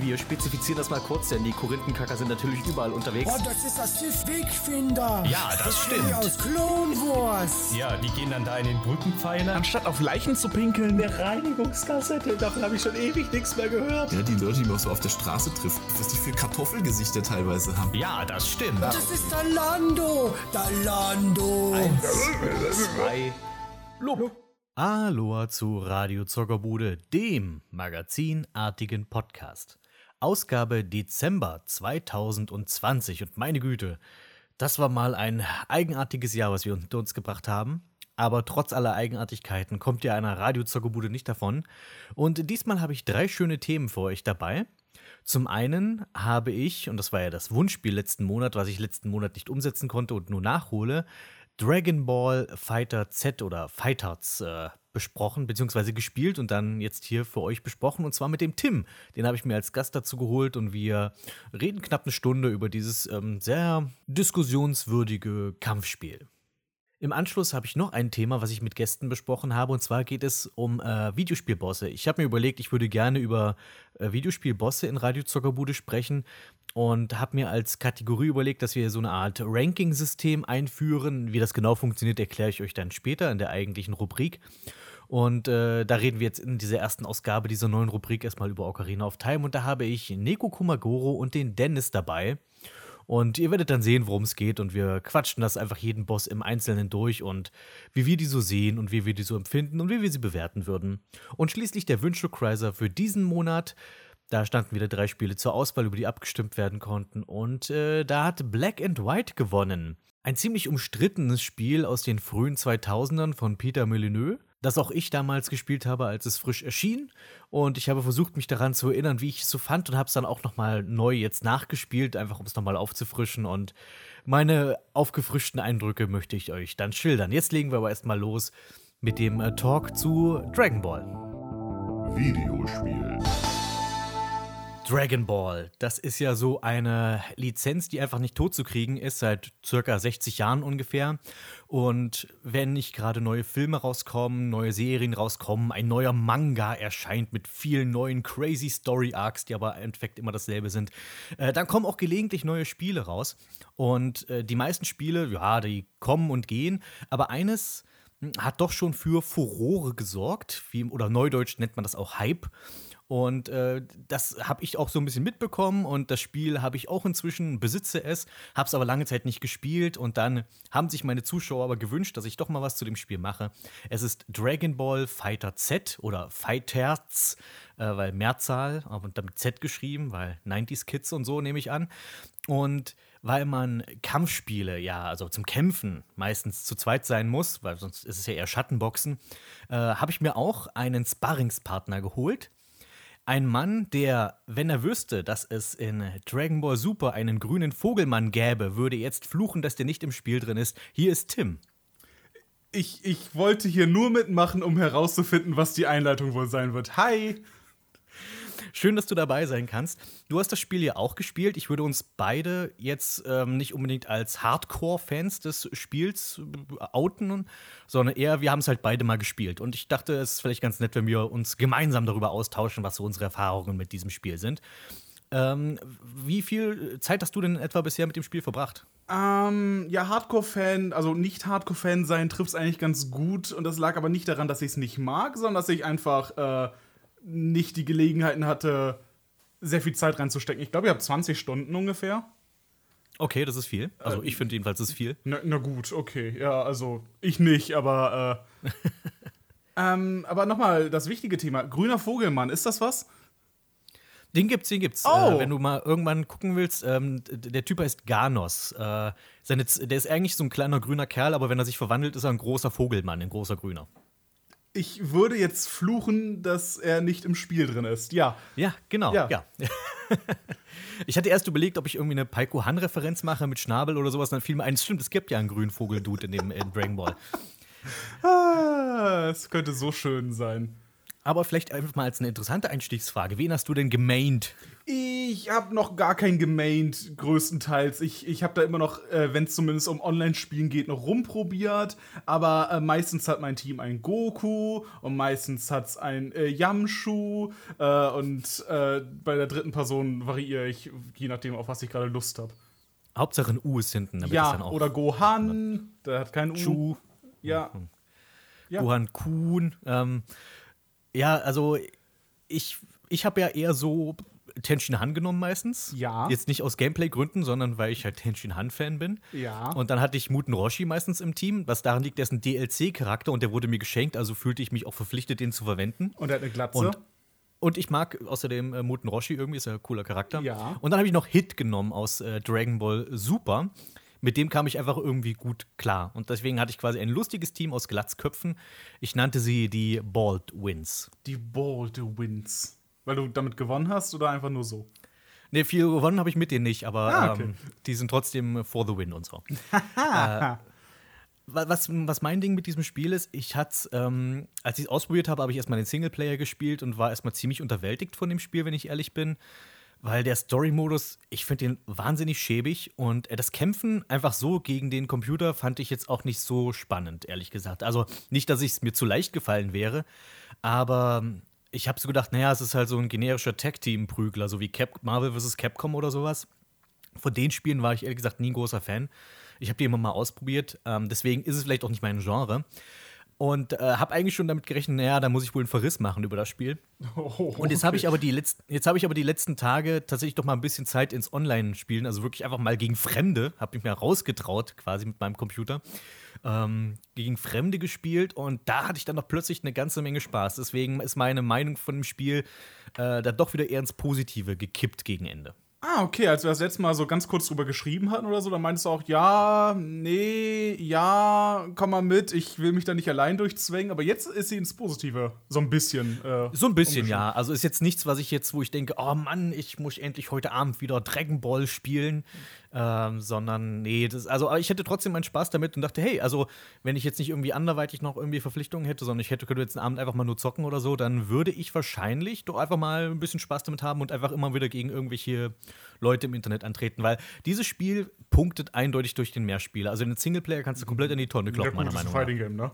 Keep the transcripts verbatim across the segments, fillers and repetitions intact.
wir spezifizieren das mal kurz, denn die Korinthenkacker sind natürlich überall unterwegs. Oh, das ist das Sith Wegfinder. Ja, das, das stimmt. Aus Clone Wars. Ja, die gehen dann da in den Brückenpfeiler. Anstatt auf Leichen zu pinkeln. Eine Reinigungskassette, davon habe ich schon ewig nichts mehr gehört. Ja, die Leute, die man so auf der Straße trifft, was die für Kartoffelgesichter teilweise haben. Ja, das stimmt. Das ist der Lando. Der Lando. Eins, zwei, Lob. Aloha zu Radio Zockerbude, dem magazinartigen Podcast. Ausgabe Dezember zweitausendzwanzig und meine Güte, das war mal ein eigenartiges Jahr, was wir unter uns gebracht haben. Aber trotz aller Eigenartigkeiten kommt ja einer Radio Zockerbude nicht davon. Und diesmal habe ich drei schöne Themen für euch dabei. Zum einen habe ich, und das war ja das Wunschspiel letzten Monat, was ich letzten Monat nicht umsetzen konnte und nur nachhole, Dragon Ball Fighter Z oder Fighters äh, besprochen, beziehungsweise gespielt und dann jetzt hier für euch besprochen. Und zwar mit dem Tim. Den habe ich mir als Gast dazu geholt und wir reden knapp eine Stunde über dieses ähm, sehr diskussionswürdige Kampfspiel. Im Anschluss habe ich noch ein Thema, was ich mit Gästen besprochen habe, und zwar geht es um äh, Videospielbosse. Ich habe mir überlegt, ich würde gerne über äh, Videospielbosse in Radio Zockerbude sprechen und habe mir als Kategorie überlegt, dass wir so eine Art Ranking-System einführen. Wie das genau funktioniert, erkläre ich euch dann später in der eigentlichen Rubrik. Und äh, da reden wir jetzt in dieser ersten Ausgabe dieser neuen Rubrik erstmal über Ocarina of Time, und da habe ich Neko Kumagoro und den Dennis dabei. Und ihr werdet dann sehen, worum es geht, und wir quatschen das einfach jeden Boss im Einzelnen durch und wie wir die so sehen und wie wir die so empfinden und wie wir sie bewerten würden. Und schließlich der Wünschekreiser für diesen Monat. Da standen wieder drei Spiele zur Auswahl, über die abgestimmt werden konnten, und äh, da hat Black and White gewonnen. Ein ziemlich umstrittenes Spiel aus den frühen zweitausendern von Peter Molyneux, das auch ich damals gespielt habe, als es frisch erschien. Und ich habe versucht, mich daran zu erinnern, wie ich es so fand, und habe es dann auch nochmal neu jetzt nachgespielt, einfach um es nochmal aufzufrischen. Und meine aufgefrischten Eindrücke möchte ich euch dann schildern. Jetzt legen wir aber erstmal los mit dem äh, Talk zu Dragon Ball. Videospiel. Dragon Ball, das ist ja so eine Lizenz, die einfach nicht totzukriegen ist, seit circa sechzig Jahren ungefähr. Und wenn nicht gerade neue Filme rauskommen, neue Serien rauskommen, ein neuer Manga erscheint mit vielen neuen crazy Story Arcs, die aber im Endeffekt immer dasselbe sind, äh, dann kommen auch gelegentlich neue Spiele raus. Und äh, die meisten Spiele, ja, die kommen und gehen, aber eines hat doch schon für Furore gesorgt, wie, oder neudeutsch nennt man das auch Hype. Und äh, das habe ich auch so ein bisschen mitbekommen, und das Spiel habe ich auch inzwischen, besitze es, habe es aber lange Zeit nicht gespielt, und dann haben sich meine Zuschauer aber gewünscht, dass ich doch mal was zu dem Spiel mache. Es ist Dragon Ball Fighter Z oder Fighters, äh, weil Mehrzahl, aber damit Z geschrieben, weil neunziger Kids und so, nehme ich an. Und weil man Kampfspiele, ja, also zum Kämpfen meistens zu zweit sein muss, weil sonst ist es ja eher Schattenboxen, äh, habe ich mir auch einen Sparringspartner geholt. Ein Mann, der, wenn er wüsste, dass es in Dragon Ball Super einen grünen Vogelmann gäbe, würde jetzt fluchen, dass der nicht im Spiel drin ist. Hier ist Tim. Ich, ich wollte hier nur mitmachen, um herauszufinden, was die Einleitung wohl sein wird. Hi! Schön, dass du dabei sein kannst. Du hast das Spiel ja auch gespielt. Ich würde uns beide jetzt ähm, nicht unbedingt als Hardcore-Fans des Spiels äh, outen, sondern eher, wir haben es halt beide mal gespielt. Und ich dachte, es ist vielleicht ganz nett, wenn wir uns gemeinsam darüber austauschen, was so unsere Erfahrungen mit diesem Spiel sind. Ähm, wie viel Zeit hast du denn etwa bisher mit dem Spiel verbracht? Ähm, ja, Hardcore-Fan, also nicht Hardcore-Fan sein, trifft es eigentlich ganz gut. Und das lag aber nicht daran, dass ich es nicht mag, sondern dass ich einfach äh, nicht die Gelegenheiten hatte, sehr viel Zeit reinzustecken. Ich glaube, ich habe zwanzig Stunden ungefähr. Okay, das ist viel. Also ich finde jedenfalls, das ist viel. Na, na gut, okay. Ja, also ich nicht, aber äh, ähm, aber nochmal, das wichtige Thema. Grüner Vogelmann, ist das was? Den gibt's, den gibt's. Oh. Äh, wenn du mal irgendwann gucken willst, ähm, der Typ heißt Ganos. Äh, seine, der ist eigentlich so ein kleiner grüner Kerl, aber wenn er sich verwandelt, ist er ein großer Vogelmann, ein großer Grüner. Ich würde jetzt fluchen, dass er nicht im Spiel drin ist. Ja. Ja, genau. Ja. Ja. Ich hatte erst überlegt, ob ich irgendwie eine Paiko Han-Referenz mache mit Schnabel oder sowas. Dann fiel mir ein, stimmt, es gibt ja einen grünen Vogel-Dude in dem in Dragon Ball. Ah, es könnte so schön sein. Aber vielleicht einfach mal als eine interessante Einstiegsfrage. Wen hast du denn gemaint? Ich Ich habe noch gar kein gemaint, größtenteils. Ich, ich habe da immer noch, äh, wenn es zumindest um Online-Spielen geht, noch rumprobiert. Aber äh, meistens hat mein Team ein Goku und meistens hat es ein äh, Yamchu. Äh, und äh, bei der dritten Person variiere ich, je nachdem, auf was ich gerade Lust habe. Hauptsache ein U ist hinten, damit es Ja, dann auch. oder Gohan, der hat kein U. Chu. Ja. Ja. Gohan Kun. Ähm, ja, also ich, ich habe ja eher so Tenshin Han genommen meistens. Ja. Jetzt nicht aus Gameplay-Gründen, sondern weil ich halt Tenshin Han-Fan bin. Ja. Und dann hatte ich Muten Roshi meistens im Team, was daran liegt, der ist ein D L C-Charakter und der wurde mir geschenkt, also fühlte ich mich auch verpflichtet, den zu verwenden. Und er hat eine Glatze. Und, und ich mag außerdem äh, Muten Roshi, irgendwie ist er ein cooler Charakter. Ja. Und dann habe ich noch Hit genommen aus äh, Dragon Ball Super. Mit dem kam ich einfach irgendwie gut klar. Und deswegen hatte ich quasi ein lustiges Team aus Glatzköpfen. Ich nannte sie die Baldwins. Die Bold Wins. Weil du damit gewonnen hast oder einfach nur so? Ne, viel gewonnen habe ich mit denen nicht, aber Ah, okay. ähm, die sind trotzdem for the win und so. äh, was, was mein Ding mit diesem Spiel ist, ich hatte ähm, als ich es ausprobiert habe, habe ich erstmal den Singleplayer gespielt und war erstmal ziemlich unterwältigt von dem Spiel, wenn ich ehrlich bin. Weil der Story-Modus, ich finde den wahnsinnig schäbig und äh, das Kämpfen einfach so gegen den Computer fand ich jetzt auch nicht so spannend, ehrlich gesagt. Also nicht, dass es mir zu leicht gefallen wäre, aber ich habe so gedacht, naja, es ist halt so ein generischer Tag-Team-Prügler, so wie Cap Marvel versus. Capcom oder sowas. Von den Spielen war ich ehrlich gesagt nie ein großer Fan. Ich habe die immer mal ausprobiert, ähm, deswegen ist es vielleicht auch nicht mein Genre. Und äh, habe eigentlich schon damit gerechnet, naja, da muss ich wohl einen Verriss machen über das Spiel. Oh, Und jetzt habe ich aber die letzten, jetzt habe ich aber die letzten Tage tatsächlich doch mal ein bisschen Zeit ins Online-Spielen, also wirklich einfach mal gegen Fremde, habe mich mal rausgetraut quasi mit meinem Computer, ähm, gegen Fremde gespielt und da hatte ich dann noch plötzlich eine ganze Menge Spaß. Deswegen ist meine Meinung von dem Spiel äh, dann doch wieder eher ins Positive gekippt gegen Ende. Ah, okay, als wir das letzte Mal so ganz kurz drüber geschrieben hatten oder so, dann meintest du auch, ja, nee, ja, komm mal mit, ich will mich da nicht allein durchzwängen, aber jetzt ist sie ins Positive, so ein bisschen. Äh, So ein bisschen, umgeschrieben. ja. Also ist jetzt nichts, was ich jetzt, wo ich denke, oh Mann, ich muss endlich heute Abend wieder Dragon Ball spielen. Ähm, sondern, nee, das, also aber ich hätte trotzdem meinen Spaß damit und dachte, hey, also wenn ich jetzt nicht irgendwie anderweitig noch irgendwie Verpflichtungen hätte, sondern ich hätte, könnte jetzt einen Abend einfach mal nur zocken oder so, dann würde ich wahrscheinlich doch einfach mal ein bisschen Spaß damit haben und einfach immer wieder gegen irgendwelche Leute im Internet antreten, weil dieses Spiel punktet eindeutig durch den Mehrspieler. Also den Singleplayer kannst du komplett in die Tonne Ja, kloppen, gut, meiner das ist ein Meinung nach. Fighting Game, ne?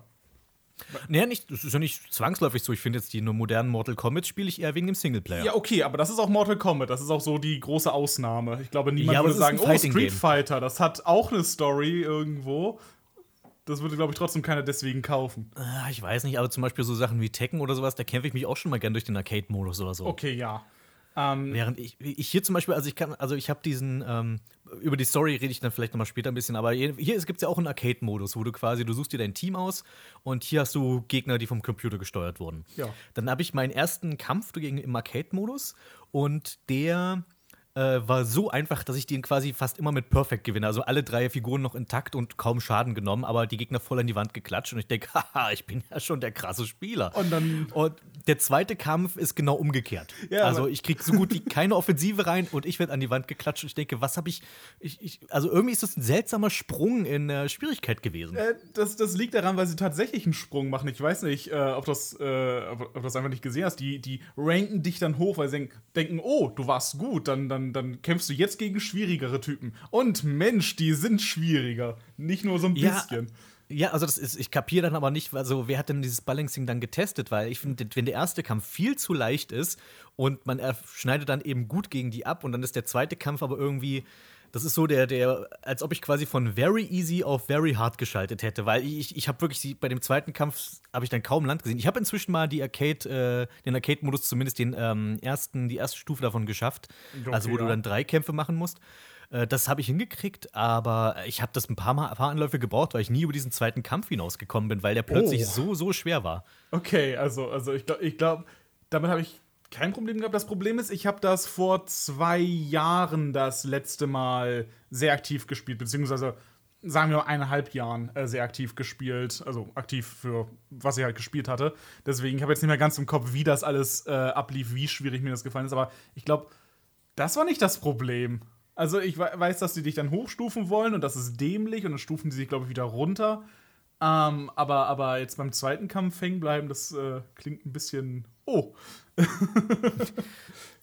Naja, nicht, das ist ja nicht zwangsläufig so. Ich finde jetzt die modernen Mortal Kombat spiele ich eher wegen dem Singleplayer. Ja, okay, aber das ist auch Mortal Kombat, das ist auch so die große Ausnahme. Ich glaube, niemand Ja, aber würde es ist ein sagen, oh, Fighting Street Game. Fighter, das hat auch eine Story irgendwo. Das würde, glaube ich, trotzdem keiner deswegen kaufen. Ah, ich weiß nicht, aber zum Beispiel so Sachen wie Tekken oder sowas, da kämpfe ich mich auch schon mal gern durch den Arcade-Modus oder so. Okay, ja. Ähm, Während ich, ich hier zum Beispiel, also ich kann, also ich habe diesen, ähm, über die Story rede ich dann vielleicht noch mal später ein bisschen, aber hier gibt es ja auch einen Arcade-Modus, wo du quasi, du suchst dir dein Team aus und hier hast du Gegner, die vom Computer gesteuert wurden. Ja. Dann habe ich meinen ersten Kampf gegen im Arcade-Modus und der äh, war so einfach, dass ich den quasi fast immer mit Perfect gewinne. Also alle drei Figuren noch intakt und kaum Schaden genommen, aber die Gegner voll an die Wand geklatscht und ich denke, haha, ich bin ja schon der krasse Spieler. Und dann- Und der zweite Kampf ist genau umgekehrt. Ja, also aber- ich krieg so gut wie keine Offensive rein und ich werde an die Wand geklatscht und ich denke, was habe ich, ich, ich. Also irgendwie ist das ein seltsamer Sprung in äh, Schwierigkeit gewesen. Äh, das, das liegt daran, weil sie tatsächlich einen Sprung machen. Ich weiß nicht, äh, ob das, äh, ob, ob du das einfach nicht gesehen hast. Die, die ranken dich dann hoch, weil sie denk, denken, oh, du warst gut, dann, dann, dann kämpfst du jetzt gegen schwierigere Typen. Und Mensch, die sind schwieriger. Nicht nur so ein Ja, bisschen. Ja, also das ist, ich kapiere dann aber nicht, also wer hat denn dieses Balancing dann getestet? Weil ich finde, wenn der erste Kampf viel zu leicht ist und man er schneidet dann eben gut gegen die ab und dann ist der zweite Kampf aber irgendwie, das ist so der, der, als ob ich quasi von very easy auf very hard geschaltet hätte, weil ich, ich habe wirklich, die, bei dem zweiten Kampf habe ich dann kaum Land gesehen. Ich habe inzwischen mal die Arcade, äh, den Arcade-Modus, zumindest den ähm, ersten, die erste Stufe davon geschafft, Okay, also wo ja. du dann drei Kämpfe machen musst. Äh, Das habe ich hingekriegt, aber ich habe das ein paar Mal ein paar Anläufe gebraucht, weil ich nie über diesen zweiten Kampf hinausgekommen bin, weil der plötzlich Oh. so, so schwer war. Okay, also, also ich glaube, ich glaub, damit habe ich kein Problem gehabt. Das Problem ist, ich habe das vor zwei Jahren das letzte Mal sehr aktiv gespielt, beziehungsweise sagen wir mal eineinhalb Jahren äh, sehr aktiv gespielt, also aktiv für was ich halt gespielt hatte. Deswegen habe ich jetzt nicht mehr ganz im Kopf, wie das alles äh, ablief, wie schwierig mir das gefallen ist, aber ich glaube, das war nicht das Problem. Also ich we- weiß, dass die dich dann hochstufen wollen und das ist dämlich und dann stufen die sich, glaube ich, wieder runter. Ähm, aber, aber jetzt beim zweiten Kampf hängen bleiben, das äh, klingt ein bisschen. Oh.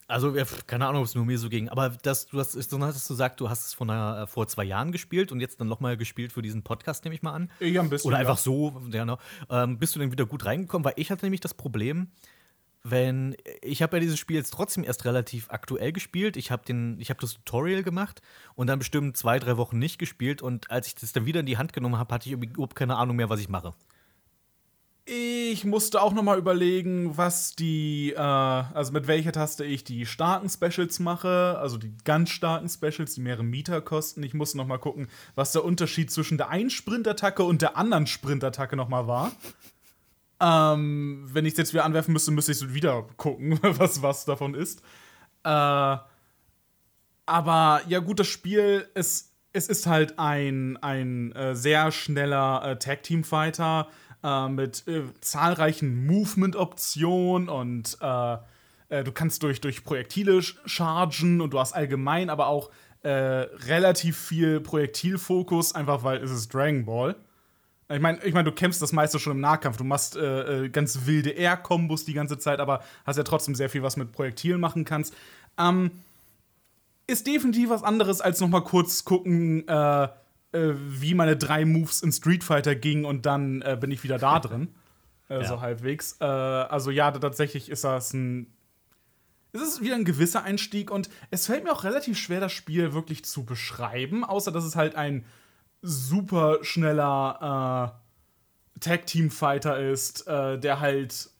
Also, ja, pf, keine Ahnung, ob es nur mir so ging, aber das, du hast, so hast du gesagt, du hast es von einer, vor zwei Jahren gespielt und jetzt dann nochmal gespielt für diesen Podcast, nehme ich mal an. Ja, ein bisschen. Oder einfach ja. so, ja, ne? ähm, bist du denn wieder gut reingekommen? Weil ich hatte nämlich das Problem, wenn ich habe ja dieses Spiel jetzt trotzdem erst relativ aktuell gespielt. Ich habe den, ich habe das Tutorial gemacht und dann bestimmt zwei, drei Wochen nicht gespielt. Und als ich das dann wieder in die Hand genommen habe, hatte ich überhaupt keine Ahnung mehr, was ich mache. Ich musste auch noch mal überlegen, was die, äh, also mit welcher Taste ich die starken Specials mache, also die ganz starken Specials, die mehrere Meter kosten. Ich musste noch mal gucken, was der Unterschied zwischen der einen Sprintattacke und der anderen Sprintattacke noch mal war. Ähm, wenn ich es jetzt wieder anwerfen müsste, müsste ich so wieder gucken, was was davon ist. Äh, aber ja gut, das Spiel, es, es ist halt ein, ein äh, sehr schneller äh, Tag-Team-Fighter, Äh, mit äh, zahlreichen Movement-Optionen und äh, äh, du kannst durch, durch Projektile chargen und du hast allgemein aber auch äh, relativ viel Projektilfokus, einfach weil es ist Dragon Ball. Ich meine, ich mein, du kämpfst das meiste schon im Nahkampf. Du machst äh, äh, ganz wilde Air-Kombos die ganze Zeit, aber hast ja trotzdem sehr viel, was mit Projektilen machen kannst. Ähm, ist definitiv was anderes, als noch mal kurz gucken, äh, äh, wie meine drei Moves in Street Fighter gingen und dann äh, bin ich wieder da drin. äh, Ja. So halbwegs. Äh, also ja, tatsächlich ist das ein es ist wieder ein gewisser Einstieg und es fällt mir auch relativ schwer, das Spiel wirklich zu beschreiben, außer dass es halt ein super schneller äh, Tag-Team-Fighter ist, äh, der halt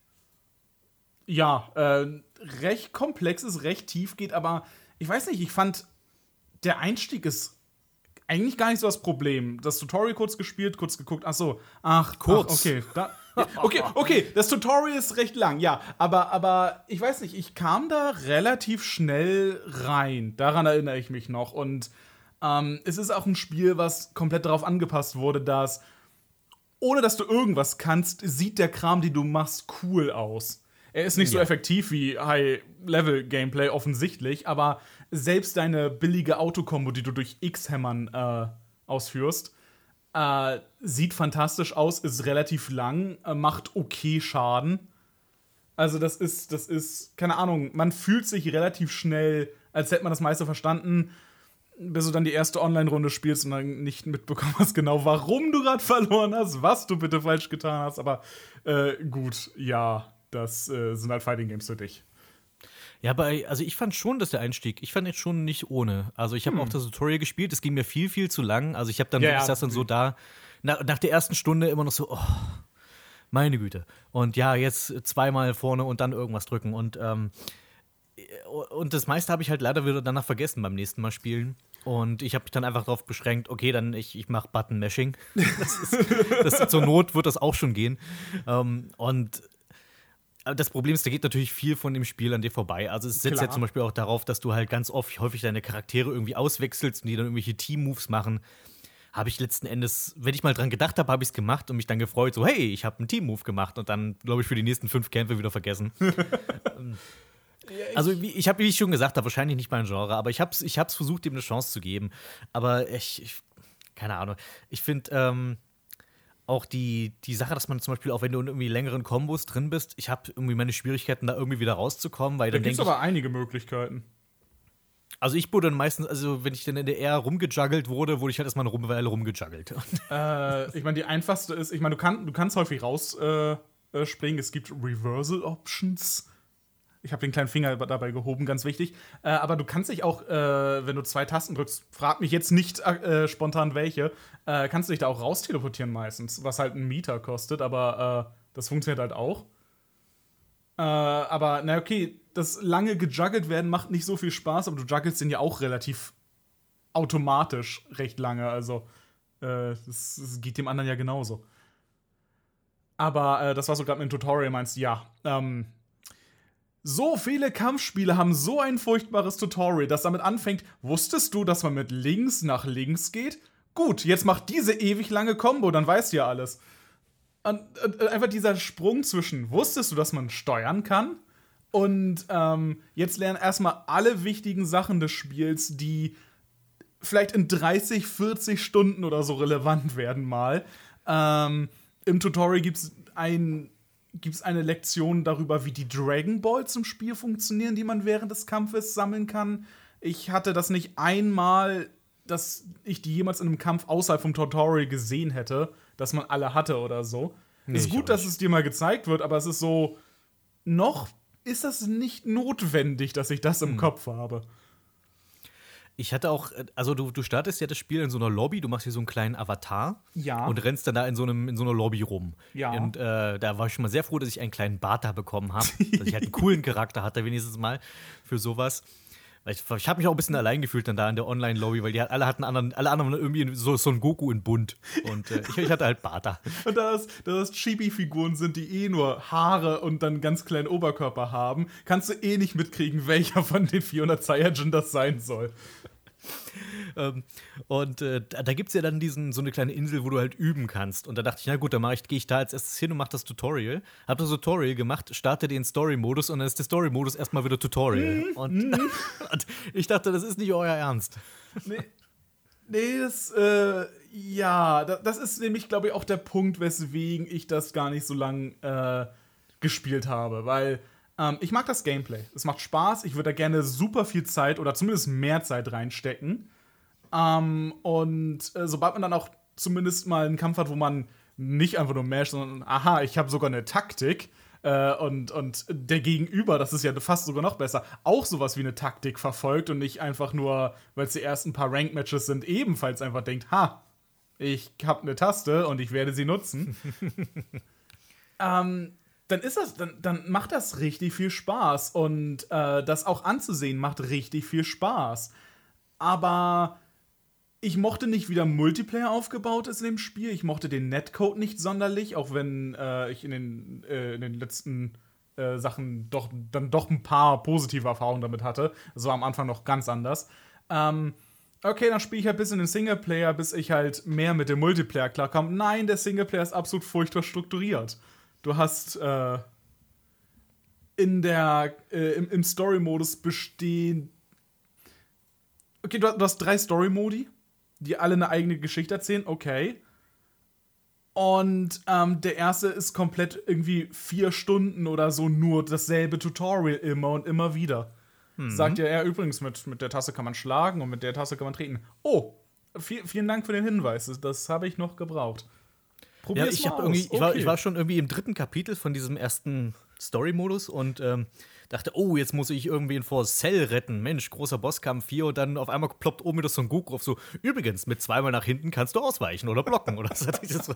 ja, äh, recht komplex ist, recht tief geht, aber ich weiß nicht, ich fand, der Einstieg ist eigentlich gar nicht so das Problem. Das Tutorial kurz gespielt, kurz geguckt, ach so, ach, Kurz. Ach, okay, da, ja, okay, okay, das Tutorial ist recht lang, ja, aber, aber ich weiß nicht, ich kam da relativ schnell rein, daran erinnere ich mich noch und ähm, es ist auch ein Spiel, was komplett darauf angepasst wurde, dass ohne dass du irgendwas kannst, sieht der Kram, den du machst, cool aus. Er ist nicht so Ja. effektiv wie High-Level-Gameplay offensichtlich, aber selbst deine billige Autokombo, die du durch X-Hämmern äh, ausführst, äh, sieht fantastisch aus, ist relativ lang, äh, macht okay Schaden. Also das ist, das ist, keine Ahnung, man fühlt sich relativ schnell, als hätte man das meiste verstanden, bis du dann die erste Online-Runde spielst und dann nicht mitbekommen hast, genau warum du gerade verloren hast, was du bitte falsch getan hast. Aber äh, gut, ja, das äh, sind halt Fighting Games für dich. Ja, aber also ich fand schon, dass der Einstieg, ich fand jetzt schon nicht ohne. Also ich habe auch das Tutorial gespielt, es ging mir viel, viel zu lang. Also ich habe dann Ja, wirklich ja. saß dann so da, nach, nach der ersten Stunde immer noch so, oh, meine Güte. Und ja, jetzt zweimal vorne und dann irgendwas drücken. Und, ähm, und das meiste habe ich halt leider wieder danach vergessen beim nächsten Mal spielen. Und ich habe mich dann einfach darauf beschränkt, okay, dann ich, ich mache Button-Mashing. Das ist, das, zur Not wird das auch schon gehen. Ähm, und aber das Problem ist, da geht natürlich viel von dem Spiel an dir vorbei. Also es setzt Klar. ja zum Beispiel auch darauf, dass du halt ganz oft häufig deine Charaktere irgendwie auswechselst und die dann irgendwelche Team-Moves machen. Habe ich letzten Endes, wenn ich mal dran gedacht habe, habe ich es gemacht und mich dann gefreut, so hey, ich habe einen Team-Move gemacht und dann, glaube ich, für die nächsten fünf Kämpfe wieder vergessen. Also wie, ich habe, wie ich schon gesagt habe, wahrscheinlich nicht mein Genre, aber ich habe es ich hab's versucht, ihm eine Chance zu geben. Aber ich, ich keine Ahnung. Ich finde ähm, auch die, die Sache, dass man zum Beispiel, auch wenn du in irgendwie längeren Kombos drin bist, ich habe irgendwie meine Schwierigkeiten, da irgendwie wieder rauszukommen, weil Da dann gibt es denke ich, aber einige Möglichkeiten. also ich wurde dann meistens, also wenn ich dann in der Air rumgejuggelt wurde, wurde ich halt erstmal eine Rum- Weile rumgejuggelt. äh, ich meine, die einfachste ist, ich meine, du, kann, du kannst häufig rausspringen. Äh, springen. Es gibt Reversal Options. Ich habe den kleinen Finger dabei gehoben, ganz wichtig. Äh, aber du kannst dich auch, äh, wenn du zwei Tasten drückst, frag mich jetzt nicht äh, spontan welche, äh, kannst du dich da auch raus teleportieren meistens, was halt einen Meter kostet, aber äh, das funktioniert halt auch. Äh, aber, na okay, das lange gejuggelt werden macht nicht so viel Spaß, aber du juggelst den ja auch relativ automatisch recht lange, also äh, das, das geht dem anderen ja genauso. Aber äh, das, was du gerade mit dem Tutorial meinst, ja, ähm, so viele Kampfspiele haben so ein furchtbares Tutorial, das damit anfängt, wusstest du, dass man mit links nach links geht? Gut, jetzt mach diese ewig lange Combo, dann weißt du ja alles. Und, und einfach dieser Sprung zwischen, wusstest du, dass man steuern kann? Und ähm, jetzt lernen erstmal alle wichtigen Sachen des Spiels, die vielleicht in dreißig, vierzig Stunden oder so relevant werden mal. Ähm, Im Tutorial gibt es ein gibt es eine Lektion darüber, wie die Dragon Balls im Spiel funktionieren, die man während des Kampfes sammeln kann. Ich hatte das nicht einmal, dass ich die jemals in einem Kampf außerhalb vom Tutorial gesehen hätte, dass man alle hatte oder so. Nee, ist gut, dass es dir mal gezeigt wird, aber es ist so, noch ist das nicht notwendig, dass ich das im hm. Kopf habe. Ich hatte auch, also du, du startest ja das Spiel in so einer Lobby, du machst hier so einen kleinen Avatar ja. und rennst dann da in so, einem, in so einer Lobby rum. Ja. Und äh, da war ich schon mal sehr froh, dass ich einen kleinen Bart da bekommen habe, dass ich halt einen coolen Charakter hatte, wenigstens mal für sowas. Weil ich ich habe mich auch ein bisschen allein gefühlt dann da in der Online-Lobby, weil die alle hatten anderen, alle anderen irgendwie so Son Goku in bunt. Und äh, ich, ich hatte halt Bart da. Und da das, da das Chibi-Figuren sind, die eh nur Haare und dann ganz kleinen Oberkörper haben, kannst du eh nicht mitkriegen, welcher von den vierhundert Saiyajin das sein soll. ähm, und äh, da, da gibt es ja dann diesen, so eine kleine Insel, wo du halt üben kannst. Und da dachte ich, na gut, dann ich, gehe ich da als erstes hin und mache das Tutorial. Hab das Tutorial gemacht, starte den Story-Modus und dann ist der Story-Modus erstmal wieder Tutorial. Mm, und, mm. und ich dachte, das ist nicht euer Ernst. Nee, nee das, äh, ja, das, das ist nämlich, glaube ich, auch der Punkt, weswegen ich das gar nicht so lang äh, gespielt habe, weil ähm, ich mag das Gameplay. Es macht Spaß, ich würde da gerne super viel Zeit oder zumindest mehr Zeit reinstecken. Ähm, und äh, sobald man dann auch zumindest mal einen Kampf hat, wo man nicht einfach nur masht, sondern aha, ich habe sogar eine Taktik äh, und, und der Gegenüber, das ist ja fast sogar noch besser, auch sowas wie eine Taktik verfolgt und nicht einfach nur, weil es die ersten paar Rank-Matches sind, ebenfalls einfach denkt, ha, ich habe eine Taste und ich werde sie nutzen. ähm, dann ist das, dann, dann macht das richtig viel Spaß und äh, das auch anzusehen macht richtig viel Spaß. Aber ich mochte nicht, wie der Multiplayer aufgebaut ist in dem Spiel. Ich mochte den Netcode nicht sonderlich, auch wenn äh, ich in den, äh, in den letzten äh, Sachen doch, dann doch ein paar positive Erfahrungen damit hatte. Das war am Anfang noch ganz anders. Ähm, okay, dann spiele ich halt bis in den Singleplayer, bis ich halt mehr mit dem Multiplayer klarkomme. Nein, der Singleplayer ist absolut furchtbar strukturiert. Du hast äh, in der, äh, im, im Story-Modus bestehen. Okay, du, du hast drei Story-Modi, die alle eine eigene Geschichte erzählen, okay. Und ähm, der erste ist komplett irgendwie vier Stunden oder so nur dasselbe Tutorial immer und immer wieder. Mhm. Sagt ja, ja, übrigens, mit, mit der Taste kann man schlagen und mit der Taste kann man treten. Oh, viel, vielen Dank für den Hinweis, das, das habe ich noch gebraucht. Ja, ich, hab irgendwie, ich, war, ich war schon irgendwie im dritten Kapitel von diesem ersten Story-Modus und ähm, dachte, oh, jetzt muss ich irgendwen vor Cell retten. Mensch, großer Bosskampf hier und dann auf einmal ploppt oben wieder so ein Goku auf so, übrigens, mit zweimal nach hinten kannst du ausweichen oder blocken. Oder so.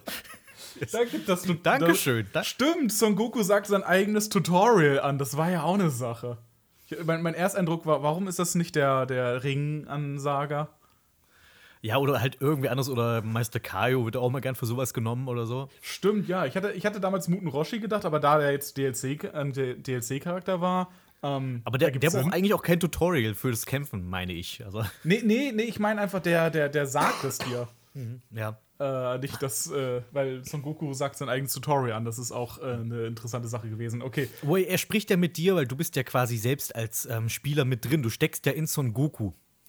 Da gibt das, Dankeschön. Das, stimmt, Son Goku sagt sein eigenes Tutorial an. Das war ja auch eine Sache. Ich, mein, mein Ersteindruck war, warum ist das nicht der, der Ring-Ansager? Ja, oder halt irgendwie anders, oder Meister Kaio wird auch mal gern für sowas genommen oder so. Stimmt, ja. Ich hatte, ich hatte damals Muten Roshi gedacht, aber da der jetzt D L C, äh, D L C-Charakter war. Ähm, aber der, der braucht eigentlich auch kein Tutorial für das Kämpfen, meine ich. Also. Nee, nee, nee, ich meine einfach, der, der, der sagt es dir. Mhm, ja. Äh, nicht das, äh, weil Son Goku sagt sein eigenes Tutorial an. Das ist auch äh, eine interessante Sache gewesen. Okay. Wo er spricht ja mit dir, weil du bist ja quasi selbst als ähm, Spieler mit drin. Du steckst ja in Son Goku.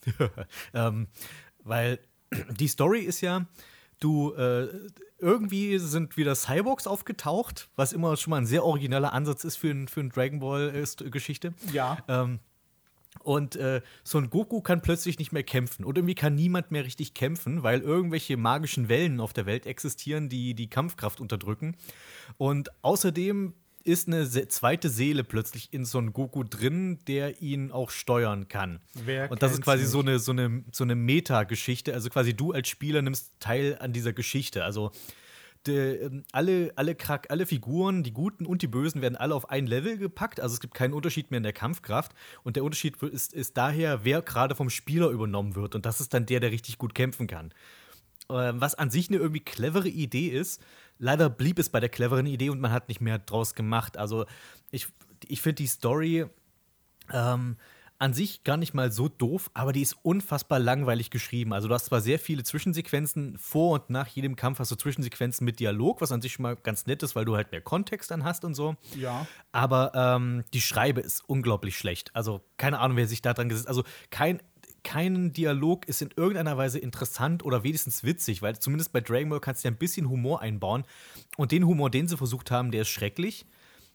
ähm, Weil die Story ist ja, du, äh, irgendwie sind wieder Cyborgs aufgetaucht, was immer schon mal ein sehr origineller Ansatz ist für eine für ein Dragon Ball-Geschichte. Ja. Ähm, und äh, Son Goku kann plötzlich nicht mehr kämpfen. Und irgendwie kann niemand mehr richtig kämpfen, weil irgendwelche magischen Wellen auf der Welt existieren, die die Kampfkraft unterdrücken. Und außerdem ist eine se- zweite Seele plötzlich in Son Goku drin, der ihn auch steuern kann. Wer und das ist kennt's quasi nicht? so eine, so eine, so eine Meta-Geschichte. Also quasi du als Spieler nimmst teil an dieser Geschichte. Also de, ähm, alle, alle, Krak- alle Figuren, die Guten und die Bösen, werden alle auf ein Level gepackt. Also es gibt keinen Unterschied mehr in der Kampfkraft. Und der Unterschied ist, ist daher, wer gerade vom Spieler übernommen wird. Und das ist dann der, der richtig gut kämpfen kann. Ähm, was an sich eine irgendwie clevere Idee ist. Leider blieb es bei der cleveren Idee und man hat nicht mehr draus gemacht. Also ich, ich finde die Story ähm, an sich gar nicht mal so doof, aber die ist unfassbar langweilig geschrieben. Also du hast zwar sehr viele Zwischensequenzen, vor und nach jedem Kampf hast du Zwischensequenzen mit Dialog, was an sich schon mal ganz nett ist, weil du halt mehr Kontext dann hast und so. Ja. Aber ähm, die Schreibe ist unglaublich schlecht. Also keine Ahnung, wer sich da dran gesetzt hat. Also kein Kein Dialog ist in irgendeiner Weise interessant oder wenigstens witzig, weil zumindest bei Dragon Ball kannst du ja ein bisschen Humor einbauen. Und den Humor, den sie versucht haben, der ist schrecklich.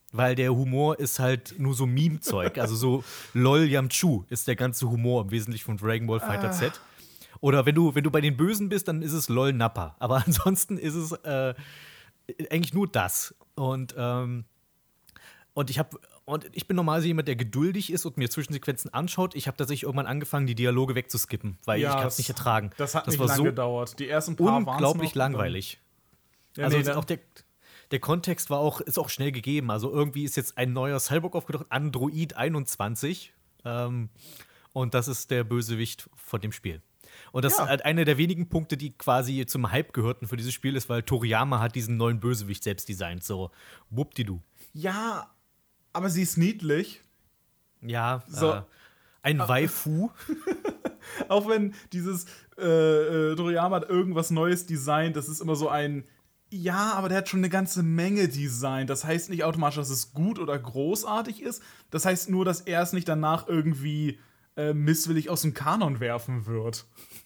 weil der Humor ist halt nur so Meme-Zeug. Also so LOL Yamchu ist der ganze Humor im Wesentlichen von Dragon Ball Fighter Z. Oder wenn du, wenn du bei den Bösen bist, dann ist es LOL Nappa. Aber ansonsten ist es äh, eigentlich nur das. Und, ähm, und ich habe und ich bin normalerweise jemand, der geduldig ist und mir Zwischensequenzen anschaut. Ich habe tatsächlich irgendwann angefangen, die Dialoge wegzuskippen, weil Ja, ich kann das- es nicht ertragen. Das hat das nicht war lange so gedauert. Die ersten paar waren's unglaublich noch, und dann- langweilig. Ja, also nee, es- dann- auch der, der Kontext war auch, ist auch schnell gegeben. Also irgendwie ist jetzt ein neuer Cyborg aufgetaucht, Android einundzwanzig. Ähm, und das ist der Bösewicht von dem Spiel. Und das Ja. ist halt einer der wenigen Punkte, die quasi zum Hype gehörten für dieses Spiel ist, weil Toriyama hat diesen neuen Bösewicht selbst designt. So, wuppdidu. Ja, aber sie ist niedlich. Ja, So. äh, ein Waifu. Auch wenn dieses äh, äh, Toriyama hat irgendwas Neues designt, das ist immer so ein ja, aber der hat schon eine ganze Menge Design. Das heißt nicht automatisch, dass es gut oder großartig ist. Das heißt nur, dass er es nicht danach irgendwie äh, misswillig aus dem Kanon werfen wird.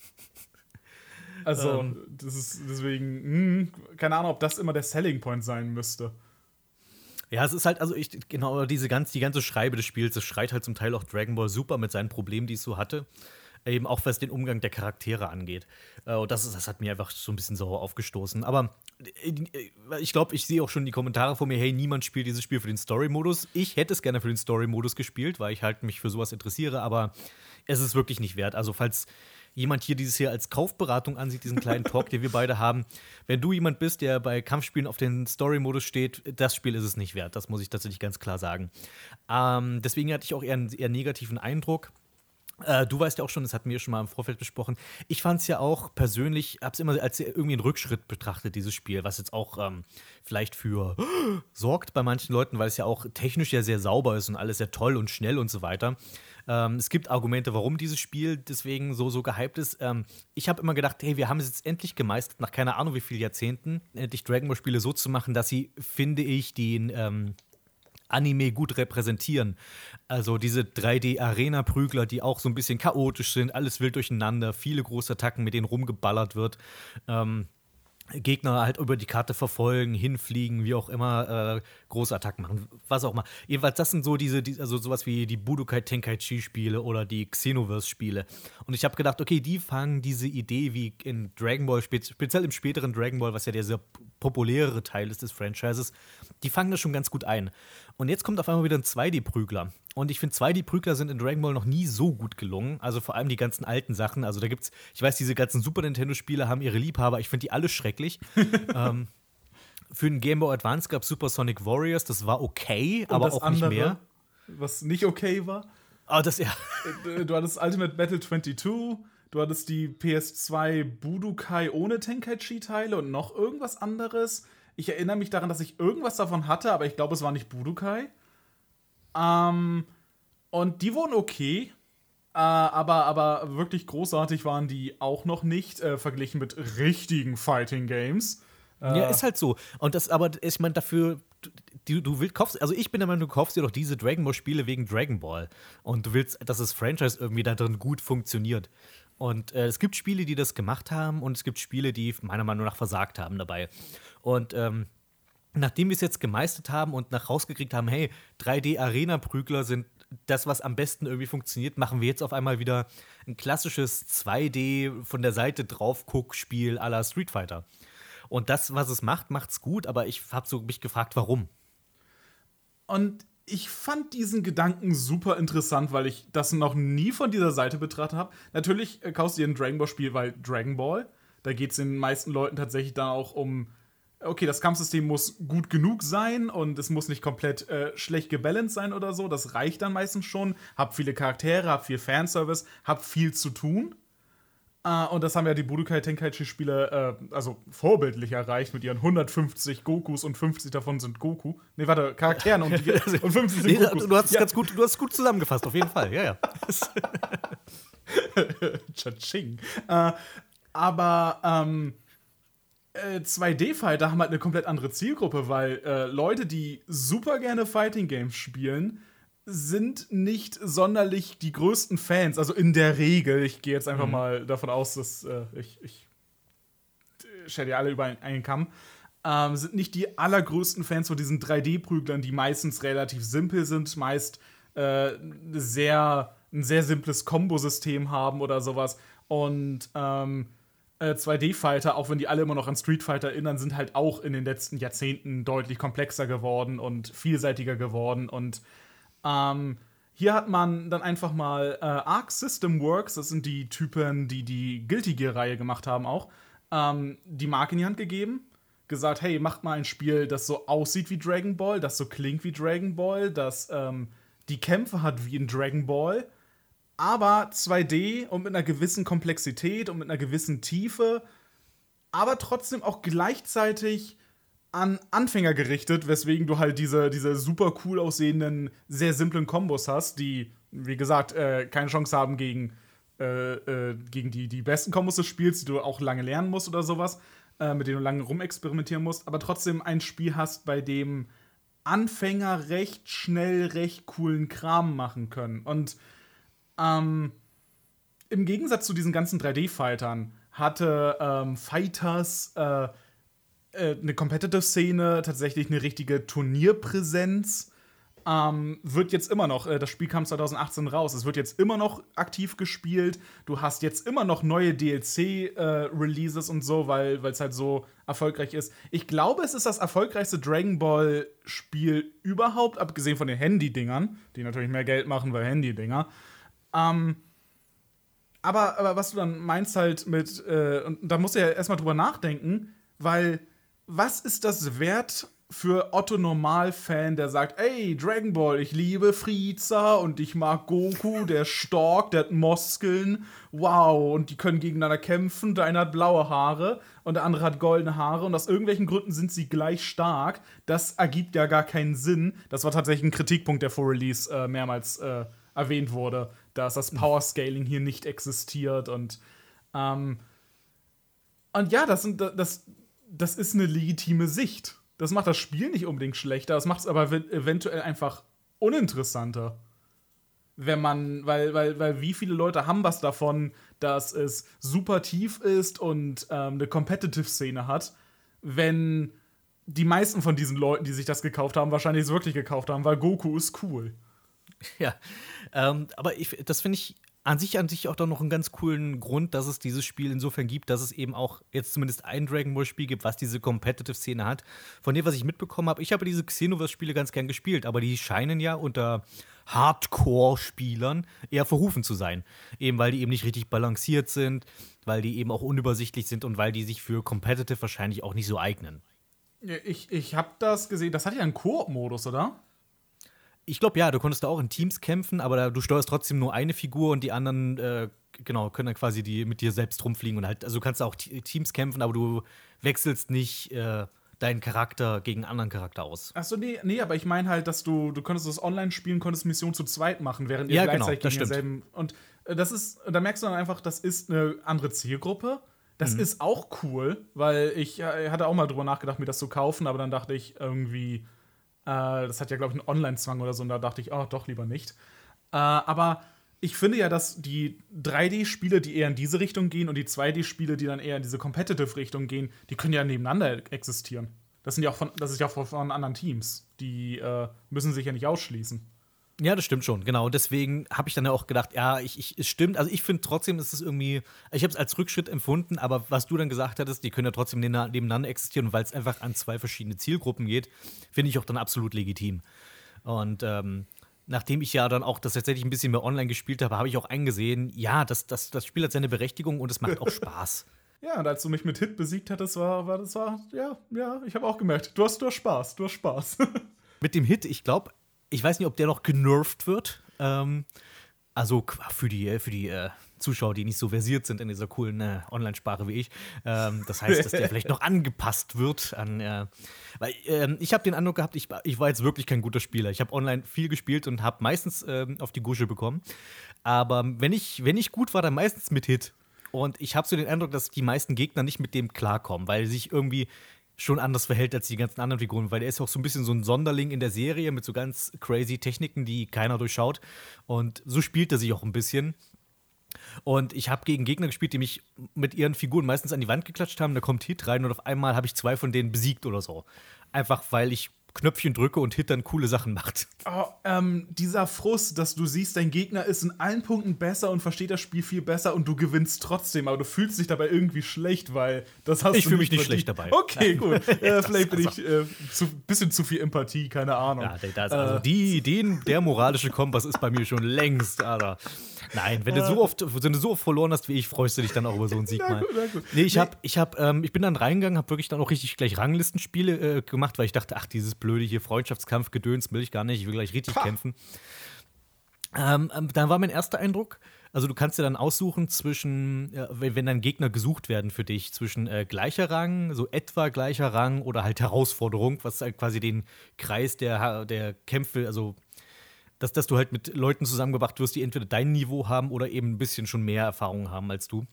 Also, Ähm. das ist deswegen, mh, keine Ahnung, ob das immer der Selling Point sein müsste. Ja, es ist halt, also ich, genau, diese ganz, die ganze Schreibe des Spiels, das schreit halt zum Teil auch Dragon Ball Super mit seinen Problemen, die es so hatte. Eben auch was den Umgang der Charaktere angeht. Äh, Und das, ist, das hat mir einfach so ein bisschen sauer aufgestoßen. Aber äh, ich glaube, ich sehe auch schon die Kommentare von mir, hey, niemand spielt dieses Spiel für den Story-Modus. Ich hätte es gerne für den Story-Modus gespielt, weil ich halt mich für sowas interessiere, aber es ist wirklich nicht wert. Also falls jemand hier dieses hier als Kaufberatung ansieht, diesen kleinen Talk, den wir beide haben, wenn du jemand bist, der bei Kampfspielen auf den Story-Modus steht, das Spiel ist es nicht wert. Das muss ich tatsächlich ganz klar sagen. Ähm, deswegen hatte ich auch eher einen eher negativen Eindruck. Äh, du weißt ja auch schon, das hatten wir schon mal im Vorfeld besprochen. Ich fand es ja auch persönlich, hab's immer als irgendwie einen Rückschritt betrachtet, dieses Spiel, was jetzt auch ähm, vielleicht für sorgt bei manchen Leuten, weil es ja auch technisch ja sehr sauber ist und alles sehr toll und schnell und so weiter. Ähm, es gibt Argumente, warum dieses Spiel deswegen so, so gehypt ist. Ähm, ich habe immer gedacht, hey, wir haben es jetzt endlich gemeistert, nach keine Ahnung wie vielen Jahrzehnten, endlich Dragon Ball Spiele so zu machen, dass sie, finde ich, den ähm, Anime gut repräsentieren. Also diese drei D-Arena-Prügler, die auch so ein bisschen chaotisch sind, alles wild durcheinander, viele große Attacken, mit denen rumgeballert wird. Ähm, Gegner halt über die Karte verfolgen, hinfliegen, wie auch immer, äh, große Attacken machen, was auch immer. Jedenfalls, das sind so diese, die, also sowas wie die Budokai Tenkaichi-Spiele oder die Xenoverse-Spiele. Und ich habe gedacht, okay, die fangen diese Idee wie in Dragon Ball, spe speziell im späteren Dragon Ball, was ja der sehr populärere Teil ist des Franchises, die fangen das schon ganz gut ein. Und jetzt kommt auf einmal wieder ein zwei D-Prügler. Und ich finde, zwei D-Prügler sind in Dragon Ball noch nie so gut gelungen. Also vor allem die ganzen alten Sachen. Also da gibt's, ich weiß, diese ganzen Super Nintendo-Spiele haben ihre Liebhaber. Ich finde die alle schrecklich. ähm, für den Game Boy Advance gab es Super Sonic Warriors. Das war okay, Und aber das auch andere, nicht mehr. was nicht okay war, Aber das, ja. äh, du hattest Ultimate Battle zweiundzwanzig, du hattest die P S zwei Budokai ohne Tenkaichi-Teile und noch irgendwas anderes. Ich erinnere mich daran, dass ich irgendwas davon hatte, aber ich glaube, es war nicht Budokai. Ähm, und die wurden okay, äh, aber, aber wirklich großartig waren die auch noch nicht, äh, verglichen mit richtigen Fighting Games. Ja, ist halt so. Und das, aber ich meine, dafür, du, du willst, kaufst, also ich bin der Meinung, du kaufst dir doch diese Dragon Ball-Spiele wegen Dragon Ball. Und du willst, dass das Franchise irgendwie da drin gut funktioniert. Und äh, es gibt Spiele, die das gemacht haben, und es gibt Spiele, die meiner Meinung nach versagt haben dabei. Und ähm, nachdem wir es jetzt gemeistert haben und nach rausgekriegt haben, hey, drei D-Arena-Prügler sind das, was am besten irgendwie funktioniert, machen wir jetzt auf einmal wieder ein klassisches zwei D von der Seite drauf-Guck-Spiel à la Street Fighter. Und das, was es macht, macht's gut, aber ich habe so mich gefragt, warum. Und ich fand diesen Gedanken super interessant, weil ich das noch nie von dieser Seite betrachtet habe. Natürlich äh, kaufst du dir ein Dragon Ball-Spiel, weil Dragon Ball, da geht es den meisten Leuten tatsächlich dann auch um, okay, das Kampfsystem muss gut genug sein und es muss nicht komplett äh, schlecht gebalanced sein oder so. Das reicht dann meistens schon. Hab viele Charaktere, hab viel Fanservice, hab viel zu tun. Uh, und das haben ja die Budokai Tenkaichi-Spiele äh, also vorbildlich erreicht mit ihren hundertfünfzig Gokus und fünfzig davon sind Goku. Nee, warte, Charakteren und, die, und fünfzig sind Nee, Gokus. du hast es Ja. ganz gut, du hast es gut zusammengefasst, auf jeden Fall. Ja, ja. Tschatsching. Äh, aber ähm, äh, zwei D-Fighter haben halt eine komplett andere Zielgruppe, weil äh, Leute, die super gerne Fighting Games spielen, sind nicht sonderlich die größten Fans. Also in der Regel. Ich gehe jetzt einfach mhm. mal davon aus, dass äh, ich, ich stelle ja alle über einen, einen Kamm. ähm, sind nicht die allergrößten Fans von diesen drei D-Prüglern, die meistens relativ simpel sind, meist äh, sehr, ein sehr simples Kombosystem haben oder sowas. Und ähm, äh, zwei D-Fighter, auch wenn die alle immer noch an Street Fighter erinnern, sind halt auch in den letzten Jahrzehnten deutlich komplexer geworden und vielseitiger geworden. Und ähm, hier hat man dann einfach mal äh, Arc System Works, das sind die Typen, die die Guilty Gear-Reihe gemacht haben auch, ähm, die Marke in die Hand gegeben. Gesagt, hey, macht mal ein Spiel, das so aussieht wie Dragon Ball, das so klingt wie Dragon Ball, das ähm, die Kämpfe hat wie in Dragon Ball, aber zwei D und mit einer gewissen Komplexität und mit einer gewissen Tiefe, aber trotzdem auch gleichzeitig an Anfänger gerichtet, weswegen du halt diese, diese super cool aussehenden, sehr simplen Kombos hast, die, wie gesagt, äh, keine Chance haben gegen, äh, äh, gegen die, die besten Kombos des Spiels, die du auch lange lernen musst oder sowas, äh, mit denen du lange rumexperimentieren musst, aber trotzdem ein Spiel hast, bei dem Anfänger recht schnell recht coolen Kram machen können. Und ähm, im Gegensatz zu diesen ganzen drei D-Fightern hatte ähm, Fighters äh, äh, eine Competitive-Szene, tatsächlich eine richtige Turnierpräsenz. Ähm, wird jetzt immer noch, äh, das Spiel kam zwanzig achtzehn raus, es wird jetzt immer noch aktiv gespielt. Du hast jetzt immer noch neue D L C-Releases äh, und so, weil es halt so erfolgreich ist. Ich glaube, es ist das erfolgreichste Dragon Ball-Spiel überhaupt, abgesehen von den Handy-Dingern, die natürlich mehr Geld machen, weil Handy-Dinger. Ähm, aber, aber was du dann meinst halt mit, äh, und da musst du ja erstmal drüber nachdenken, weil was ist das wert für Otto Normal-Fan, der sagt, ey, Dragon Ball, ich liebe Frieza und ich mag Goku, der Stork, der hat Muskeln, wow, und die können gegeneinander kämpfen, der eine hat blaue Haare und der andere hat goldene Haare und aus irgendwelchen Gründen sind sie gleich stark. Das ergibt ja gar keinen Sinn. Das war tatsächlich ein Kritikpunkt, der vor Release äh, mehrmals äh, erwähnt wurde, dass das Power-Scaling hier nicht existiert und ähm, und ja, das, sind, das, das ist eine legitime Sicht. Das macht das Spiel nicht unbedingt schlechter, das macht es aber eventuell einfach uninteressanter. Wenn man, weil, weil, weil wie viele Leute haben was davon, dass es super tief ist und ähm, eine Competitive-Szene hat, wenn die meisten von diesen Leuten, die sich das gekauft haben, wahrscheinlich es wirklich gekauft haben, weil Goku ist cool. Ja, ähm, aber ich, das finde ich an sich an sich auch doch noch einen ganz coolen Grund, dass es dieses Spiel insofern gibt, dass es eben auch jetzt zumindest ein Dragon Ball Spiel gibt, was diese Competitive-Szene hat. Von dem, was ich mitbekommen habe, ich habe diese Xenoverse-Spiele ganz gern gespielt, aber die scheinen ja unter Hardcore-Spielern eher verrufen zu sein. Eben weil die eben nicht richtig balanciert sind, weil die eben auch unübersichtlich sind und weil die sich für Competitive wahrscheinlich auch nicht so eignen. Ich, ich habe das gesehen, das hat ja einen Koop-Modus, oder? Ich glaube, ja, du konntest da auch in Teams kämpfen, aber da, du steuerst trotzdem nur eine Figur und die anderen, äh, genau, können dann quasi die mit dir selbst rumfliegen und halt, also du kannst auch T- Teams kämpfen, aber du wechselst nicht äh, deinen Charakter gegen einen anderen Charakter aus. Achso, nee, nee, aber ich meine halt, dass du, du konntest das online spielen, konntest Missionen zu zweit machen, während ihr ja, gleichzeitig genau, das gegen denselben. Und äh, das ist, da merkst du dann einfach, das ist eine andere Zielgruppe. Das mhm. ist auch cool, weil ich äh, hatte auch mal drüber nachgedacht, mir das zu kaufen, aber dann dachte ich irgendwie, äh, das hat ja, glaube ich, einen Online-Zwang oder so, und da dachte ich, oh, doch lieber nicht. Äh, aber ich finde ja, dass die drei D-Spiele, die eher in diese Richtung gehen, und die zwei D-Spiele, die dann eher in diese Competitive-Richtung gehen, die können ja nebeneinander existieren. Das sind ja auch von, das ist ja auch von anderen Teams. Die äh, müssen sich ja nicht ausschließen. Ja, das stimmt schon, genau. Und deswegen habe ich dann ja auch gedacht, ja, ich, ich, es stimmt. Also ich finde trotzdem, ist es irgendwie, ich habe es als Rückschritt empfunden, aber was du dann gesagt hattest, die können ja trotzdem nebeneinander existieren, weil es einfach an zwei verschiedene Zielgruppen geht, finde ich auch dann absolut legitim. Und ähm, nachdem ich ja dann auch das tatsächlich ein bisschen mehr online gespielt habe, habe ich auch eingesehen, ja, das, das, das Spiel hat seine Berechtigung und es macht auch Spaß. Ja, und als du mich mit Hit besiegt hattest, war, war das war, ja, ja, ich habe auch gemerkt, du hast, du hast Spaß, du hast Spaß. Mit dem Hit, ich glaube, ich weiß nicht, ob der noch genervt wird. Ähm, also für die, für die äh, Zuschauer, die nicht so versiert sind in dieser coolen äh, Online-Sprache wie ich. Ähm, das heißt, dass der vielleicht noch angepasst wird an. Äh, weil ähm, ich habe den Eindruck gehabt, ich, ich war jetzt wirklich kein guter Spieler. Ich habe online viel gespielt und habe meistens ähm, auf die Gusche bekommen. Aber wenn ich, wenn ich gut war, dann meistens mit Hit. Und ich habe so den Eindruck, dass die meisten Gegner nicht mit dem klarkommen, weil sich irgendwie schon anders verhält als die ganzen anderen Figuren, weil der ist auch so ein bisschen so ein Sonderling in der Serie mit so ganz crazy Techniken, die keiner durchschaut. Und so spielt er sich auch ein bisschen. Und ich habe gegen Gegner gespielt, die mich mit ihren Figuren meistens an die Wand geklatscht haben. Da kommt Hit rein und auf einmal habe ich zwei von denen besiegt oder so. Einfach weil ich Knöpfchen drücke und Hit dann coole Sachen macht. Oh, ähm, dieser Frust, dass du siehst, dein Gegner ist in allen Punkten besser und versteht das Spiel viel besser und du gewinnst trotzdem, aber du fühlst dich dabei irgendwie schlecht, weil das hast ich du fühle mich nicht verdient. schlecht dabei. Okay, gut. äh, vielleicht bin also. ich äh, zu, bisschen zu viel Empathie, keine Ahnung. Ja, das, also die, den, der moralische Kompass ist bei mir schon längst, Alter. Nein, wenn du so oft, wenn du so oft verloren hast wie ich, freust du dich dann auch über so einen Sieg Na mal. gut, na gut. Nee, ich Nee. hab, ich hab, ähm, ich bin dann reingegangen, hab wirklich dann auch richtig gleich Ranglistenspiele äh, gemacht, weil ich dachte, ach, dieses blöde hier Freundschaftskampf, Gedöns will ich gar nicht, ich will gleich richtig Pah. kämpfen. Ähm, ähm, dann war mein erster Eindruck, also du kannst dir dann aussuchen zwischen, ja, wenn, wenn dann Gegner gesucht werden für dich, zwischen äh, gleicher Rang, so etwa gleicher Rang oder halt Herausforderung, was halt quasi den Kreis der, der Kämpfe, also dass, dass du halt mit Leuten zusammengebracht wirst, die entweder dein Niveau haben oder eben ein bisschen schon mehr Erfahrung haben als du.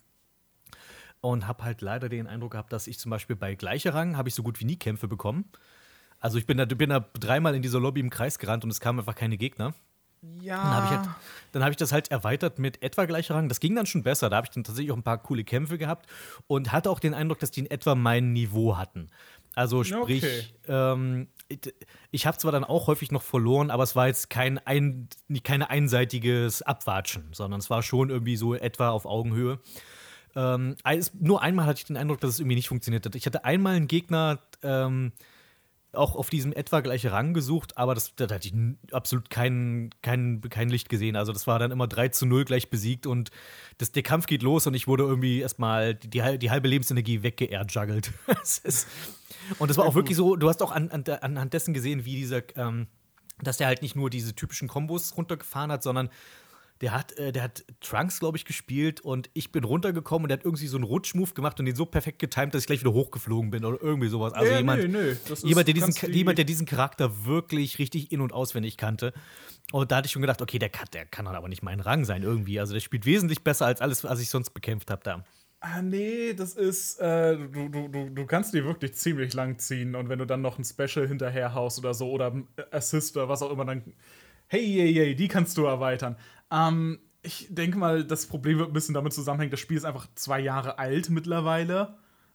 Und hab halt leider den Eindruck gehabt, dass ich zum Beispiel bei gleicher Rang habe ich so gut wie nie Kämpfe bekommen. Also ich bin da, bin da dreimal in dieser Lobby im Kreis gerannt und es kamen einfach keine Gegner. Ja. Dann habe ich, halt, dann hab ich das halt erweitert mit etwa gleicher Rang. Das ging dann schon besser. Da habe ich dann tatsächlich auch ein paar coole Kämpfe gehabt und hatte auch den Eindruck, dass die in etwa mein Niveau hatten. Also sprich, Okay. ähm, ich habe zwar dann auch häufig noch verloren, aber es war jetzt kein, ein, kein einseitiges Abwatschen, sondern es war schon irgendwie so etwa auf Augenhöhe. Ähm, es, nur einmal hatte ich den Eindruck, dass es irgendwie nicht funktioniert hat. Ich hatte einmal einen Gegner, ähm, auch auf diesem etwa gleiche Rang gesucht, aber das, da hatte ich n- absolut kein, kein, kein Licht gesehen. Also das war dann immer drei zu null gleich besiegt und das, der Kampf geht los und ich wurde irgendwie erstmal die, die, die halbe Lebensenergie weggeairjuggelt. Es ist- und das war auch wirklich so, du hast auch an, an, anhand dessen gesehen, wie dieser, ähm, dass der halt nicht nur diese typischen Kombos runtergefahren hat, sondern der hat, äh, der hat Trunks, glaube ich, gespielt und ich bin runtergekommen und der hat irgendwie so einen Rutschmove gemacht und den so perfekt getimt, dass ich gleich wieder hochgeflogen bin oder irgendwie sowas. Also Ja, jemand, nö, nö. Das ist- jemand, der diesen, kannst die- jemand, der diesen Charakter wirklich richtig in- und auswendig kannte. Und da hatte ich schon gedacht, okay, der kann, der kann dann aber nicht mein Rang sein irgendwie. Also der spielt wesentlich besser als alles, was ich sonst bekämpft habe da. Ah, nee, das ist, äh, du, du, du, du kannst die wirklich ziemlich lang ziehen und wenn du dann noch ein Special hinterher haust oder so oder Assist oder was auch immer, dann, hey, hey, hey, die kannst du erweitern. Ähm, ich denke mal, das Problem wird ein bisschen damit zusammenhängen, das Spiel ist einfach zwei Jahre alt mittlerweile.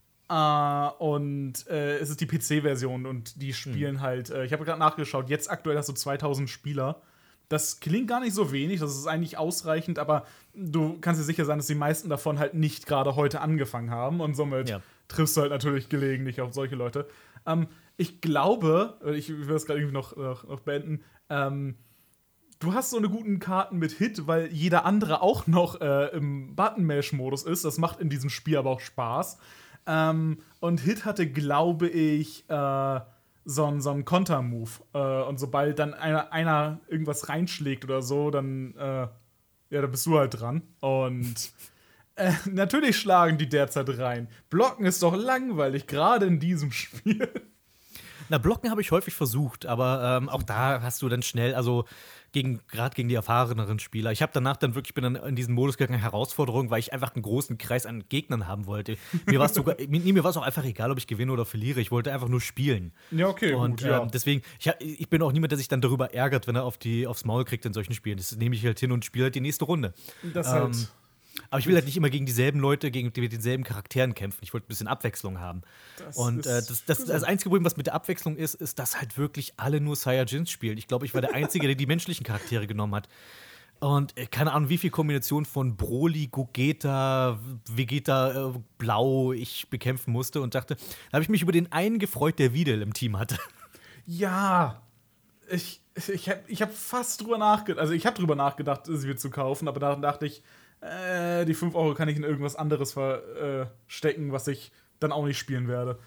Äh, und äh, es ist die P C-Version und die spielen halt, äh, ich habe gerade nachgeschaut, jetzt aktuell hast du zweitausend Spieler. Das klingt gar nicht so wenig, das ist eigentlich ausreichend, aber du kannst dir sicher sein, dass die meisten davon halt nicht gerade heute angefangen haben und somit Ja. triffst du halt natürlich gelegentlich auf solche Leute. Ähm, ich glaube, äh, ich will das gerade irgendwie noch, noch, noch beenden, ähm, du hast so eine guten Karten mit Hit, weil jeder andere auch noch äh, im Button-Mash-Modus ist. Das macht in diesem Spiel aber auch Spaß. Ähm, und Hit hatte, glaube ich, äh, so einen so einen Konter-Move. Äh, und sobald dann einer, einer irgendwas reinschlägt oder so, dann, äh, ja, dann bist du halt dran. Und äh, natürlich schlagen die derzeit rein. Blocken ist doch langweilig, gerade in diesem Spiel. Na, Blocken habe ich häufig versucht, aber ähm, auch da hast du dann schnell, also gegen, gerade gegen die erfahreneren Spieler. Ich habe danach dann wirklich, bin dann in diesen Modus gegangen, Herausforderung, weil ich einfach einen großen Kreis an Gegnern haben wollte. Mir war es sogar, mir, mir war es auch einfach egal, ob ich gewinne oder verliere. Ich wollte einfach nur spielen. Ja, okay, Und gut, ja. ähm, deswegen, ich, hab- ich bin auch niemand, der sich dann darüber ärgert, wenn er auf die, aufs Maul kriegt in solchen Spielen. Das nehme ich halt hin und spiele halt die nächste Runde. Das ähm, halt. Aber ich will halt nicht immer gegen dieselben Leute, gegen die mit denselben Charakteren kämpfen. Ich wollte ein bisschen Abwechslung haben. Das und äh, ist das, das, das einzige Problem, was mit der Abwechslung ist, ist, dass halt wirklich alle nur Saiyajins spielen. Ich glaube, ich war der Einzige, der die menschlichen Charaktere genommen hat. Und äh, keine Ahnung, wie viel Kombination von Broly, Gogeta, Vegeta, äh, Blau ich bekämpfen musste und dachte, da habe ich mich über den einen gefreut, der Videl im Team hatte. Ja, ich, ich habe ich hab fast drüber nachgedacht, also ich habe drüber nachgedacht, sie zu kaufen, aber dann dachte ich, äh, die fünf Euro kann ich in irgendwas anderes verstecken, was ich dann auch nicht spielen werde.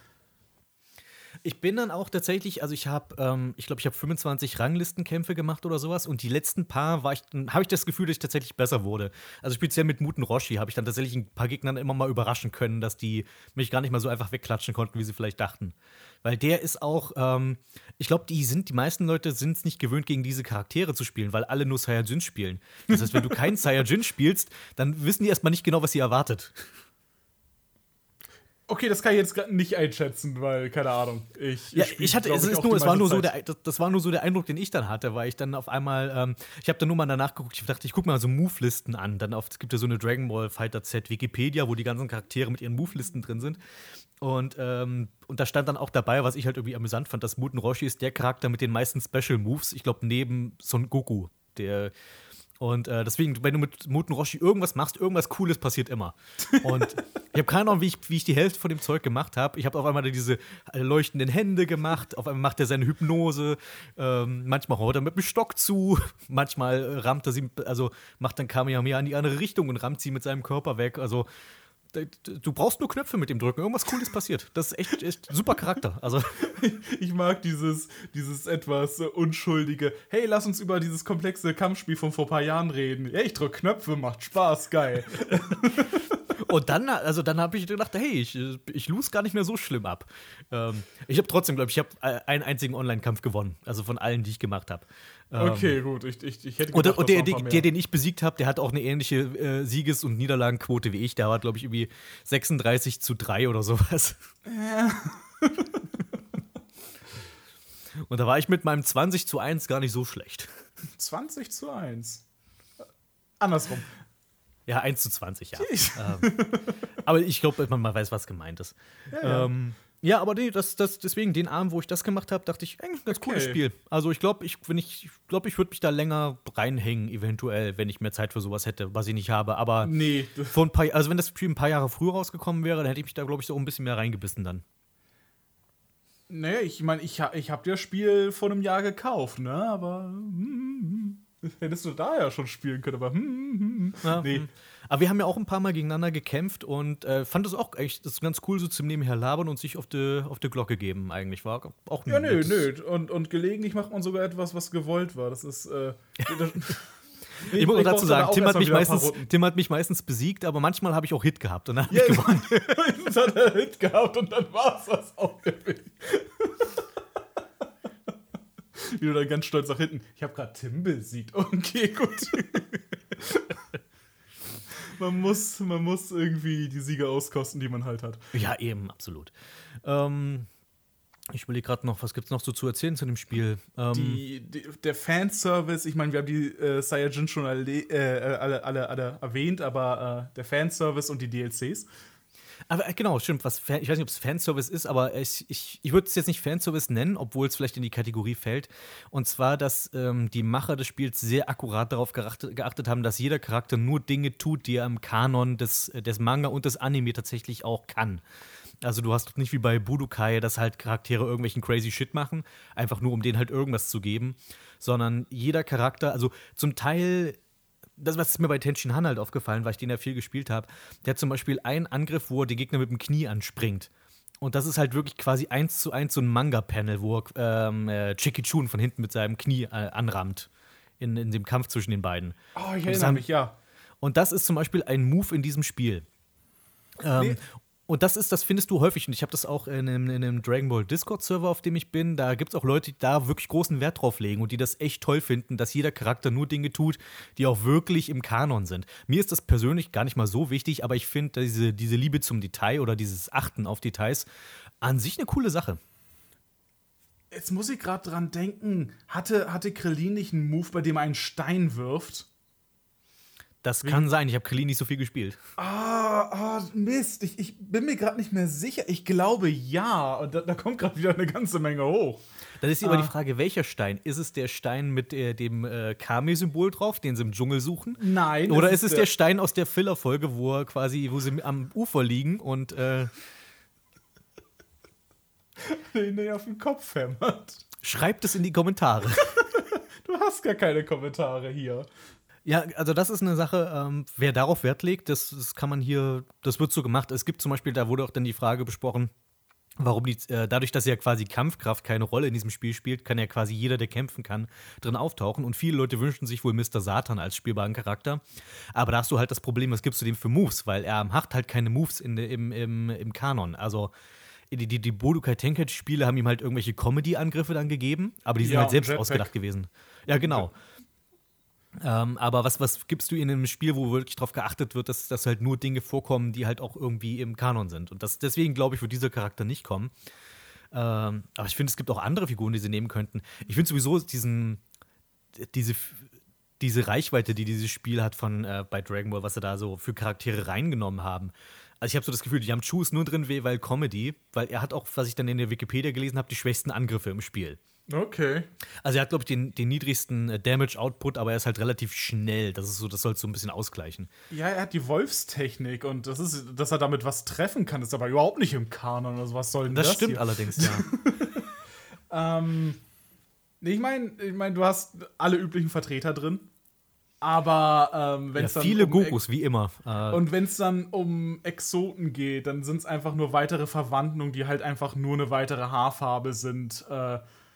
Ich bin dann auch tatsächlich, also ich habe, ähm, ich glaube, ich habe fünfundzwanzig Ranglistenkämpfe gemacht oder sowas und die letzten paar war ich, habe ich das Gefühl, dass ich tatsächlich besser wurde. Also speziell mit Muten Roshi habe ich dann tatsächlich ein paar Gegnern immer mal überraschen können, dass die mich gar nicht mal so einfach wegklatschen konnten, wie sie vielleicht dachten. Weil der ist auch, ähm, ich glaube, die sind, die meisten Leute sind es nicht gewöhnt, gegen diese Charaktere zu spielen, weil alle nur Saiyajin spielen. Das heißt, wenn du keinen Saiyajin spielst, dann wissen die erstmal nicht genau, was sie erwartet. Okay, das kann ich jetzt grad nicht einschätzen, weil, keine Ahnung. Ich, Ja, spiel, ich hatte, glaub es ich, ist auch nur, die es war nur meiste so Zeit. der, das, das war nur so der Eindruck, den ich dann hatte, weil ich dann auf einmal, ähm, ich habe dann nur mal danach geguckt, ich dachte, ich gucke mal so Move-Listen an. Dann auf, es gibt ja so eine Dragon Ball Fighter Z Wikipedia, wo die ganzen Charaktere mit ihren Move-Listen drin sind. Und, ähm, und da stand dann auch dabei, was ich halt irgendwie amüsant fand, dass Muten Roshi ist der Charakter mit den meisten Special Moves, ich glaube, neben Son Goku, der. Und äh, deswegen, wenn du mit Muten Roshi irgendwas machst, irgendwas Cooles passiert immer. Und ich habe keine Ahnung, wie ich, wie ich die Hälfte von dem Zeug gemacht habe. Ich habe auf einmal diese äh, leuchtenden Hände gemacht, auf einmal macht er seine Hypnose, ähm, manchmal haut er mit dem Stock zu, manchmal äh, rammt er sie, also macht dann Kamehameha in die andere Richtung und rammt sie mit seinem Körper weg. Also du brauchst nur Knöpfe mit dem drücken, irgendwas Cooles passiert. Das ist echt, echt super Charakter. Also Ich mag dieses, dieses etwas äh, unschuldige, hey, lass uns über dieses komplexe Kampfspiel von vor ein paar Jahren reden. Ja, ich drück Knöpfe, macht Spaß, geil. und dann, also dann habe ich gedacht, hey, ich, ich lose gar nicht mehr so schlimm ab. Ähm, ich habe trotzdem, glaube ich, ich habe einen einzigen Online-Kampf gewonnen, also von allen, die ich gemacht habe. Ähm, Okay, gut, ich, ich, ich hätte Und, gedacht, und das der, waren ein der, paar mehr. der, den ich besiegt habe, der hat auch eine ähnliche äh, Sieges- und Niederlagenquote wie ich. Der war, glaube ich, irgendwie sechsunddreißig zu drei oder sowas. Und da war ich mit meinem zwanzig zu eins gar nicht so schlecht. zwanzig zu eins. Andersrum. Ja, eins zu zwanzig, ja. ähm, aber ich glaube, man, man weiß, was gemeint ist. Ja, ja. Ähm, ja, aber nee, das, das, deswegen, den Abend, wo ich das gemacht habe, dachte ich, eigentlich ein ganz Okay. cooles Spiel. Also ich glaube, ich, wenn ich, ich, glaub, ich würde mich da länger reinhängen, eventuell, wenn ich mehr Zeit für sowas hätte, was ich nicht habe. Aber Nee, vor ein paar, also wenn das Spiel ein paar Jahre früher rausgekommen wäre, dann hätte ich mich da, glaube ich, so ein bisschen mehr reingebissen dann. nee, ich meine, ich, ha- ich habe das Spiel vor einem Jahr gekauft, ne? Aber hm, hm, hättest du da ja schon spielen können, aber hm, hm, hm. Ja, Nee. hm. Aber wir haben ja auch ein paar Mal gegeneinander gekämpft und äh, fand es auch echt das ist ganz cool, so zum Nebenher labern und sich auf die auf die Glocke geben, eigentlich. War auch Ja, nö, nettes- nö. Und, und gelegentlich macht man sogar etwas, was gewollt war. Das ist. Äh, das, Ich muss auch dazu brauchte da sagen, auch Tim hat, erstmal mich wieder ein paar meistens, Runden. Tim hat mich meistens besiegt, aber manchmal habe ich auch Hit gehabt und dann hab Ja, ich gewonnen. das hat er Hit gehabt und dann war's das auch gewesen. Wie du dann ganz stolz nach hinten. Ich habe gerade Tim besiegt. Okay, gut. man, muss, man muss irgendwie die Siege auskosten, die man halt hat. Ja, eben, absolut. Ähm, ich überlege gerade noch, was gibt's noch so zu erzählen zu dem Spiel? Ähm, Die, die, der Fanservice, ich meine, wir haben die äh, Saiyajin schon alle, äh, alle, alle, alle erwähnt, aber äh, der Fanservice und die D L Cs. Aber äh, genau, stimmt. Was Fan, ich weiß nicht, ob es Fanservice ist, aber ich, ich, ich würde es jetzt nicht Fanservice nennen, obwohl es vielleicht in die Kategorie fällt. Und zwar, dass ähm, die Macher des Spiels sehr akkurat darauf geachtet, geachtet haben, dass jeder Charakter nur Dinge tut, die er im Kanon des, des Manga und des Anime tatsächlich auch kann. Also du hast nicht wie bei Budokai, dass halt Charaktere irgendwelchen crazy Shit machen, einfach nur um denen halt irgendwas zu geben, sondern jeder Charakter, also zum Teil das, was ist mir bei Tenshin Han halt aufgefallen, weil ich den ja viel gespielt habe, der hat zum Beispiel einen Angriff, wo er den Gegner mit dem Knie anspringt. Und das ist halt wirklich quasi eins zu eins so ein Manga-Panel, wo er ähm, äh, Chiki-Chun von hinten mit seinem Knie äh, anrammt. In, in dem Kampf zwischen den beiden. Oh, ich Und das erinnere haben- mich, ja. Und das ist zum Beispiel ein Move in diesem Spiel. Ähm, Nee. Und das ist, das findest du häufig. Und ich habe das auch in einem, in einem Dragon Ball Discord-Server, auf dem ich bin. Da gibt es auch Leute, die da wirklich großen Wert drauf legen und die das echt toll finden, dass jeder Charakter nur Dinge tut, die auch wirklich im Kanon sind. Mir ist das persönlich gar nicht mal so wichtig, aber ich finde diese, diese Liebe zum Detail oder dieses Achten auf Details an sich eine coole Sache. Jetzt muss ich gerade dran denken, hatte, hatte Krillin nicht einen Move, bei dem er einen Stein wirft? Das kann sein. Ich habe Krillin nicht so viel gespielt. Ah, ah Mist. Ich, ich bin mir gerade nicht mehr sicher. Ich glaube, ja. Und da, da kommt gerade wieder eine ganze Menge hoch. Dann ist aber Ah. die Frage, welcher Stein? Ist es der Stein mit äh, dem äh, Kame-Symbol drauf, den sie im Dschungel suchen? Nein. Oder es ist es der Stein aus der Filler-Folge, wo er quasi, wo sie am Ufer liegen und äh, den er auf den Kopf hämmert? schreibt es in die Kommentare. Du hast gar keine Kommentare hier. Ja, also das ist eine Sache, ähm, wer darauf Wert legt, das, das kann man hier, das wird so gemacht. Es gibt zum Beispiel, da wurde auch dann die Frage besprochen, warum die, äh, dadurch, dass ja quasi Kampfkraft keine Rolle in diesem Spiel spielt, kann ja quasi jeder, der kämpfen kann, drin auftauchen. Und viele Leute wünschen sich wohl Mister Satan als spielbaren Charakter. Aber da hast du halt das Problem, was gibst du dem für Moves? Weil er macht halt keine Moves in, de- im, im, im Kanon. Also die, die, die Budokai Tenkaichi-Spiele haben ihm halt irgendwelche Comedy-Angriffe dann gegeben, aber die sind Ja, halt selbst Jetpack. ausgedacht gewesen. Ja, genau. Ähm, aber was, was gibst du in einem Spiel, wo wirklich darauf geachtet wird, dass, dass halt nur Dinge vorkommen, die halt auch irgendwie im Kanon sind? Und das, deswegen, glaube ich, wird dieser Charakter nicht kommen. Ähm, aber ich finde, es gibt auch andere Figuren, die sie nehmen könnten. Ich finde sowieso diesen, diese, diese Reichweite, die dieses Spiel hat von äh, bei Dragon Ball, was sie da so für Charaktere reingenommen haben. Also ich habe so das Gefühl, die haben Chu ist nur drin, weil Comedy, weil er hat auch, was ich dann in der Wikipedia gelesen habe, die schwächsten Angriffe im Spiel. Okay. Also er hat, glaube ich, den, den niedrigsten äh, Damage-Output, aber er ist halt relativ schnell. Das ist so, das soll so ein bisschen ausgleichen. Ja, er hat die Wolfstechnik und das ist, dass er damit was treffen kann, ist aber überhaupt nicht im Kanon. Also was soll denn das? Das stimmt hier? allerdings, ja. ähm, nee, ich meine, ich mein, du hast alle üblichen Vertreter drin. Aber ähm, wenn es ja, dann viele um Gokus, wie immer. Äh, und wenn es dann um Exoten geht, dann sind es einfach nur weitere Verwandlungen, die halt einfach nur eine weitere Haarfarbe sind. Äh,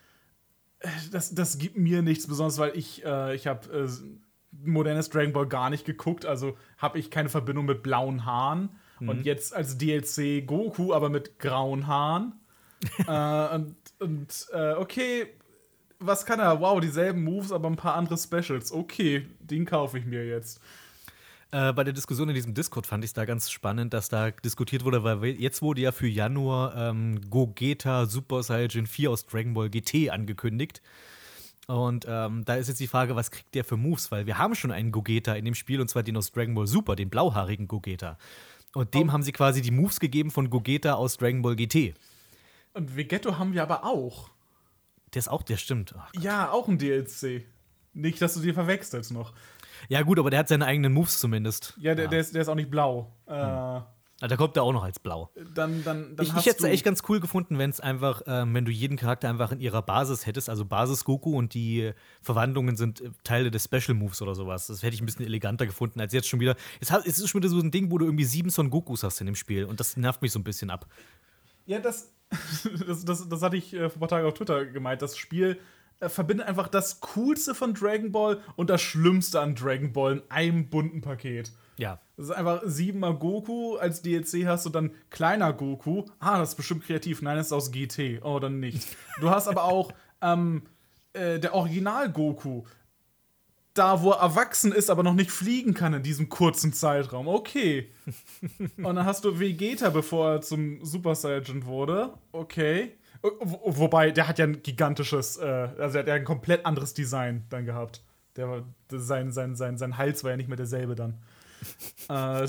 das, das gibt mir nichts Besonderes, weil ich, äh, ich habe äh, modernes Dragon Ball gar nicht geguckt, also habe ich keine Verbindung mit blauen Haaren. Mhm. Und jetzt als D L C Goku, aber mit grauen Haaren. äh, und und äh, okay, was kann er? Wow, dieselben Moves, aber ein paar andere Specials. Okay, den kaufe ich mir jetzt. Äh, bei der Diskussion in diesem Discord fand ich es da ganz spannend, dass da diskutiert wurde, weil jetzt wurde ja für Januar ähm, Gogeta Super Saiyan vier aus Dragon Ball G T angekündigt. Und ähm, da ist jetzt die Frage, was kriegt der für Moves? Weil wir haben schon einen Gogeta in dem Spiel, und zwar den aus Dragon Ball Super, den blauhaarigen Gogeta. Und dem oh. haben sie quasi die Moves gegeben von Gogeta aus Dragon Ball G T. Und Vegetto haben wir aber auch. Der ist auch, der stimmt. Ja, auch ein D L C. Nicht, dass du dir verwechselst noch. Ja, gut, aber der hat seine eigenen Moves zumindest. Ja, der, ja. der, ist, der ist auch nicht blau. Hm. Äh, da kommt er auch noch als blau. Dann, dann, dann ich hast ich hätte es du echt ganz cool gefunden, wenn es einfach, ähm, wenn du jeden Charakter einfach in ihrer Basis hättest, also Basis Goku, und die Verwandlungen sind Teile des Special Moves oder sowas. Das hätte ich ein bisschen eleganter gefunden als jetzt schon wieder. Es, hat, es ist schon wieder so ein Ding, wo du irgendwie sieben Son Gokus hast in dem Spiel, und das nervt mich so ein bisschen ab. Ja, das, das, das, das hatte ich äh, vor ein paar Tagen auf Twitter gemeint. Das Spiel äh, verbindet einfach das Coolste von Dragon Ball und das Schlimmste an Dragon Ball in einem bunten Paket. Ja. Das ist einfach siebenmal Goku, als D L C hast du dann kleiner Goku. Ah, das ist bestimmt kreativ. Nein, das ist aus G T. Oh, dann nicht. Du hast aber auch ähm, äh, der Original Goku. Da, wo er erwachsen ist, aber noch nicht fliegen kann in diesem kurzen Zeitraum. Okay. Und dann hast du Vegeta, bevor er zum Super Saiyan wurde. Okay. Wo, wobei, der hat ja ein gigantisches, äh, also er hat ja ein komplett anderes Design dann gehabt. Der war, sein, sein, sein, sein Hals war ja nicht mehr derselbe dann. äh,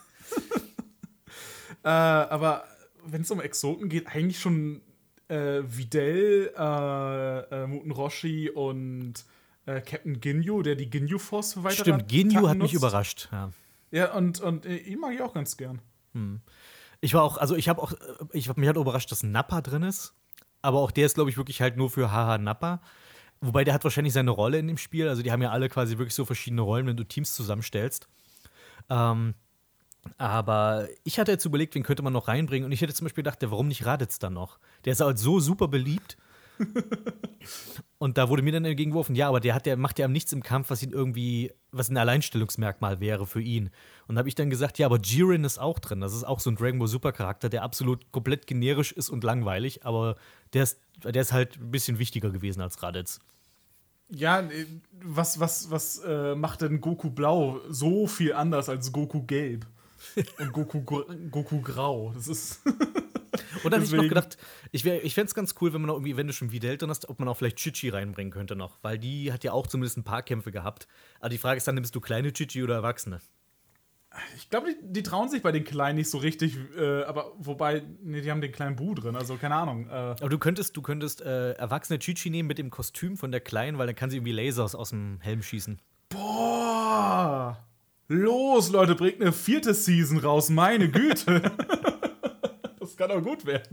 äh, aber wenn es um Exoten geht, eigentlich schon äh, Videl, äh, äh, Muten Roshi und äh, Captain Ginyu, der die Ginyu Force für weitere Stimmt, Ginyu Attacken hat mich nutzt. überrascht. Ja, ja und, und äh, ihn mag ich auch ganz gern. Hm. Ich war auch, also ich habe auch, ich hab mich halt überrascht, dass Nappa drin ist. Aber auch der ist, glaube ich, wirklich halt nur für Haha Nappa. Wobei der hat wahrscheinlich seine Rolle in dem Spiel. Also die haben ja alle quasi wirklich so verschiedene Rollen, wenn du Teams zusammenstellst. Ähm, aber ich hatte jetzt überlegt, wen könnte man noch reinbringen. Und ich hätte zum Beispiel gedacht, warum nicht Raditz dann noch? Der ist halt so super beliebt. Und da wurde mir dann entgegengeworfen, ja, aber der, hat, der macht ja nichts im Kampf, was ihn irgendwie, was ein Alleinstellungsmerkmal wäre für ihn. Und da habe ich dann gesagt, ja, aber Jiren ist auch drin. Das ist auch so ein Dragon Ball Super Charakter, der absolut komplett generisch ist und langweilig, aber der ist, der ist halt ein bisschen wichtiger gewesen als Raditz. Ja, was, was, was äh, macht denn Goku Blau so viel anders als Goku Gelb? Und Goku, Goku Grau. Das ist. Und dann habe ich noch gedacht, ich, ich fände es ganz cool, wenn man noch irgendwie, wenn du schon Videl drin hast, ob man auch vielleicht Chichi reinbringen könnte noch. Weil die hat ja auch zumindest ein paar Kämpfe gehabt. Aber die Frage ist dann, nimmst du kleine Chichi oder Erwachsene? Ich glaube, die, die trauen sich bei den Kleinen nicht so richtig, äh, aber wobei, nee, die haben den kleinen Bu drin, also keine Ahnung. Äh. Aber du könntest, du könntest äh, erwachsene Chichi nehmen mit dem Kostüm von der Kleinen, weil dann kann sie irgendwie Lasers aus dem Helm schießen. Boah! Los, Leute, bringt eine vierte Season raus, meine Güte! Das kann auch gut werden.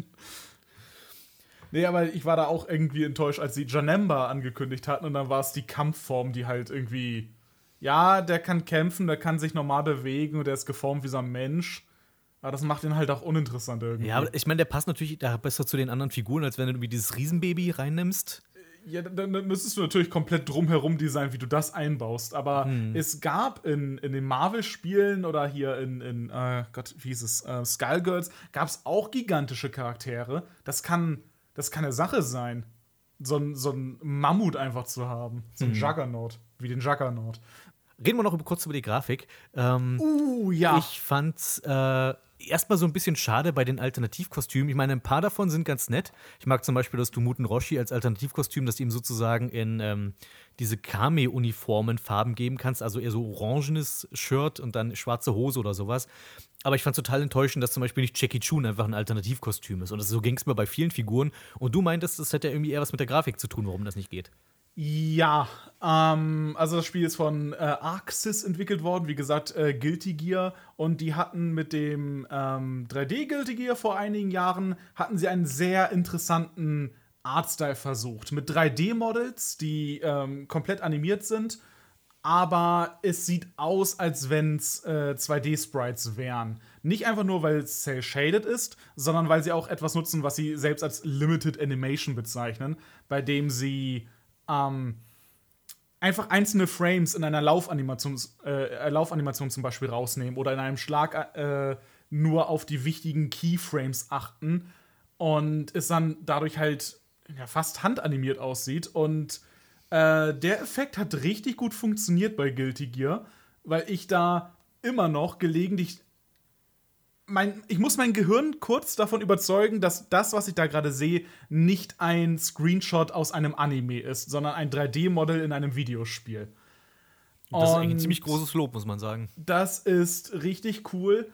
Nee, aber ich war da auch irgendwie enttäuscht, als sie Janemba angekündigt hatten und dann war es die Kampfform, die halt irgendwie. Ja, der kann kämpfen, der kann sich normal bewegen und der ist geformt wie so ein Mensch. Aber das macht ihn halt auch uninteressant irgendwie. Ja, aber ich meine, der passt natürlich da besser zu den anderen Figuren, als wenn du irgendwie dieses Riesenbaby reinnimmst. Ja, dann, dann müsstest du natürlich komplett drumherum designen, wie du das einbaust. Aber hm. es gab in, in den Marvel-Spielen oder hier in, in äh, Gott, wie hieß es, äh, Skullgirls, gab es auch gigantische Charaktere. Das kann, das kann eine Sache sein, so ein, so ein Mammut einfach zu haben. So ein hm. Juggernaut. wie den Juggernaut. Reden wir noch kurz über die Grafik. Ähm, Uh, ja. Ich fand's äh, erstmal so ein bisschen schade bei den Alternativkostümen. Ich meine, ein paar davon sind ganz nett. Ich mag zum Beispiel das Dumuten Roshi als Alternativkostüm, dass du ihm sozusagen in ähm, diese Kame-Uniformen Farben geben kannst. Also eher so orangenes Shirt und dann schwarze Hose oder sowas. Aber ich fand total enttäuschend, dass zum Beispiel nicht Jackie Chun einfach ein Alternativkostüm ist. Und das, so ging es mir bei vielen Figuren. Und du meintest, das hätte ja irgendwie eher was mit der Grafik zu tun, warum das nicht geht. Ja, ähm, also das Spiel ist von äh, Arxis entwickelt worden, wie gesagt, äh, Guilty Gear. Und die hatten mit dem ähm, drei D Guilty Gear vor einigen Jahren, hatten sie einen sehr interessanten Artstyle versucht. Mit drei D Models, die ähm, komplett animiert sind, aber es sieht aus, als wenn es äh, zwei D Sprites wären. Nicht einfach nur, weil es cel-shaded ist, sondern weil sie auch etwas nutzen, was sie selbst als Limited Animation bezeichnen, bei dem sie Ähm, einfach einzelne Frames in einer Laufanimation, äh, Laufanimation zum Beispiel rausnehmen oder in einem Schlag äh, nur auf die wichtigen Keyframes achten und es dann dadurch halt ja, fast handanimiert aussieht. Und äh, der Effekt hat richtig gut funktioniert bei Guilty Gear, weil ich da immer noch gelegentlich Mein, ich muss mein Gehirn kurz davon überzeugen, dass das, was ich da gerade sehe, nicht ein Screenshot aus einem Anime ist, sondern ein drei D Model in einem Videospiel. Das ist Und eigentlich ein ziemlich großes Lob, muss man sagen. Das ist richtig cool.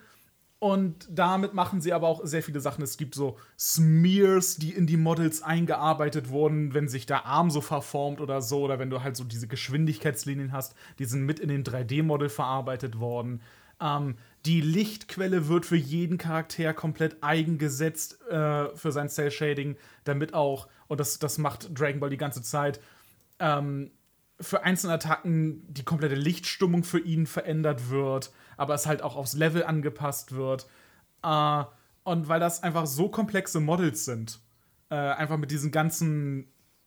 Und damit machen sie aber auch sehr viele Sachen. Es gibt so Smears, die in die Models eingearbeitet wurden, wenn sich der Arm so verformt oder so. Oder wenn du halt so diese Geschwindigkeitslinien hast, die sind mit in den drei D Model verarbeitet worden. Ähm, die Lichtquelle wird für jeden Charakter komplett eingesetzt äh, für sein Cel-Shading, damit auch, und das, das macht Dragon Ball die ganze Zeit, ähm, für einzelne Attacken die komplette Lichtstimmung für ihn verändert wird, aber es halt auch aufs Level angepasst wird. Äh, und weil das einfach so komplexe Models sind, äh, einfach mit diesen ganzen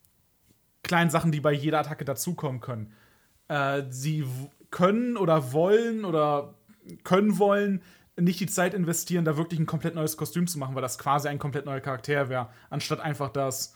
kleinen Sachen, die bei jeder Attacke dazukommen können. Äh, sie w- können oder wollen oder können wollen nicht die Zeit investieren, da wirklich ein komplett neues Kostüm zu machen, weil das quasi ein komplett neuer Charakter wäre, anstatt einfach das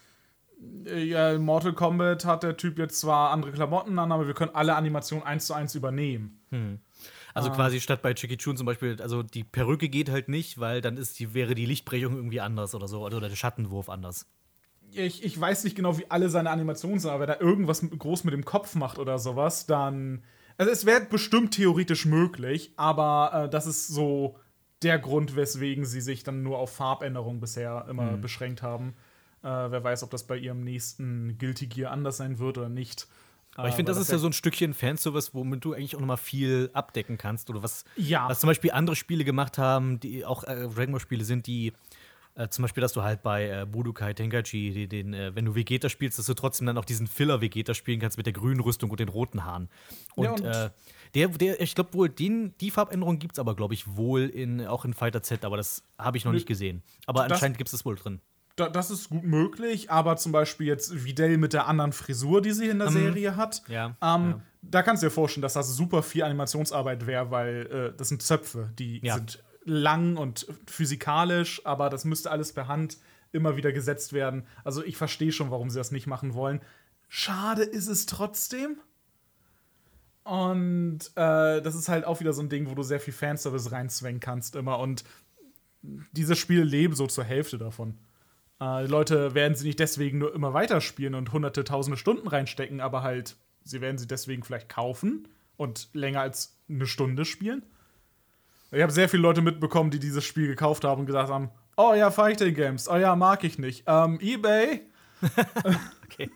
äh, ja, Mortal Kombat hat der Typ jetzt zwar andere Klamotten an, aber wir können alle Animationen eins zu eins übernehmen. Hm. Also Ah. quasi statt bei Jackie Chun zum Beispiel, also die Perücke geht halt nicht, weil dann ist die, wäre die Lichtbrechung irgendwie anders oder so, oder der Schattenwurf anders. Ich, ich weiß nicht genau, wie alle seine Animationen sind, aber wenn er irgendwas mit, groß mit dem Kopf macht oder sowas, dann. Also, es wäre bestimmt theoretisch möglich, aber äh, das ist so der Grund, weswegen sie sich dann nur auf Farbänderungen bisher immer Mhm. beschränkt haben. Äh, wer weiß, ob das bei ihrem nächsten Guilty Gear anders sein wird oder nicht. Aber ich finde, das ist ja so ein Stückchen Fanservice, womit du eigentlich auch noch mal viel abdecken kannst. Oder was, Ja. was zum Beispiel andere Spiele gemacht haben, die auch äh, Dragon Ball Spiele sind, die äh, zum Beispiel, dass du halt bei äh, Budokai Tenkaichi, die, den, äh, wenn du Vegeta spielst, dass du trotzdem dann auch diesen Filler-Vegeta spielen kannst mit der grünen Rüstung und den roten Haaren. Und, Ja, und äh, der, der, ich glaube wohl, den, die Farbänderung gibt es aber, glaube ich, wohl in, auch in Fighter Z, aber das habe ich noch Nö. nicht gesehen. Aber Das- anscheinend gibt es das wohl drin. Da, das ist gut möglich, aber zum Beispiel jetzt Videl mit der anderen Frisur, die sie in der Mhm. Serie hat, Ja, ähm, ja. da kannst du dir vorstellen, dass das super viel Animationsarbeit wäre, weil äh, das sind Zöpfe, die Ja. sind lang und physikalisch, aber das müsste alles per Hand immer wieder gesetzt werden. Also ich verstehe schon, warum sie das nicht machen wollen. Schade ist es trotzdem. Und äh, das ist halt auch wieder so ein Ding, wo du sehr viel Fanservice reinzwängen kannst immer. Und diese Spiele leben so zur Hälfte davon. Äh, die Leute werden sie nicht deswegen nur immer weiterspielen und hunderte, tausende Stunden reinstecken, aber halt, sie werden sie deswegen vielleicht kaufen und länger als eine Stunde spielen. Ich habe sehr viele Leute mitbekommen, die dieses Spiel gekauft haben und gesagt haben: Oh ja, Fighting Games, oh ja, mag ich nicht. Ähm, eBay. Okay.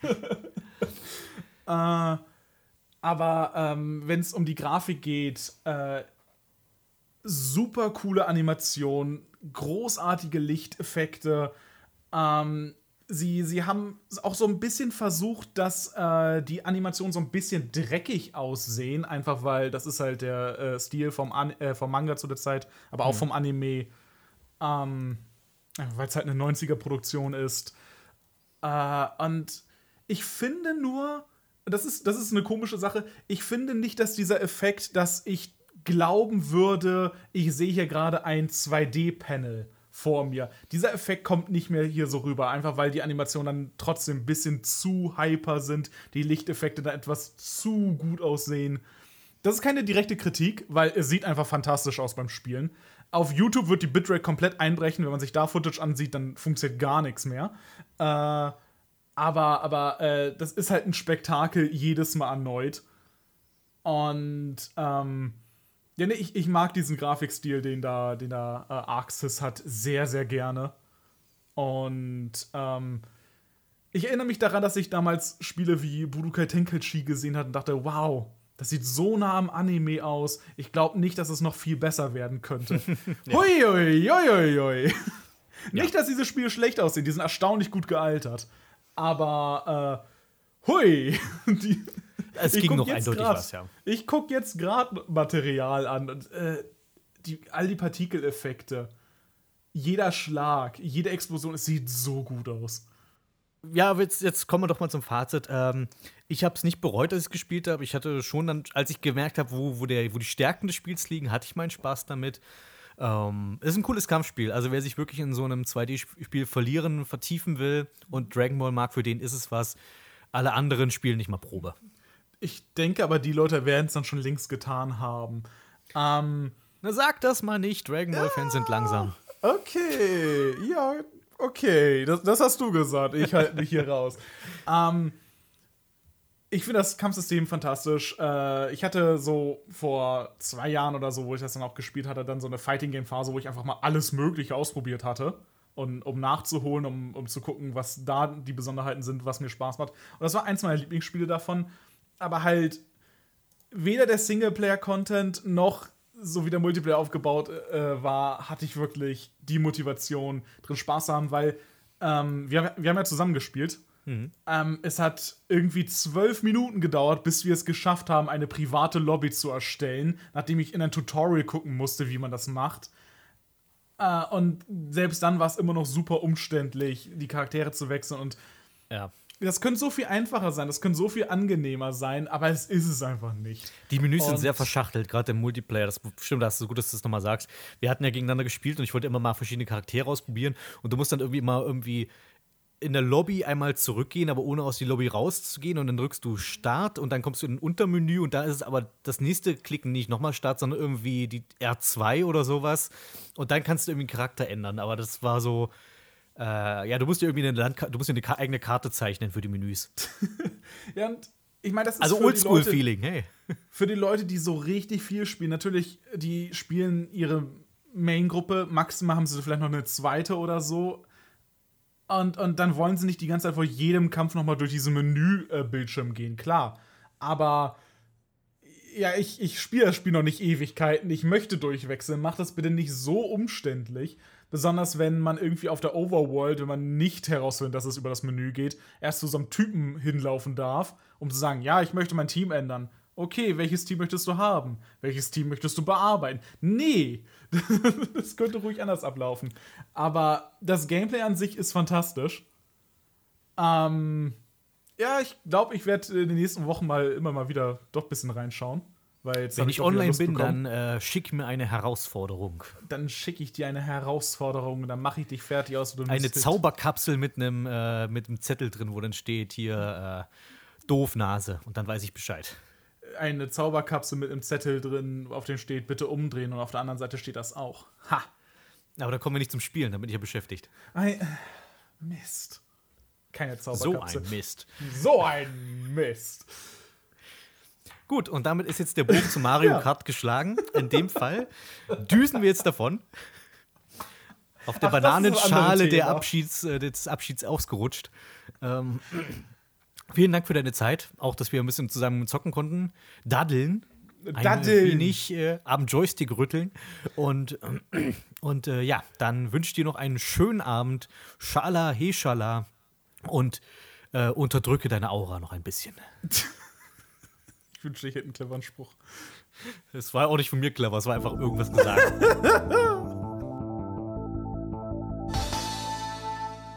Äh, aber ähm, wenn es um die Grafik geht, äh, super coole Animation, großartige Lichteffekte. Ähm, sie, sie haben auch so ein bisschen versucht, dass äh, die Animationen so ein bisschen dreckig aussehen, einfach weil das ist halt der äh, Stil vom, An äh, vom Manga zu der Zeit, aber auch vom Anime, ähm, weil es halt eine neunziger-Produktion ist. Äh, und ich finde nur, das ist, das ist eine komische Sache, ich finde nicht, dass dieser Effekt, dass ich glauben würde, ich sehe hier gerade ein zwei D Panel vor mir. Dieser Effekt kommt nicht mehr hier so rüber, einfach weil die Animationen dann trotzdem ein bisschen zu hyper sind, die Lichteffekte da etwas zu gut aussehen. Das ist keine direkte Kritik, weil es sieht einfach fantastisch aus beim Spielen. Auf YouTube wird die Bitrate komplett einbrechen. Wenn man sich da Footage ansieht, dann funktioniert gar nichts mehr. Äh, aber aber äh, das ist halt ein Spektakel jedes Mal erneut. Und ähm, ja, nee, ich, ich mag diesen Grafikstil, den da, den da äh, Arxis hat, sehr, sehr gerne. Und ähm, ich erinnere mich daran, dass ich damals Spiele wie Budokai Tenkaichi gesehen hatte und dachte, wow, das sieht so nah am Anime aus. Ich glaube nicht, dass es noch viel besser werden könnte. Ja. Hui, hui, hui, hui, hui. Ja. Nicht, dass diese Spiele schlecht aussehen. Die sind erstaunlich gut gealtert. Aber, äh, hui. Die, es ging noch eindeutig grad, was, ja. Ich gucke jetzt gerade Material an. Und, äh, die, all die Partikeleffekte. Jeder Schlag, jede Explosion, es sieht so gut aus. Ja, jetzt, jetzt kommen wir doch mal zum Fazit. Ähm, ich habe es nicht bereut, dass ich es gespielt habe. Ich hatte schon dann, als ich gemerkt habe, wo, wo, wo die Stärken des Spiels liegen, hatte ich meinen Spaß damit. Ähm, es ist ein cooles Kampfspiel. Also wer sich wirklich in so einem zwei D-Spiel verlieren, vertiefen will und Dragon Ball mag, für den ist es was. Alle anderen spielen nicht mal Probe. Ich denke aber, die Leute werden es dann schon längst getan haben. Ähm, Na, sag das mal nicht. Dragon Ball-Fans ja, sind langsam. Okay, ja, okay, das, das hast du gesagt. Ich halte mich hier raus. Ähm, ich finde das Kampfsystem fantastisch. Äh, ich hatte so vor zwei Jahren oder so, wo ich das dann auch gespielt hatte, dann so eine Fighting-Game-Phase, wo ich einfach mal alles Mögliche ausprobiert hatte. Und, um nachzuholen, um, um zu gucken, was da die Besonderheiten sind, was mir Spaß macht. Und das war eins meiner Lieblingsspiele davon. Aber halt weder der Singleplayer-Content noch so wie der Multiplayer aufgebaut äh, war, hatte ich wirklich die Motivation, drin Spaß zu haben, weil ähm, wir, wir haben ja zusammen gespielt. Mhm. Ähm, es hat irgendwie zwölf Minuten gedauert, bis wir es geschafft haben, eine private Lobby zu erstellen, nachdem ich in ein Tutorial gucken musste, wie man das macht. Äh, und selbst dann war es immer noch super umständlich, die Charaktere zu wechseln. Und ja. Das könnte so viel einfacher sein, das könnte so viel angenehmer sein, aber es ist es einfach nicht. Die Menüs und sind sehr verschachtelt, gerade im Multiplayer. Das stimmt, das ist so gut, dass du das nochmal sagst. Wir hatten ja gegeneinander gespielt und ich wollte immer mal verschiedene Charaktere ausprobieren. Und du musst dann irgendwie mal irgendwie in der Lobby einmal zurückgehen, aber ohne aus der Lobby rauszugehen. Und dann drückst du Start und dann kommst du in ein Untermenü und da ist es aber das nächste Klicken nicht nochmal Start, sondern irgendwie die R zwei oder sowas. Und dann kannst du irgendwie einen Charakter ändern. Aber das war so. Äh, ja, du musst dir irgendwie eine, Landka- du musst dir eine eigene Karte zeichnen für die Menüs. Ja, und ich meine, das ist also Oldschool-Feeling, hey. Für die Leute, die so richtig viel spielen, natürlich, die spielen ihre Main-Gruppe, maximal haben sie vielleicht noch eine zweite oder so. Und, und dann wollen sie nicht die ganze Zeit vor jedem Kampf nochmal durch diesen Menü-Bildschirm gehen, klar. Aber ja, ich, ich spiele das Spiel noch nicht Ewigkeiten, ich möchte durchwechseln, mach das bitte nicht so umständlich. Besonders wenn man irgendwie auf der Overworld, wenn man nicht herausfindet, dass es über das Menü geht, erst zu so einem Typen hinlaufen darf, um zu sagen, ja, ich möchte mein Team ändern. Okay, welches Team möchtest du haben? Welches Team möchtest du bearbeiten? Nee, das könnte ruhig anders ablaufen. Aber das Gameplay an sich ist fantastisch. Ähm, ja, ich glaube, ich werde in den nächsten Wochen mal immer mal wieder doch ein bisschen reinschauen. Weil jetzt Wenn ich online bin, dann äh, schick mir eine Herausforderung. Dann schicke ich dir eine Herausforderung, dann mache ich dich fertig aus. Eine Zauberkapsel mit einem äh, mit einem Zettel drin, wo dann steht hier äh, Doofnase und dann weiß ich Bescheid. Eine Zauberkapsel mit einem Zettel drin, auf dem steht bitte umdrehen und auf der anderen Seite steht das auch. Ha! Aber da kommen wir nicht zum Spielen, da bin ich ja beschäftigt. Ein Mist. Keine Zauberkapsel. So ein Mist. So ein Mist. Gut, und damit ist jetzt der Bogen zu Mario ja. Kart geschlagen. In dem Fall düsen wir jetzt davon. Auf der Ach, Bananenschale der Abschieds, äh, des Abschieds ausgerutscht. Ähm, vielen Dank für deine Zeit. Auch, dass wir ein bisschen zusammen zocken konnten. Daddeln. Daddeln. Ein wenig äh, am Joystick rütteln. Und, äh, und äh, ja, dann wünsche ich dir noch einen schönen Abend. Schala, Heschala. Und äh, unterdrücke deine Aura noch ein bisschen. Ich wünschte, ich hätte einen cleveren Spruch. Es war auch nicht von mir clever, es war einfach irgendwas gesagt.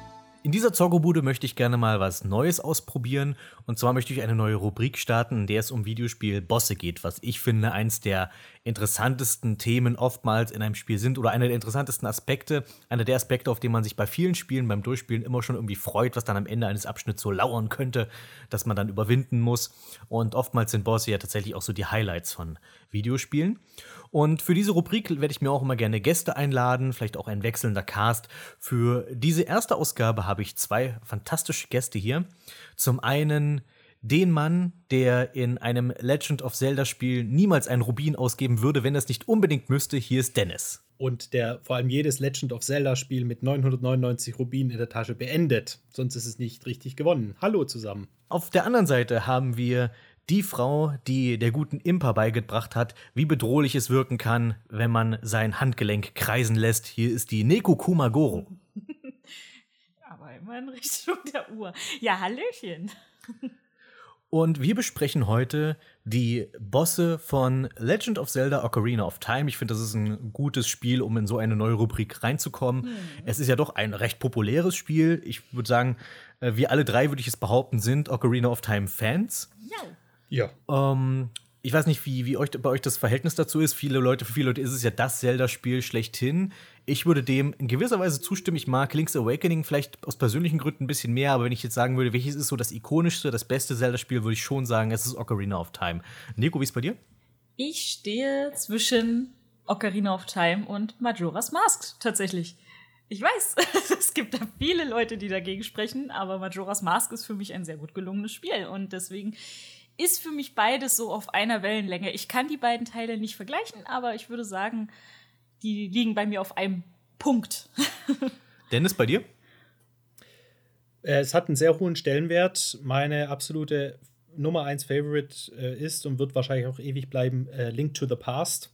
In dieser Zockerbude möchte ich gerne mal was Neues ausprobieren. Und zwar möchte ich eine neue Rubrik starten, in der es um Videospiel Bosse geht, was ich finde eins der interessantesten Themen oftmals in einem Spiel sind oder einer der interessantesten Aspekte, einer der Aspekte, auf den man sich bei vielen Spielen beim Durchspielen immer schon irgendwie freut, was dann am Ende eines Abschnitts so lauern könnte, dass man dann überwinden muss. Und oftmals sind Bosse ja tatsächlich auch so die Highlights von Videospielen. Und für diese Rubrik werde ich mir auch immer gerne Gäste einladen, vielleicht auch ein wechselnder Cast. Für diese erste Ausgabe habe ich zwei fantastische Gäste hier. Zum einen den Mann, der in einem Legend of Zelda-Spiel niemals einen Rubin ausgeben würde, wenn er es nicht unbedingt müsste. Hier ist Dennis. Und der vor allem jedes Legend of Zelda-Spiel mit neunhundertneunundneunzig Rubinen in der Tasche beendet. Sonst ist es nicht richtig gewonnen. Hallo zusammen. Auf der anderen Seite haben wir die Frau, die der guten Impa beigebracht hat, wie bedrohlich es wirken kann, wenn man sein Handgelenk kreisen lässt. Hier ist die Neko Kumagoro. Aber immer in Richtung der Uhr. Ja, Hallöchen. Und wir besprechen heute die Bosse von Legend of Zelda Ocarina of Time. Ich finde, das ist ein gutes Spiel, um in so eine neue Rubrik reinzukommen. Mhm. Es ist ja doch ein recht populäres Spiel. Ich würde sagen, wir alle drei, würde ich es behaupten, sind Ocarina of Time Fans. Ja. Ja. Ähm, ich weiß nicht, wie, wie euch, bei euch das Verhältnis dazu ist. Viele Leute, für viele Leute ist es ja das Zelda-Spiel schlechthin. Ich würde dem in gewisser Weise zustimmen. Ich mag Link's Awakening vielleicht aus persönlichen Gründen ein bisschen mehr, aber wenn ich jetzt sagen würde, welches ist so das ikonischste, das beste Zelda-Spiel, würde ich schon sagen, es ist Ocarina of Time. Nico, wie ist bei dir? Ich stehe zwischen Ocarina of Time und Majora's Mask tatsächlich. Ich weiß, es gibt da viele Leute, die dagegen sprechen, aber Majora's Mask ist für mich ein sehr gut gelungenes Spiel und deswegen ist für mich beides so auf einer Wellenlänge. Ich kann die beiden Teile nicht vergleichen, aber ich würde sagen, die liegen bei mir auf einem Punkt. Dennis, bei dir? Es hat einen sehr hohen Stellenwert. Meine absolute Nummer eins Favorite äh, ist und wird wahrscheinlich auch ewig bleiben, äh, Link to the Past.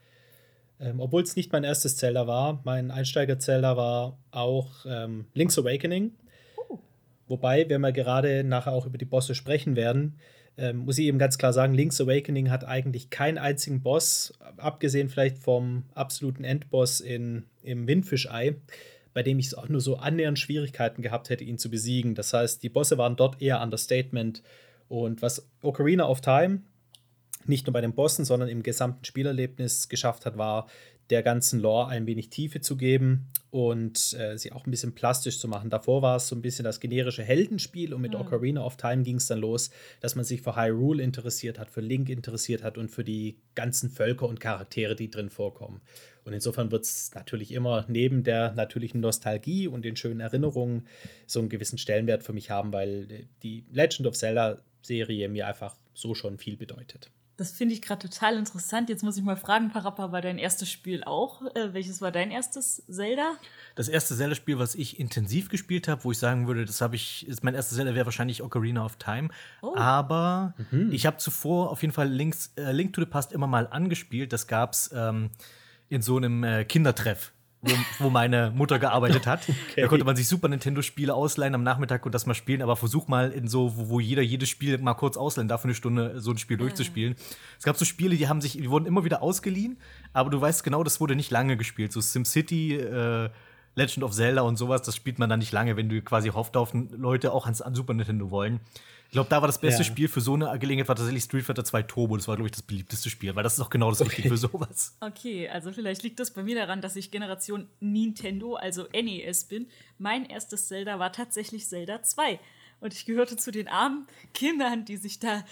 Ähm, obwohl es nicht mein erstes Zelda war. Mein Einsteiger-Zelda war auch ähm, Link's Awakening. Uh. Wobei, wenn wir gerade nachher auch über die Bosse sprechen werden, ähm, muss ich eben ganz klar sagen, Link's Awakening hat eigentlich keinen einzigen Boss, abgesehen vielleicht vom absoluten Endboss in, im Windfischei, bei dem ich auch nur so annähernd Schwierigkeiten gehabt hätte, ihn zu besiegen. Das heißt, die Bosse waren dort eher Understatement. Und was Ocarina of Time nicht nur bei den Bossen, sondern im gesamten Spielerlebnis geschafft hat, war, der ganzen Lore ein wenig Tiefe zu geben und äh, sie auch ein bisschen plastisch zu machen. Davor war es so ein bisschen das generische Heldenspiel und mit mhm. Ocarina of Time ging es dann los, dass man sich für Hyrule interessiert hat, für Link interessiert hat und für die ganzen Völker und Charaktere, die drin vorkommen. Und insofern wird es natürlich immer neben der natürlichen Nostalgie und den schönen Erinnerungen so einen gewissen Stellenwert für mich haben, weil die Legend of Zelda-Serie mir einfach so schon viel bedeutet. Das finde ich gerade total interessant. Jetzt muss ich mal fragen, Parappa, war dein erstes Spiel auch? Äh, welches war dein erstes Zelda? Das erste Zelda-Spiel, was ich intensiv gespielt habe, wo ich sagen würde, das habe ich, ist mein erstes Zelda wäre wahrscheinlich Ocarina of Time. Oh. Aber mhm. ich habe zuvor auf jeden Fall Links, äh, Link to the Past immer mal angespielt. Das gab's ähm, in so einem äh, Kindertreff, wo, wo meine Mutter gearbeitet hat. Okay. Da konnte man sich Super Nintendo-Spiele ausleihen am Nachmittag und das mal spielen. Aber versuch mal in so, wo, wo jeder jedes Spiel mal kurz ausleihen darf, für eine Stunde so ein Spiel ja. durchzuspielen. Es gab so Spiele, die haben sich, die wurden immer wieder ausgeliehen, aber du weißt genau, das wurde nicht lange gespielt. So SimCity, äh, Legend of Zelda und sowas, das spielt man dann nicht lange, wenn du quasi hofft auf Leute auch ans, an Super Nintendo wollen. Ich glaube, da war das beste ja. Spiel für so eine Gelegenheit war tatsächlich Street Fighter zwei Turbo. Das war, glaube ich, das beliebteste Spiel, weil das ist auch genau das okay. Richtige für sowas. Okay, also vielleicht liegt das bei mir daran, dass ich Generation Nintendo, also N E S bin. Mein erstes Zelda war tatsächlich Zelda zwei. Und ich gehörte zu den armen Kindern, die sich da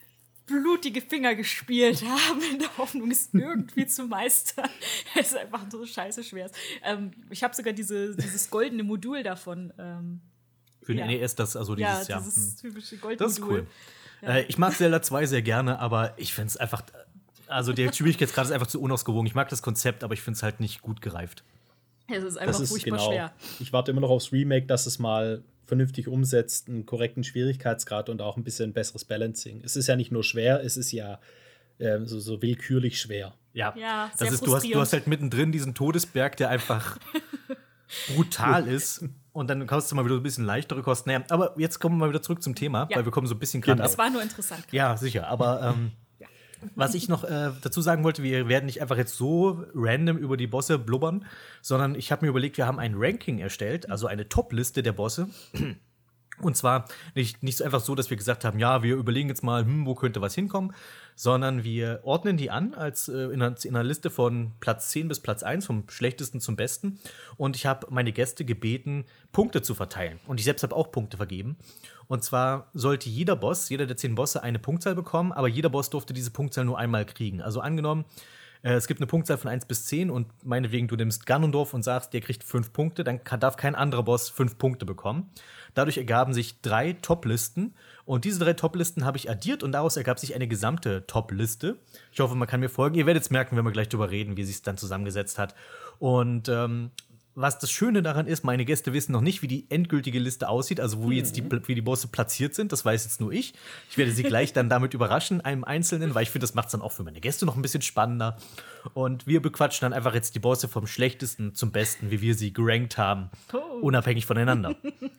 blutige Finger gespielt haben, in der Hoffnung, es irgendwie zu meistern. Es ist einfach so scheiße schwer. Ähm, ich habe sogar diese, dieses goldene Modul davon. Ähm, Für den ja. N E S, das also dieses ja, dieses ja. typische Goldmodul. Das ist cool. Ja. Äh, ich mag Zelda zwei sehr gerne, aber ich finde es einfach, also der Schwierigkeitsgrad ist einfach zu unausgewogen. Ich mag das Konzept, aber ich finde es halt nicht gut gereift. Es ist einfach das ist furchtbar genau. schwer. Ich warte immer noch aufs Remake, dass es mal vernünftig umsetzt, einen korrekten Schwierigkeitsgrad und auch ein bisschen besseres Balancing. Es ist ja nicht nur schwer, es ist ja äh, so, so willkürlich schwer. Ja, ja das ist, du hast, du hast halt mittendrin diesen Todesberg, der einfach brutal ist. Und dann kostet es mal wieder so ein bisschen leichtere Kosten. Naja, aber jetzt kommen wir mal wieder zurück zum Thema, ja. weil wir kommen so ein bisschen gerade genau. ab. Das war nur interessant. Ja, sicher. Aber ähm, Was ich noch äh, dazu sagen wollte, wir werden nicht einfach jetzt so random über die Bosse blubbern, sondern ich habe mir überlegt, wir haben ein Ranking erstellt, also eine Top-Liste der Bosse. Und zwar nicht, nicht so einfach so, dass wir gesagt haben, ja, wir überlegen jetzt mal, hm, wo könnte was hinkommen, sondern wir ordnen die an als äh, in, einer, in einer Liste von Platz zehn bis Platz eins, vom schlechtesten zum besten. Und ich habe meine Gäste gebeten, Punkte zu verteilen. Und ich selbst habe auch Punkte vergeben. Und zwar sollte jeder Boss, jeder der zehn Bosse, eine Punktzahl bekommen, aber jeder Boss durfte diese Punktzahl nur einmal kriegen. Also angenommen, äh, es gibt eine Punktzahl von eins bis zehn und meinetwegen du nimmst Ganondorf und sagst, der kriegt fünf Punkte, dann kann, darf kein anderer Boss fünf Punkte bekommen. Dadurch ergaben sich drei Top-Listen und diese drei Top-Listen habe ich addiert und daraus ergab sich eine gesamte Top-Liste. Ich hoffe, man kann mir folgen. Ihr werdet es merken, wenn wir gleich drüber reden, wie sich es dann zusammengesetzt hat. Und ähm, was das Schöne daran ist, meine Gäste wissen noch nicht, wie die endgültige Liste aussieht, also wo mhm. jetzt die, wie die Bosse platziert sind. Das weiß jetzt nur ich. Ich werde sie gleich dann damit überraschen, einem Einzelnen, weil ich finde, das macht es dann auch für meine Gäste noch ein bisschen spannender. Und wir bequatschen dann einfach jetzt die Bosse vom schlechtesten zum besten, wie wir sie gerankt haben, oh. unabhängig voneinander.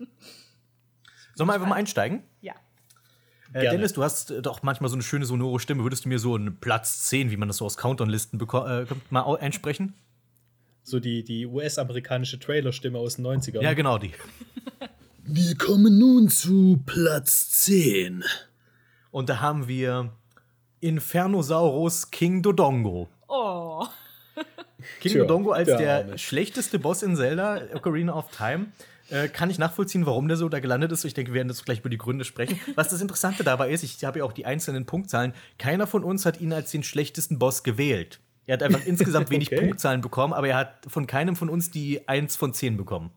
Sollen wir einfach mal einsteigen? Ja. Äh, Dennis, du hast äh, doch manchmal so eine schöne sonore Stimme. Würdest du mir so einen Platz zehn, wie man das so aus Countdown-Listen äh, mal einsprechen? So die, die U S-amerikanische Trailer-Stimme aus den neunzigern. Ja, genau die. Wir kommen nun zu Platz zehn. Und da haben wir Infernosaurus King Dodongo. Oh. King Tja, Dodongo als der Arme. schlechteste Boss in Zelda, Ocarina of Time. Äh, kann ich nachvollziehen, warum der so da gelandet ist. Ich denke, wir werden das gleich über die Gründe sprechen. Was das Interessante dabei ist, ich habe ja auch die einzelnen Punktzahlen, keiner von uns hat ihn als den schlechtesten Boss gewählt. Er hat einfach insgesamt wenig okay. Punktzahlen bekommen, aber er hat von keinem von uns die eins von zehn bekommen.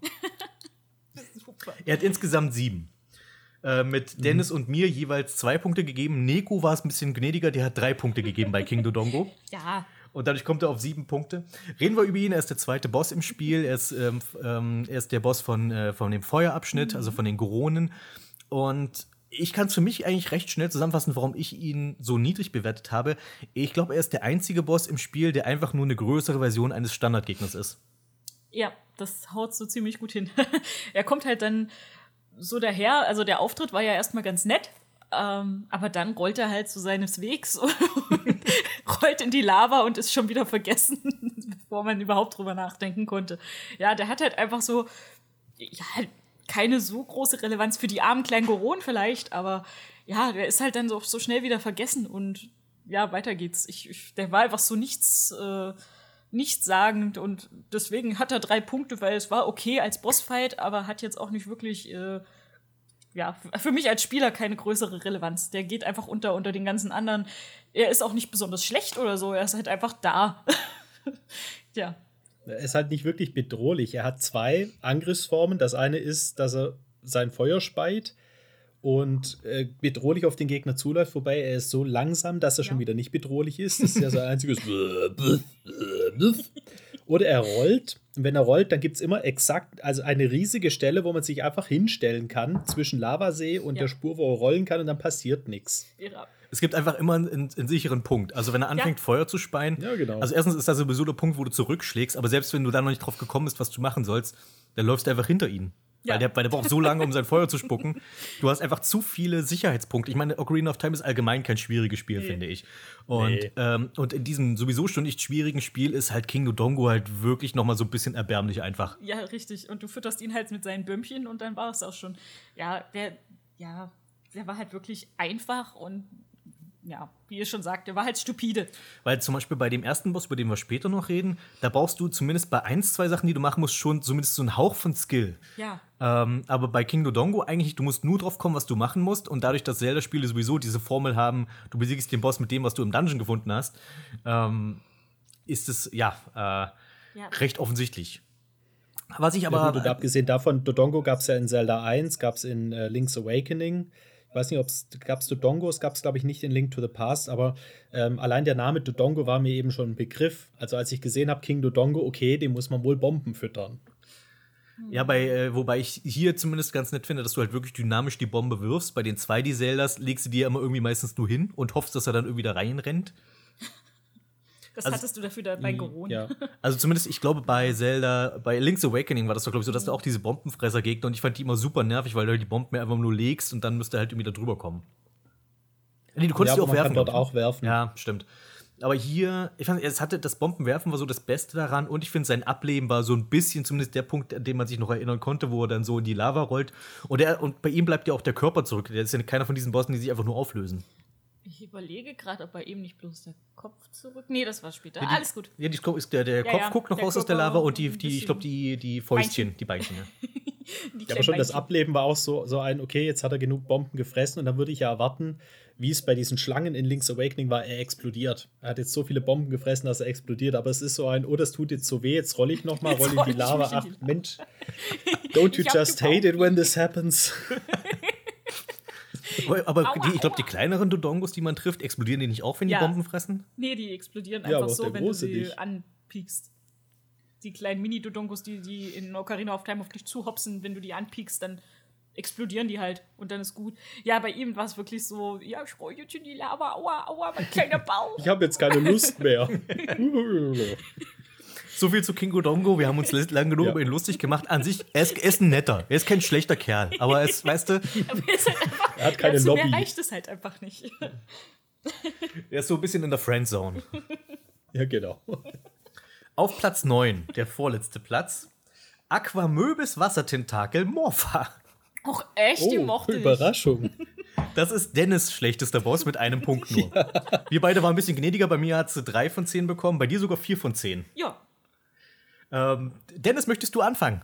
Super. Er hat insgesamt sieben. Äh, mit Dennis mhm. und mir jeweils zwei Punkte gegeben. Neko war es ein bisschen gnädiger, der hat drei Punkte gegeben bei King Dodongo. Ja. Und dadurch kommt er auf sieben Punkte. Reden wir über ihn. Er ist der zweite Boss im Spiel. Er ist, ähm, ähm, er ist der Boss von, äh, von dem Feuerabschnitt, mhm. also von den Goronen. Und ich kann es für mich eigentlich recht schnell zusammenfassen, warum ich ihn so niedrig bewertet habe. Ich glaube, er ist der einzige Boss im Spiel, der einfach nur eine größere Version eines Standardgegners ist. Ja, das haut so ziemlich gut hin. Er kommt halt dann so daher. Also der Auftritt war ja erstmal ganz nett. Ähm, aber dann rollt er halt so seines Wegs und rollt in die Lava und ist schon wieder vergessen, bevor man überhaupt drüber nachdenken konnte. Ja, der hat halt einfach so, ja, keine so große Relevanz für die armen kleinen Goronen vielleicht, aber ja, der ist halt dann so, so schnell wieder vergessen und ja, weiter geht's. Ich, ich, der war einfach so nichts, äh, nichtssagend und deswegen hat er drei Punkte, weil es war okay als Bossfight, aber hat jetzt auch nicht wirklich äh, ja, für mich als Spieler keine größere Relevanz. Der geht einfach unter unter den ganzen anderen. Er ist auch nicht besonders schlecht oder so, er ist halt einfach da. Ja. Er ist halt nicht wirklich bedrohlich. Er hat zwei Angriffsformen. Das eine ist, dass er sein Feuer speit und äh, bedrohlich auf den Gegner zuläuft, wobei er ist so langsam, dass er ja. schon wieder nicht bedrohlich ist. Das ist ja sein einziges Oder er rollt. Und wenn er rollt, dann gibt es immer exakt, also eine riesige Stelle, wo man sich einfach hinstellen kann zwischen Lavasee und ja. der Spur, wo er rollen kann und dann passiert nichts. Ja. Es gibt einfach immer einen, einen sicheren Punkt. Also wenn er anfängt, ja. Feuer zu speien, ja, genau. also erstens ist das sowieso der Punkt, wo du zurückschlägst, aber selbst wenn du da noch nicht drauf gekommen bist, was du machen sollst, dann läufst du einfach hinter ihn. Ja. Weil, der, weil der braucht so lange, um sein Feuer zu spucken. Du hast einfach zu viele Sicherheitspunkte. Ich meine, Ocarina of Time ist allgemein kein schwieriges Spiel, nee. finde ich. Und, nee. ähm, und in diesem sowieso schon nicht schwierigen Spiel ist halt King Dodongo halt wirklich noch mal so ein bisschen erbärmlich einfach. Ja, richtig. Und du fütterst ihn halt mit seinen Bömmchen und dann war es auch schon. Ja, der, ja, der war halt wirklich einfach und ja, wie ihr schon sagt, der war halt stupide. Weil zum Beispiel bei dem ersten Boss, über den wir später noch reden, da brauchst du zumindest bei eins, zwei Sachen, die du machen musst, schon zumindest so einen Hauch von Skill. Ja. Ähm, aber bei King Dodongo eigentlich, du musst nur drauf kommen, was du machen musst. Und dadurch, dass Zelda-Spiele sowieso diese Formel haben, du besiegst den Boss mit dem, was du im Dungeon gefunden hast, ähm, ist es, ja, äh, ja. recht offensichtlich. Was ich aber. Ja, gut, und abgesehen davon, Dodongo gab es ja in Zelda eins, gab es in äh, Link's Awakening. Ich weiß nicht, ob es gab es Dodongos, gab es, glaube ich, nicht in Link to the Past, aber ähm, allein der Name Dodongo war mir eben schon ein Begriff. Also als ich gesehen habe, King Dodongo, okay, dem muss man wohl Bomben füttern. Ja, bei, äh, wobei ich hier zumindest ganz nett finde, dass du halt wirklich dynamisch die Bombe wirfst. Bei den zwei D-Zeldas legst du die ja immer irgendwie meistens nur hin und hoffst, dass er dann irgendwie da reinrennt. Das also, hattest du dafür da bei Goronen. Ja. Also zumindest, ich glaube, bei Zelda, bei Link's Awakening war das doch, glaube ich, so, dass du auch diese Bombenfresser-Gegner und ich fand die immer super nervig, weil du die Bomben einfach nur legst und dann müsste halt irgendwie da drüber kommen. Nee, du konntest ja, die auch man werfen. kann dort glaub ich. auch werfen. Ja, stimmt. Aber hier, ich fand, es hatte das Bombenwerfen war so das Beste daran und ich finde, sein Ableben war so ein bisschen zumindest der Punkt, an den man sich noch erinnern konnte, wo er dann so in die Lava rollt. Und, er, und bei ihm bleibt ja auch der Körper zurück. Der ist ja keiner von diesen Bossen, die sich einfach nur auflösen. Ich überlege gerade, ob bei ihm nicht bloß der Kopf zurück. Nee, das war später. Ja, die, Alles gut. Ja, die, ist der, der Ja, Kopf ja, guckt noch der raus aus der Körper Lava und die, ein die ich bisschen- glaube, die, die Fäustchen, die Beinchen. Ja. Die Ja, aber schon das Beinchen. Ableben war auch so, so ein, okay, jetzt hat er genug Bomben gefressen und dann würde ich ja erwarten, wie es bei diesen Schlangen in Link's Awakening war, er explodiert. Er hat jetzt so viele Bomben gefressen, dass er explodiert, aber es ist so ein, oh, das tut jetzt so weh, jetzt rolle ich nochmal, Jetzt rolle in roll die ich Lava. mich in Ach, die Lava. Mensch, don't you Ich hab just gebraucht. hate it when this happens? Aber Aua, die, ich glaube, die aua. kleineren Dodongos, die man trifft, explodieren die nicht auch, wenn die Ja. Bomben fressen? Nee, die explodieren Ja, einfach aber auch so, der wenn du große sie nicht. anpiekst. Die kleinen Mini-Dodongos, die, die in Ocarina of Time auf dich zuhopsen, wenn du die anpiekst, dann explodieren die halt und dann ist gut. Ja, bei ihm war es wirklich so, ja, ich roll jetzt in die Lava, aua, aua, mein kleiner Bauch. Ich habe jetzt keine Lust mehr. So viel zu King Dodongo. Wir haben uns lang genug Ja. über ihn lustig gemacht. An sich, er ist, er ist ein netter. Er ist kein schlechter Kerl. Aber es, weißt du, Aber er ist halt einfach, Er hat keine ja, zu Lobby. mehr reicht es halt einfach nicht. er ist so ein bisschen in der Friendzone. Ja, genau. Auf Platz neun, der vorletzte Platz, Aquamöbis Wassertentakel Morpha. Auch echt, die Oh, mochte ich. Überraschung. Das ist Dennis' schlechtester Boss mit einem Punkt nur. Wir beide waren ein bisschen gnädiger. Bei mir hat sie drei von zehn bekommen, bei dir sogar vier von zehn. Ja, Ähm, Dennis, möchtest du anfangen?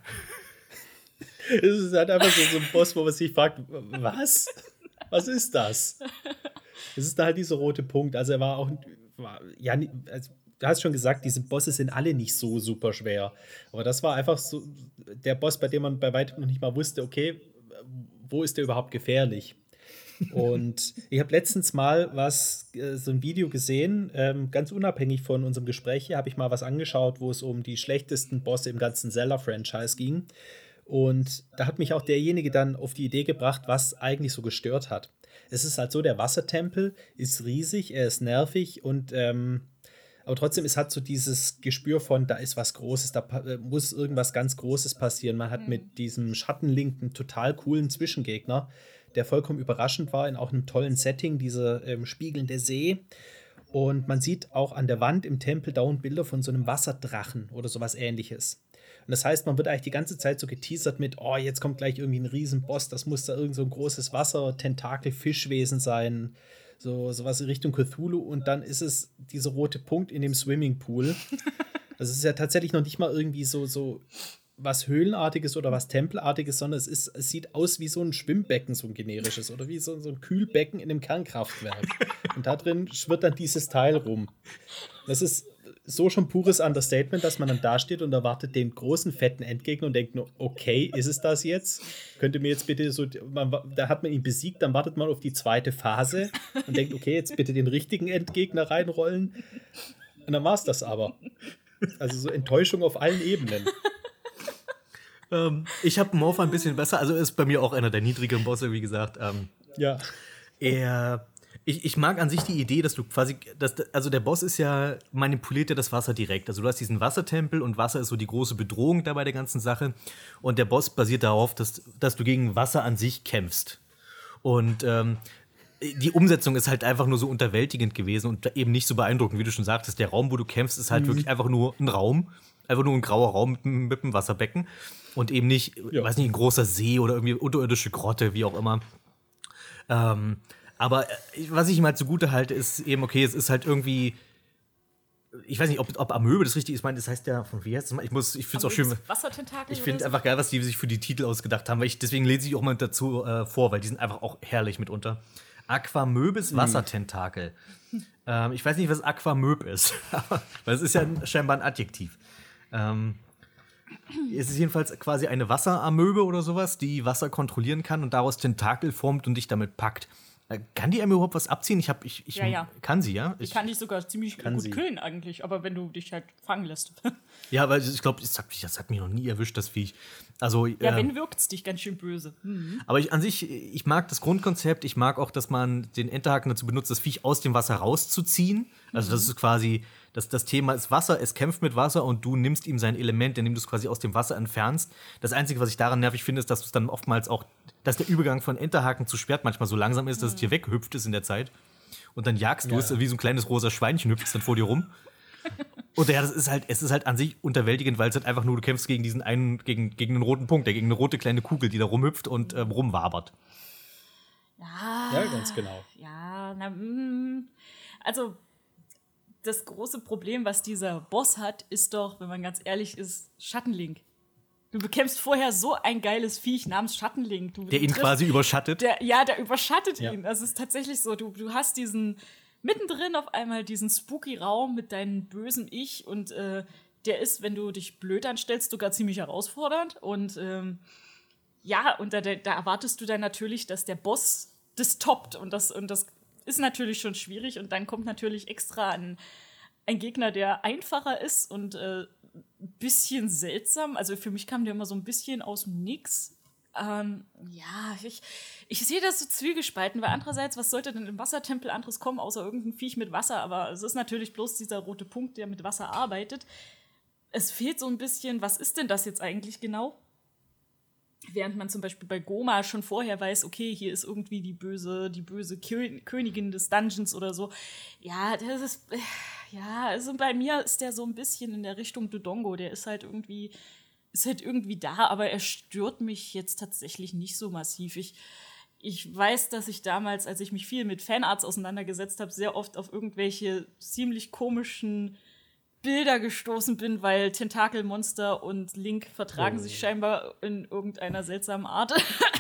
Es ist halt einfach so, so ein Boss, wo man sich fragt, was? Was ist das? Es ist da halt dieser rote Punkt. Also er war auch, war, ja, ni- also, du hast schon gesagt, diese Bosse sind alle nicht so super schwer. Aber das war einfach so der Boss, bei dem man bei weitem noch nicht mal wusste, okay, wo ist der überhaupt gefährlich? Und ich habe letztens mal was, äh, so ein Video gesehen, ähm, ganz unabhängig von unserem Gespräch hier, habe ich mal was angeschaut, wo es um die schlechtesten Bosse im ganzen Zelda-Franchise ging. Und da hat mich auch derjenige dann auf die Idee gebracht, was eigentlich so gestört hat. Es ist halt so, der Wassertempel ist riesig, er ist nervig und ähm, aber trotzdem, es hat so dieses Gespür von, da ist was Großes, da pa- äh, muss irgendwas ganz Großes passieren. Man hat mit diesem Schattenlink einen total coolen Zwischengegner, der vollkommen überraschend war, in auch einem tollen Setting, dieser ähm, spiegelnde See. Und man sieht auch an der Wand im Tempel dauernd Bilder von so einem Wasserdrachen oder sowas Ähnliches. Und das heißt, man wird eigentlich die ganze Zeit so geteasert mit, oh, jetzt kommt gleich irgendwie ein Riesenboss, das muss da irgend so ein großes Wasser-Tentakel-Fischwesen sein, so sowas in Richtung Cthulhu. Und dann ist es dieser rote Punkt in dem Swimmingpool. Das ist ja tatsächlich noch nicht mal irgendwie so, so was Höhlenartiges oder was Tempelartiges, sondern es, ist, es sieht aus wie so ein Schwimmbecken, so ein generisches, oder wie so, so ein Kühlbecken in einem Kernkraftwerk. Und da drin schwirrt dann dieses Teil rum. Das ist so schon pures Understatement, dass man dann da steht und erwartet den großen, fetten Endgegner und denkt nur, okay, ist es das jetzt? Könnte mir jetzt bitte so, man, da hat man ihn besiegt, dann wartet man auf die zweite Phase und denkt, okay, jetzt bitte den richtigen Endgegner reinrollen. Und dann war es das aber. Also so Enttäuschung auf allen Ebenen. Ähm, ich habe Morpha ein bisschen besser. Also ist bei mir auch einer der niedrigeren Bosse, wie gesagt. Ähm, Ja. er, ich, ich mag an sich die Idee, dass du quasi, dass, also der Boss ist ja, manipuliert ja das Wasser direkt. Also du hast diesen Wassertempel und Wasser ist so die große Bedrohung da bei der ganzen Sache. Und der Boss basiert darauf, dass, dass du gegen Wasser an sich kämpfst. Und ähm, die Umsetzung ist halt einfach nur so unterwältigend gewesen und eben nicht so beeindruckend, wie du schon sagtest. Der Raum, wo du kämpfst, ist halt Mhm. wirklich einfach nur ein Raum. Einfach nur ein grauer Raum mit, einem- mit einem Wasserbecken. Und eben nicht, Ja. weiß nicht, ein großer See oder irgendwie unterirdische Grotte, wie auch immer. Ähm, aber äh, was ich ihm halt zugute halte, ist eben, okay, es ist halt irgendwie. Ich weiß nicht, ob, ob Amöbe das richtig ist. Ich meine, das heißt ja, von wie heißt das? Ich, muss- ich finde es auch schön. Wassertentakel. Ich oder finde so? einfach geil, was die sich für die Titel ausgedacht haben, weil ich deswegen lese ich auch mal dazu äh, vor, weil die sind einfach auch herrlich mitunter. Aquamöbis Wassertentakel. Ähm, ich weiß nicht, was Aquamöb ist, aber weil es ist ja ein- scheinbar ein Adjektiv. Ähm, es ist jedenfalls quasi eine Wasseramöbe oder sowas, die Wasser kontrollieren kann und daraus Tentakel formt und dich damit packt. Äh, Kann die einem überhaupt was abziehen? Ich habe, ich, ich Ja, ja. kann sie, ja. Die Ich, kann dich sogar ziemlich Kann gut sie. killen eigentlich, aber wenn du dich halt fangen lässt. ja, aber ich glaube, das, hat mich- das hat mich noch nie erwischt, das Viech. Also, Ja, ähm, wenn wirkt's dich ganz schön böse. Hm. Aber ich, an sich, ich mag das Grundkonzept. Ich mag auch, dass man den Enterhaken dazu benutzt, das Viech aus dem Wasser rauszuziehen. Also, das ist quasi, das, das Thema ist Wasser, es kämpft mit Wasser und du nimmst ihm sein Element, indem du es quasi aus dem Wasser entfernst. Das Einzige, was ich daran nervig finde, ist, dass du es dann oftmals auch, dass der Übergang von Enterhaken zu Schwert manchmal so langsam ist, dass es dir weghüpft ist in der Zeit. Und dann jagst du Ja, es, ja. wie so ein kleines rosa Schweinchen hüpft dann vor dir rum. Und ja, das ist halt, es ist halt an sich unterwältigend, weil es halt einfach nur, du kämpfst gegen diesen einen, gegen, gegen einen roten Punkt, der gegen eine rote kleine Kugel, die da rumhüpft und ähm, rumwabert. Ja, Ja, ganz genau. Ja, na, mm, also das große Problem, was dieser Boss hat, ist doch, wenn man ganz ehrlich ist, Schattenlink. Du bekämpfst vorher so ein geiles Viech namens Schattenlink. Du, Der du ihn triffst- quasi überschattet. Der, ja, der überschattet Ja. ihn. Das ist tatsächlich so. Du, du hast diesen mittendrin auf einmal diesen spooky Raum mit deinem bösen Ich und äh, der ist, wenn du dich blöd anstellst, sogar ziemlich herausfordernd. Und ähm, ja, und da, da erwartest du dann natürlich, dass der Boss das toppt. Und das, und das ist natürlich schon schwierig. Und dann kommt natürlich extra ein, ein Gegner, der einfacher ist und äh, ein bisschen seltsam. Also für mich kam der immer so ein bisschen aus dem Nix. Ähm, ja, ich, ich sehe das so zwiegespalten, weil andererseits, was sollte denn im Wassertempel anderes kommen, außer irgendein Viech mit Wasser? Aber es ist natürlich bloß dieser rote Punkt, der mit Wasser arbeitet. Es fehlt so ein bisschen, was ist denn das jetzt eigentlich genau? Während man zum Beispiel bei Goma schon vorher weiß, okay, hier ist irgendwie die böse, die böse Kö- Königin des Dungeons oder so. Ja, das ist, äh, ja, also bei mir ist der so ein bisschen in der Richtung Dodongo. Der ist halt irgendwie, ist halt irgendwie da, aber er stört mich jetzt tatsächlich nicht so massiv. Ich, ich weiß, dass ich damals, als ich mich viel mit Fanarts auseinandergesetzt habe, sehr oft auf irgendwelche ziemlich komischen Bilder gestoßen bin, weil Tentakelmonster und Link vertragen Oh. sich scheinbar in irgendeiner seltsamen Art.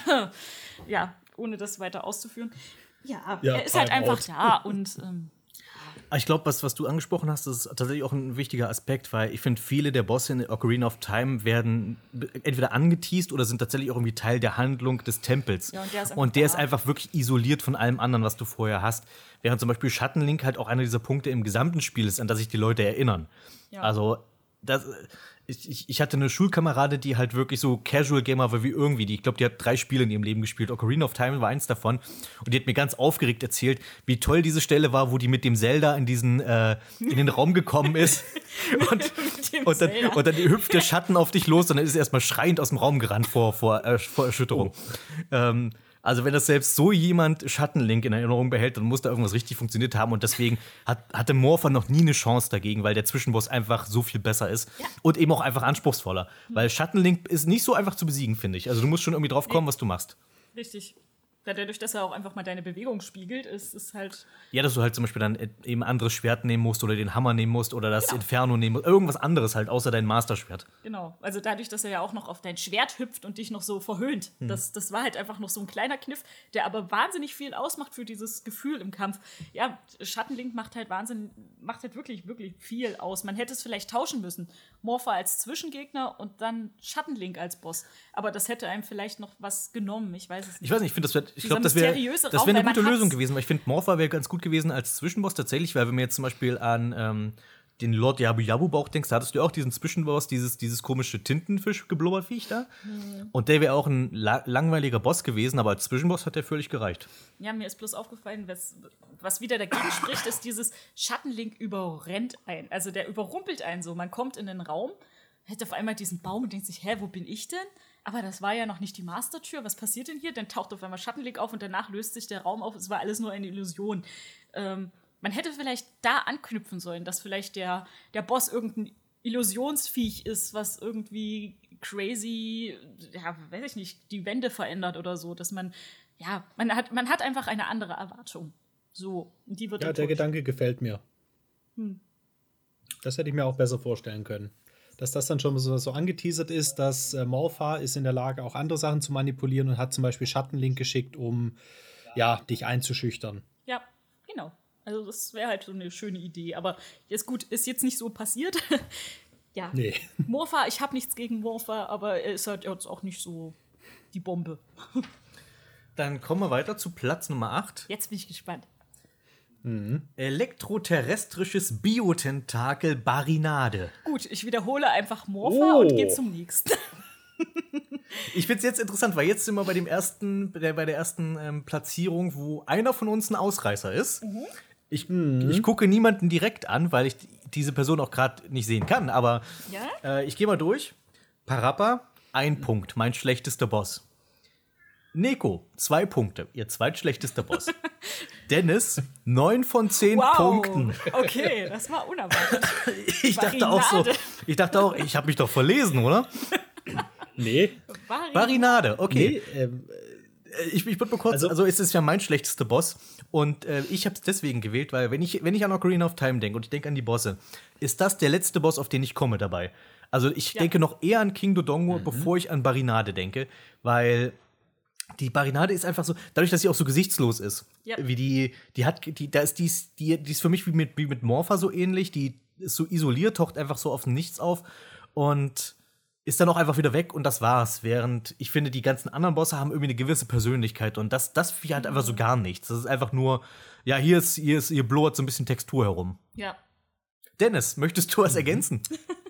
Ja, ohne das weiter auszuführen. Ja, Ja, er ist halt Time einfach out. da und ähm, Ich glaube, was, was du angesprochen hast, das ist tatsächlich auch ein wichtiger Aspekt, weil ich finde, viele der Bosse in Ocarina of Time werden entweder angeteased oder sind tatsächlich auch irgendwie Teil der Handlung des Tempels. Ja, und der ist einfach und der da. ist einfach wirklich isoliert von allem anderen, was du vorher hast. Während zum Beispiel Schattenlink halt auch einer dieser Punkte im gesamten Spiel ist, an das sich die Leute erinnern. Ja. Also, das, ich, ich- ich hatte eine Schulkamerade, die halt wirklich so Casual Gamer war wie irgendwie. Die, ich glaube, die hat drei Spiele in ihrem Leben gespielt. Ocarina of Time war eins davon. Und die hat mir ganz aufgeregt erzählt, wie toll diese Stelle war, wo die mit dem Zelda in diesen äh, in den Raum gekommen ist. und, dem und, dann, Zelda. und dann hüpft der Schatten auf dich los und dann ist er erstmal schreiend aus dem Raum gerannt vor, vor, äh, vor Erschütterung. Ähm, also wenn das selbst so jemand Schattenlink in Erinnerung behält, dann muss da irgendwas richtig funktioniert haben. Und deswegen hat, hatte Morpher noch nie eine Chance dagegen, weil der Zwischenboss einfach so viel besser ist. Und eben auch einfach anspruchsvoller. Weil Schattenlink ist nicht so einfach zu besiegen, finde ich. Also du musst schon irgendwie drauf kommen, was du machst. richtig. Ja, dadurch, dass er auch einfach mal deine Bewegung spiegelt, ist es halt. Ja, dass du halt zum Beispiel dann eben ein anderes Schwert nehmen musst oder den Hammer nehmen musst oder das Inferno nehmen musst. Irgendwas anderes halt, außer dein Masterschwert. Genau, also dadurch, dass er ja auch noch auf dein Schwert hüpft und dich noch so verhöhnt. Hm. Das, das war halt einfach noch so ein kleiner Kniff, der aber wahnsinnig viel ausmacht für dieses Gefühl im Kampf. Ja, Schattenlink macht halt Wahnsinn, macht halt wirklich, wirklich viel aus. Man hätte es vielleicht tauschen müssen. Morpher als Zwischengegner und dann Schattenlink als Boss. Aber das hätte einem vielleicht noch was genommen, ich weiß es nicht. Ich weiß nicht, ich finde, das wär, ich Dieser glaube, das wäre mysteriöse das Raum, wär eine weil gute man Lösung hat's- gewesen, weil ich finde, Morpher wäre ganz gut gewesen als Zwischenboss tatsächlich, weil wenn man jetzt zum Beispiel an ähm, den Lord Yabu Yabu Bauch denkst, da hattest du ja auch diesen Zwischenboss, dieses, dieses komische Tintenfisch-Geblubberviech da. Mhm. Und der wäre auch ein la langweiliger Boss gewesen, aber als Zwischenboss hat der völlig gereicht. Ja, mir ist bloß aufgefallen, was, was wieder dagegen spricht, ist dieses Schattenlink überrennt einen. Also der überrumpelt einen so. Man kommt in den Raum, hat auf einmal diesen Baum und denkt sich, hä, wo bin ich denn? Aber das war ja noch nicht die Mastertür. Was passiert denn hier? Dann taucht auf einmal Schattenlink auf und danach löst sich der Raum auf. Es war alles nur eine Illusion. Ähm, man hätte vielleicht da anknüpfen sollen, dass vielleicht der, der Boss irgendein Illusionsviech ist, was irgendwie crazy, ja, weiß ich nicht, die Wände verändert oder so, dass man, ja, man hat, man hat einfach eine andere Erwartung. So, und die wird Ja, der enttäuscht. Gedanke gefällt mir. Das hätte ich mir auch besser vorstellen können. Dass das dann schon so, so angeteasert ist, dass äh, Morpha ist in der Lage, auch andere Sachen zu manipulieren und hat zum Beispiel Schattenlink geschickt, um ja, dich einzuschüchtern. Ja, genau. Also das wäre halt so eine schöne Idee. Aber ist gut, ist jetzt nicht so passiert. Ja, Nee. Morpha, ich habe nichts gegen Morpha, aber er ist halt jetzt auch nicht so die Bombe. Dann kommen wir weiter zu Platz Nummer acht. Jetzt bin ich gespannt. Elektroterrestrisches Biotentakel Barinade. Gut, ich wiederhole einfach Morpha Oh. und gehe zum nächsten. Ich finde es jetzt interessant, weil jetzt sind wir bei dem ersten, bei der, bei der ersten ähm, Platzierung, wo einer von uns ein Ausreißer ist. Ich, ich gucke niemanden direkt an, weil ich diese Person auch gerade nicht sehen kann. Aber Ja? äh, ich gehe mal durch. Parappa, ein Punkt, mein schlechtester Boss. Neko, zwei Punkte, ihr zweitschlechtester Boss. Dennis, neun von zehn Wow. Punkten. Okay, das war unerwartet. Ich dachte auch so, Marinade. ich dachte auch, ich habe mich doch verlesen, oder? Nee. Marinade. Marinade, okay. Nee, ähm, Ich, ich würde mal kurz, also, Also- also es ist ja mein schlechtester Boss und äh, ich habe es deswegen gewählt, weil wenn ich, wenn ich an Ocarina of Time denke und ich denke an die Bosse, ist das der letzte Boss, auf den ich komme dabei. Also ich Ja. denke noch eher an King Dodongo, bevor ich an Barinade denke, weil die Barinade ist einfach so, dadurch, dass sie auch so gesichtslos ist, Ja. wie die, die hat, die, da ist die, ist- die, die ist für mich wie mit, wie mit Morpha so ähnlich, die ist so isoliert, taucht einfach so auf dem Nichts auf und ist dann auch einfach wieder weg und das war's. Während ich finde, die ganzen anderen Bosse haben irgendwie eine gewisse Persönlichkeit und das, das Vieh hat einfach so gar nichts. Das ist einfach nur, ja, hier ist, hier ist, hier blubbert so ein bisschen Textur herum. Ja. Dennis, möchtest du was ergänzen?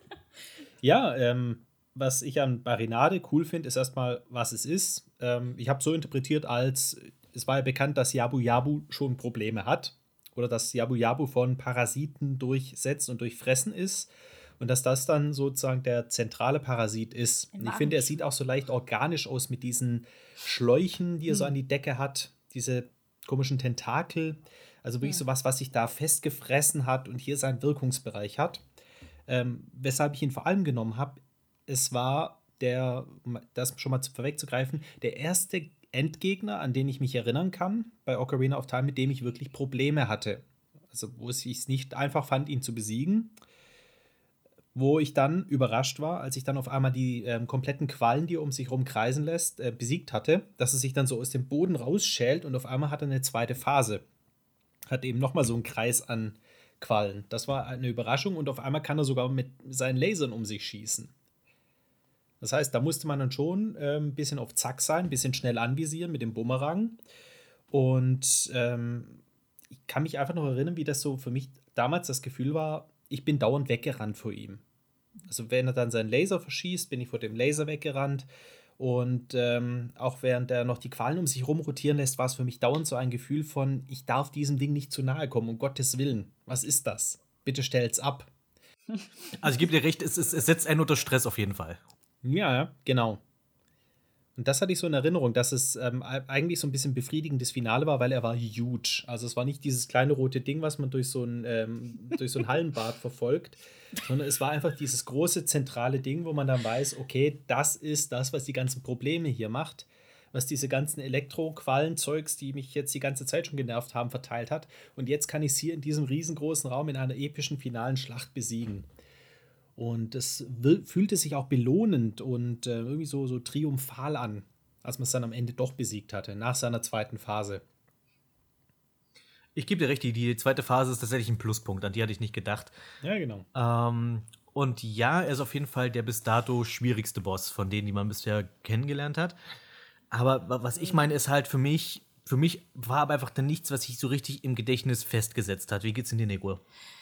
Ja, ähm, was ich an Barinade cool finde, ist erstmal, was es ist. Ähm, ich habe so interpretiert, als es war ja bekannt, dass Yabu Yabu schon Probleme hat. Oder dass Yabu Yabu von Parasiten durchsetzt und durchfressen ist. Und dass das dann sozusagen der zentrale Parasit ist. Ein Und ich finde, er Magengeschwür. sieht auch so leicht organisch aus mit diesen Schläuchen, die er so an die Decke hat. Diese komischen Tentakel. Also wirklich Ja. so was, was sich da festgefressen hat und hier seinen Wirkungsbereich hat. Ähm, weshalb ich ihn vor allem genommen habe, es war der, um das schon mal zu, vorwegzugreifen, der erste Endgegner, an den ich mich erinnern kann, bei Ocarina of Time, mit dem ich wirklich Probleme hatte. Also wo es sich nicht einfach fand, ihn zu besiegen. Wo ich dann überrascht war, als ich dann auf einmal die ähm, kompletten Quallen, die er um sich herum kreisen lässt, äh, besiegt hatte, dass er sich dann so aus dem Boden rausschält und auf einmal hat er eine zweite Phase. Hat eben nochmal so einen Kreis an Quallen. Das war eine Überraschung und auf einmal kann er sogar mit seinen Lasern um sich schießen. Das heißt, da musste man dann schon äh, ein bisschen auf Zack sein, ein bisschen schnell anvisieren mit dem Bumerang. Und ähm, ich kann mich einfach noch erinnern, wie das so für mich damals das Gefühl war, ich bin dauernd weggerannt vor ihm. Also wenn er dann seinen Laser verschießt, bin ich vor dem Laser weggerannt. Und ähm, auch während er noch die Qualen um sich rum rotieren lässt, war es für mich dauernd so ein Gefühl von, ich darf diesem Ding nicht zu nahe kommen, um Gottes Willen. Was ist das? Bitte stell's ab. Also ich gebe dir recht, es, es, es setzt einen unter Stress auf jeden Fall. Ja, ja, genau. Und das hatte ich so in Erinnerung, dass es ähm, eigentlich so ein bisschen befriedigendes Finale war, weil er war huge. Also es war nicht dieses kleine rote Ding, was man durch so ein, ähm, durch so ein Hallenbad verfolgt, sondern es war einfach dieses große zentrale Ding, wo man dann weiß, okay, das ist das, was die ganzen Probleme hier macht, was diese ganzen Elektro-Quallen-Zeugs, die mich jetzt die ganze Zeit schon genervt haben, verteilt hat. Und jetzt kann ich es hier in diesem riesengroßen Raum in einer epischen finalen Schlacht besiegen. Und es will, fühlte sich auch belohnend und äh, irgendwie so, so triumphal an, als man es dann am Ende doch besiegt hatte, nach seiner zweiten Phase. Ich gebe dir recht, die, die zweite Phase ist tatsächlich ein Pluspunkt, an die hatte ich nicht gedacht. Ja, genau. Ähm, und ja, er ist auf jeden Fall der bis dato schwierigste Boss von denen, die man bisher kennengelernt hat. Aber wa- was ich meine, ist halt für mich, für mich war aber einfach dann nichts, was sich so richtig im Gedächtnis festgesetzt hat. Wie geht's in dir, Nego?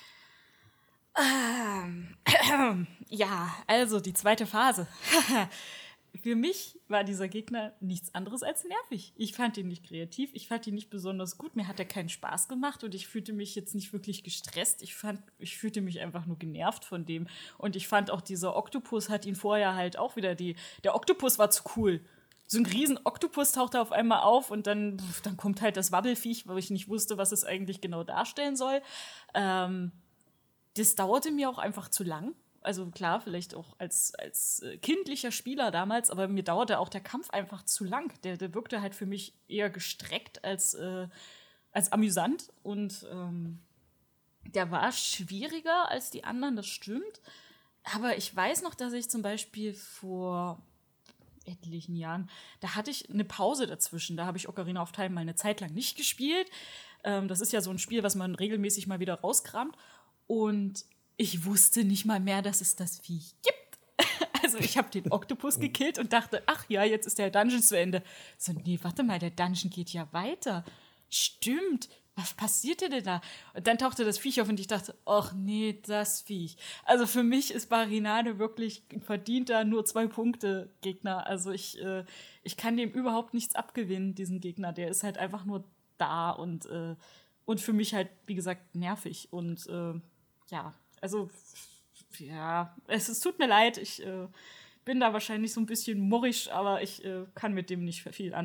Ja, also die zweite Phase. Für mich war dieser Gegner nichts anderes als nervig. Ich fand ihn nicht kreativ, ich fand ihn nicht besonders gut, mir hat er keinen Spaß gemacht und ich fühlte mich jetzt nicht wirklich gestresst. Ich fand, ich fühlte mich einfach nur genervt von dem. Und ich fand auch, dieser Oktopus hat ihn vorher halt auch wieder die. Der Oktopus war zu cool. So ein riesen Oktopus tauchte auf einmal auf und dann, dann kommt halt das Wabbelfiech, wo ich nicht wusste, was es eigentlich genau darstellen soll. Ähm, das dauerte mir auch einfach zu lang. Also klar, vielleicht auch als, als äh, kindlicher Spieler damals, aber mir dauerte auch der Kampf einfach zu lang. Der, der wirkte halt für mich eher gestreckt als, äh, als amüsant. Und ähm, der war schwieriger als die anderen, das stimmt. Aber ich weiß noch, dass ich zum Beispiel vor etlichen Jahren, da hatte ich eine Pause dazwischen. Da habe ich Ocarina of Time mal eine Zeit lang nicht gespielt. Ähm, das ist ja so ein Spiel, was man regelmäßig mal wieder rauskramt. Und ich wusste nicht mal mehr, dass es das Viech gibt. Also ich habe den Oktopus gekillt und dachte, ach ja, jetzt ist der Dungeon zu Ende. So, nee, warte mal, der Dungeon geht ja weiter. Stimmt, was passierte denn da? Und dann tauchte das Viech auf und ich dachte, ach nee, das Viech. Also für mich ist Barinade wirklich ein verdienter nur zwei Punkte Gegner. Also ich, äh, ich kann dem überhaupt nichts abgewinnen, diesen Gegner. Der ist halt einfach nur da und, äh, und für mich halt, wie gesagt, nervig. Und äh, ja, also ja, es, es tut mir leid, ich äh, bin da wahrscheinlich so ein bisschen murrisch, aber ich äh, kann mit dem nicht viel anfangen.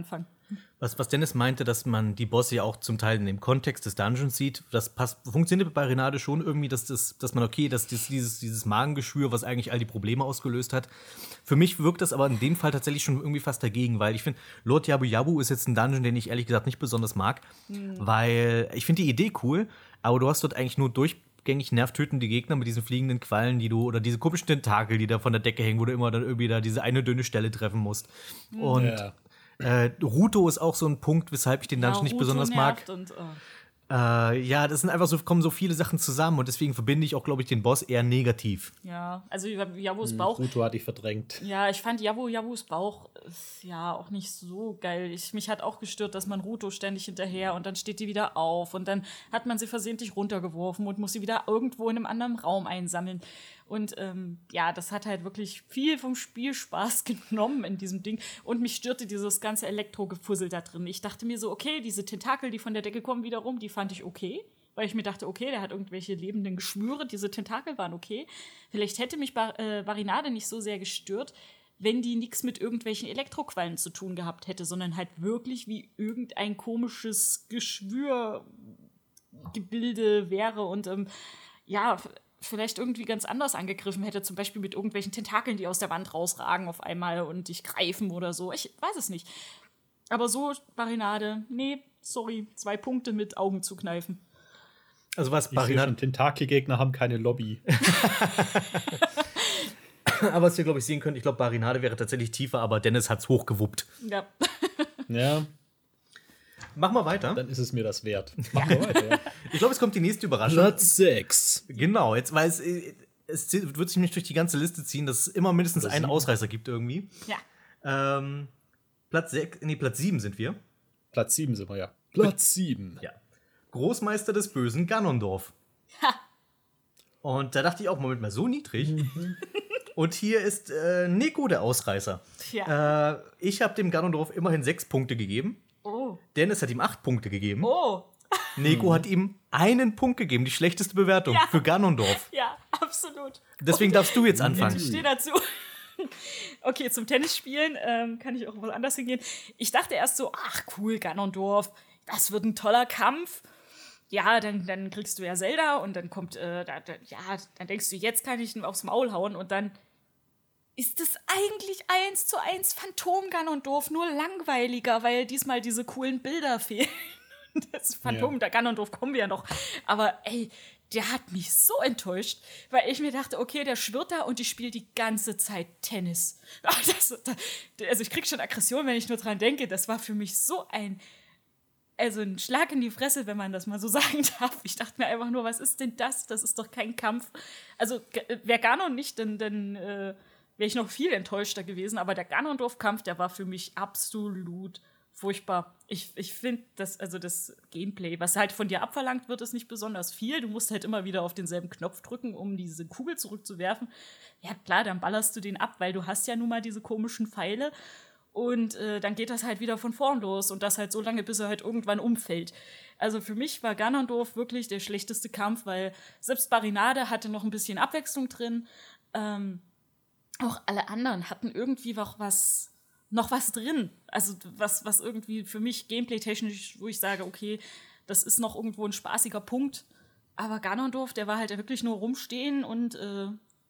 Was, was Dennis meinte, dass man die Bosse ja auch zum Teil in dem Kontext des Dungeons sieht, das passt, funktioniert bei Renate schon irgendwie, dass, das, dass man, okay, dass das, dieses, dieses Magengeschwür, was eigentlich all die Probleme ausgelöst hat. Für mich wirkt das aber in dem Fall tatsächlich schon irgendwie fast dagegen, weil ich finde, Lord Yabu Yabu ist jetzt ein Dungeon, den ich ehrlich gesagt nicht besonders mag, mhm. weil ich finde die Idee cool, aber du hast dort eigentlich nur durchgängig nervtötende Gegner mit diesen fliegenden Quallen, die du, oder diese komischen Tentakel, die da von der Decke hängen, wo du immer dann irgendwie da diese eine dünne Stelle treffen musst. Mhm. Und ja. Äh, Ruto ist auch so ein Punkt, weshalb ich den Dungeon ja, nicht besonders mag. Und, oh. äh, ja, das sind einfach so, kommen so viele Sachen zusammen und deswegen verbinde ich auch, glaube ich, den Boss eher negativ. Ja, also Yabus Bauch. Hm, Ruto hatte ich verdrängt. Ja, ich fand Yabu Yabus Bauch ist, ja auch nicht so geil. Ich, mich hat auch gestört, dass man Ruto ständig hinterher und dann steht die wieder auf und dann hat man sie versehentlich runtergeworfen und muss sie wieder irgendwo in einem anderen Raum einsammeln. Und ähm, ja, das hat halt wirklich viel vom Spielspaß genommen in diesem Ding. Und mich störte dieses ganze Elektrogefussel da drin. Ich dachte mir so, okay, diese Tentakel, die von der Decke kommen wiederum, die fand ich okay. Weil ich mir dachte, okay, der hat irgendwelche lebenden Geschwüre. Diese Tentakel waren okay. Vielleicht hätte mich Bar- äh, Varinade nicht so sehr gestört, wenn die nichts mit irgendwelchen Elektroquallen zu tun gehabt hätte, sondern halt wirklich wie irgendein komisches Geschwürgebilde wäre und ähm, ja, vielleicht irgendwie ganz anders angegriffen hätte, zum Beispiel mit irgendwelchen Tentakeln, die aus der Wand rausragen auf einmal und dich greifen oder so. Ich weiß es nicht. Aber so, Barinade, nee, sorry, zwei Punkte mit Augen zu kneifen. Also was, Barinade? Tentakelgegner haben keine Lobby. Aber was wir, glaube ich, sehen können, ich glaube, Barinade wäre tatsächlich tiefer, aber Dennis hat's hochgewuppt. Ja. Ja. Mach mal weiter. Dann ist es mir das wert. Mach mal weiter, ja. Ich glaube, es kommt die nächste Überraschung. Platz sechs. Genau, jetzt, weil es, es wird sich nicht durch die ganze Liste ziehen, dass es immer mindestens einen Ausreißer gibt irgendwie. Ja. Ähm, Platz sechs, nee, Platz sieben sind wir. Platz sieben sind wir, ja. Platz sieben. Ja. Großmeister des bösen Ganondorf. Ha. Und da dachte ich auch, Moment mal, so niedrig. Mhm. Und hier ist äh, Neko der Ausreißer. Ja. Äh, ich habe dem Ganondorf immerhin sechs Punkte gegeben. Oh. Dennis hat ihm acht Punkte gegeben. Oh. Neko mhm. hat ihm einen Punkt gegeben, die schlechteste Bewertung Ja. für Ganondorf. Ja, absolut. Deswegen Und darfst du jetzt anfangen. Ich stehe dazu. Okay, zum Tennisspielen ähm, kann ich auch was anderes hingehen. Ich dachte erst so, ach cool, Ganondorf, das wird ein toller Kampf. Ja, dann, dann kriegst du ja Zelda und dann kommt, äh, da, da, ja, dann denkst du, jetzt kann ich ihn aufs Maul hauen und dann ist das eigentlich eins zu eins Phantom Ganondorf, nur langweiliger, weil diesmal diese coolen Bilder fehlen. Das Phantom, ja. Der Ganondorf kommen wir ja noch. Aber ey, der hat mich so enttäuscht, weil ich mir dachte, okay, der schwirrt da und ich spiele die ganze Zeit Tennis. Das, also ich krieg schon Aggression, wenn ich nur dran denke. Das war für mich so ein, also ein Schlag in die Fresse, wenn man das mal so sagen darf. Ich dachte mir einfach nur, was ist denn das? Das ist doch kein Kampf. Also wäre Ganon nicht, dann, dann äh, wäre ich noch viel enttäuschter gewesen. Aber der Ganondorf-Kampf, der war für mich absolut furchtbar. Ich, ich finde, das, also das Gameplay, was halt von dir abverlangt wird, ist nicht besonders viel. Du musst halt immer wieder auf denselben Knopf drücken, um diese Kugel zurückzuwerfen. Ja, klar, dann ballerst du den ab, weil du hast ja nun mal diese komischen Pfeile. Und äh, dann geht das halt wieder von vorn los. Und das halt so lange, bis er halt irgendwann umfällt. Also für mich war Ganondorf wirklich der schlechteste Kampf, weil selbst Barinade hatte noch ein bisschen Abwechslung drin. Ähm, auch alle anderen hatten irgendwie noch was noch was drin. Also was, was irgendwie für mich gameplay-technisch, wo ich sage, okay, das ist noch irgendwo ein spaßiger Punkt. Aber Ganondorf, der war halt wirklich nur rumstehen und äh,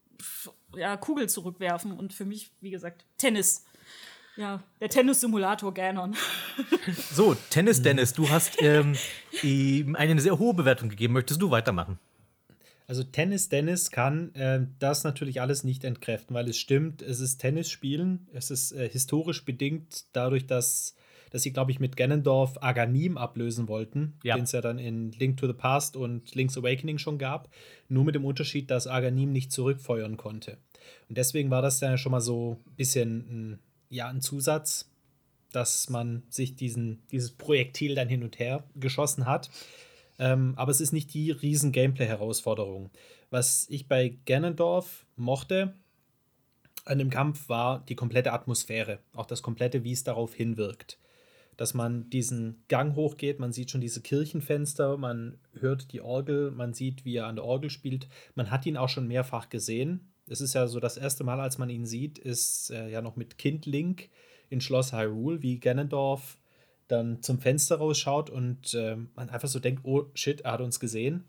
ja, Kugel zurückwerfen. Und für mich, wie gesagt, Tennis. Ja, der Tennis-Simulator Ganon. So, Tennis Dennis, du hast ähm, ihm eine sehr hohe Bewertung gegeben. Möchtest du weitermachen? Also Tennis Dennis kann äh, das natürlich alles nicht entkräften, weil es stimmt, es ist Tennis spielen, es ist äh, historisch bedingt dadurch, dass, dass sie, glaube ich, mit Ganondorf Aghanim ablösen wollten, ja. den es ja dann in Link to the Past und Link's Awakening schon gab, nur mit dem Unterschied, dass Aghanim nicht zurückfeuern konnte. Und deswegen war das ja schon mal so ein bisschen ein, ja, ein Zusatz, dass man sich diesen, dieses Projektil dann hin und her geschossen hat. Ähm, aber es ist nicht die riesen Gameplay-Herausforderung. Was ich bei Ganondorf mochte an dem Kampf war die komplette Atmosphäre. Auch das komplette, wie es darauf hinwirkt. Dass man diesen Gang hochgeht, man sieht schon diese Kirchenfenster, man hört die Orgel, man sieht, wie er an der Orgel spielt. Man hat ihn auch schon mehrfach gesehen. Es ist ja so das erste Mal, als man ihn sieht, ist äh, ja noch mit Kind Link in Schloss Hyrule, wie Ganondorf dann zum Fenster rausschaut und äh, man einfach so denkt, oh shit, er hat uns gesehen.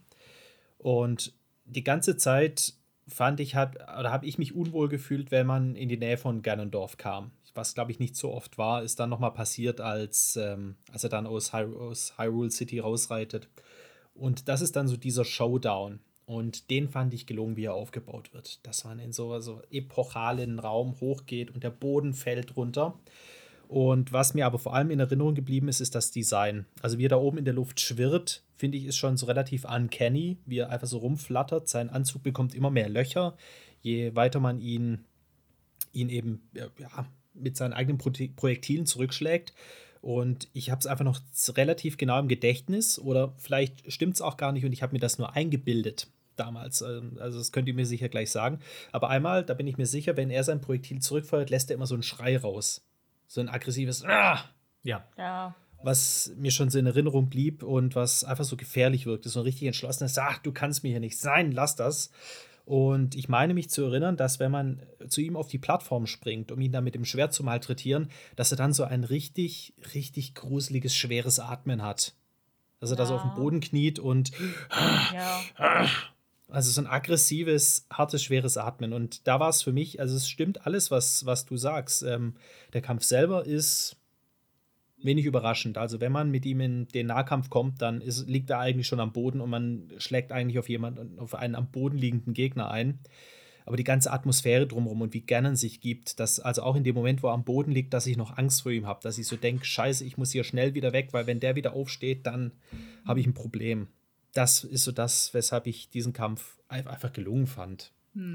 Und die ganze Zeit fand ich, hat, oder habe ich mich unwohl gefühlt, wenn man in die Nähe von Ganondorf kam. Was, glaube ich, nicht so oft war, ist dann nochmal passiert, als, ähm, als er dann aus, Hy- aus Hyrule City rausreitet. Und das ist dann so dieser Showdown. Und den fand ich gelungen, wie er aufgebaut wird. Dass man in so, so epochalen Raum hochgeht und der Boden fällt runter. Und was mir aber vor allem in Erinnerung geblieben ist, ist das Design. Also wie er da oben in der Luft schwirrt, finde ich, ist schon so relativ uncanny, wie er einfach so rumflattert. Sein Anzug bekommt immer mehr Löcher, je weiter man ihn, ihn eben ja, mit seinen eigenen Pro- Projektilen zurückschlägt. Und ich habe es einfach noch relativ genau im Gedächtnis, oder vielleicht stimmt es auch gar nicht und ich habe mir das nur eingebildet damals. Also das könnt ihr mir sicher gleich sagen. Aber einmal, da bin ich mir sicher, wenn er sein Projektil zurückfeuert, lässt er immer so einen Schrei raus. So ein aggressives Ah! Ja. Ja. Was mir schon so in Erinnerung blieb und was einfach so gefährlich wirkte. So ein richtig entschlossenes, ach, du kannst mir hier nichts. Nein, lass das. Und ich meine mich zu erinnern, dass wenn man zu ihm auf die Plattform springt, um ihn dann mit dem Schwert zu malträtieren, dass er dann so ein richtig, richtig gruseliges, schweres Atmen hat. Dass er da so auf dem Boden kniet und Ja. also so ein aggressives, hartes, schweres Atmen. Und da war es für mich, also es stimmt alles, was, was du sagst. Ähm, der Kampf selber ist wenig überraschend. Also wenn man mit ihm in den Nahkampf kommt, dann ist, liegt er eigentlich schon am Boden und man schlägt eigentlich auf jemanden, auf einen am Boden liegenden Gegner ein. Aber die ganze Atmosphäre drumherum und wie Ganon sich gibt, dass also auch in dem Moment, wo er am Boden liegt, dass ich noch Angst vor ihm habe, dass ich so denke, scheiße, ich muss hier schnell wieder weg, weil wenn der wieder aufsteht, dann habe ich ein Problem. Das ist so das, weshalb ich diesen Kampf einfach gelungen fand.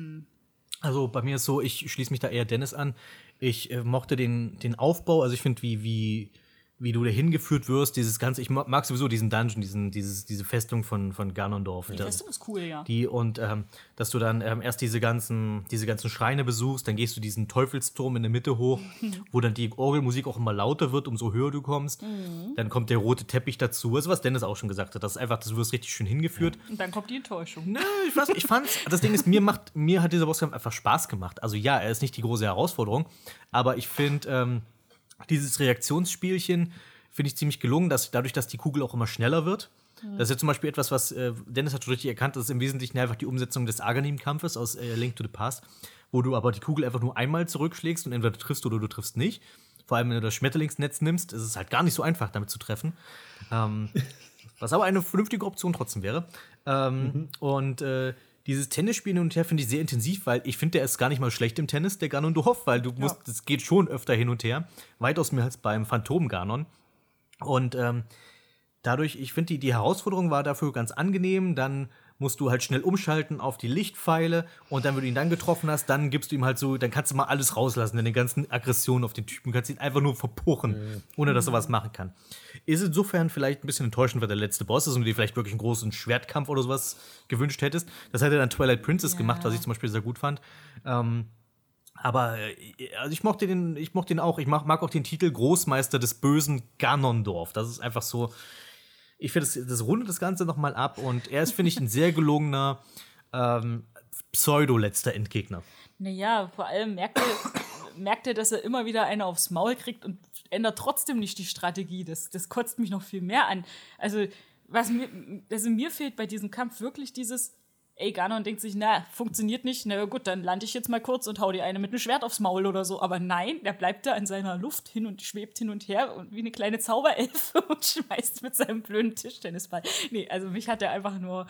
Also bei mir ist so, ich schließe mich da eher Dennis an. Ich äh, mochte den, den Aufbau, also ich finde, wie, wie, wie du da hingeführt wirst, dieses ganze, ich mag sowieso diesen Dungeon, diesen, dieses, diese Festung von, von Ganondorf. Die Festung ist cool, ja. Die und ähm, dass du dann ähm, erst diese ganzen, diese ganzen Schreine besuchst, dann gehst du diesen Teufelsturm in der Mitte hoch, wo dann die Orgelmusik auch immer lauter wird, umso höher du kommst. Mhm. Dann kommt der rote Teppich dazu, also was Dennis auch schon gesagt hat, das ist einfach, das wirst richtig schön hingeführt. Und dann kommt die Enttäuschung. Nö, ich weiß, ich fand's, das Ding ist, mir macht, mir hat dieser Bosskampf einfach Spaß gemacht. Also ja, er ist nicht die große Herausforderung, aber ich finde, ähm, dieses Reaktionsspielchen finde ich ziemlich gelungen, dass dadurch, dass die Kugel auch immer schneller wird. Das ist ja zum Beispiel etwas, was äh, Dennis hat schon richtig erkannt, das ist im Wesentlichen einfach die Umsetzung des Arganim-Kampfes aus äh, Link to the Past, wo du aber die Kugel einfach nur einmal zurückschlägst und entweder du triffst oder du triffst nicht. Vor allem, wenn du das Schmetterlingsnetz nimmst, ist es halt gar nicht so einfach, damit zu treffen. Ähm, was aber eine vernünftige Option trotzdem wäre. Ähm, mhm. Und äh, dieses Tennisspiel hin und her finde ich sehr intensiv, weil ich finde, der ist gar nicht mal schlecht im Tennis, der Ganondorf, weil du musst, es ja. geht schon öfter hin und her. Weitaus mehr als beim Phantom-Ganon. Und ähm, dadurch, ich finde, die, die Herausforderung war dafür ganz angenehm. Dann musst du halt schnell umschalten auf die Lichtpfeile und dann, wenn du ihn dann getroffen hast, dann gibst du ihm halt so, dann kannst du mal alles rauslassen, deine ganzen Aggressionen auf den Typen. Du kannst ihn einfach nur verpuchen, mhm. ohne dass er was machen kann. Ist insofern vielleicht ein bisschen enttäuschend, weil der letzte Boss ist und du dir vielleicht wirklich einen großen Schwertkampf oder sowas gewünscht hättest. Das hat er dann Twilight Princess ja. gemacht, was ich zum Beispiel sehr gut fand. Ähm, Aber also ich mochte den, ich mochte den auch. Ich mag, mag auch den Titel Großmeister des bösen Ganondorf. Das ist einfach so. Ich finde, das, das rundet das Ganze noch mal ab. Und er ist, finde ich, ein sehr gelungener ähm, Pseudo-letzter Endgegner. Naja, vor allem merkt er, merkt er, dass er immer wieder eine aufs Maul kriegt und ändert trotzdem nicht die Strategie. Das, das kotzt mich noch viel mehr an. Also, was mir, also mir fehlt bei diesem Kampf wirklich dieses. Ey, Ganon denkt sich, na, funktioniert nicht, na gut, dann lande ich jetzt mal kurz und hau dir eine mit einem Schwert aufs Maul oder so. Aber nein, der bleibt da in seiner Luft hin und schwebt hin und her und wie eine kleine Zauberelfe und schmeißt mit seinem blöden Tischtennisball. Nee, also mich hat er einfach nur,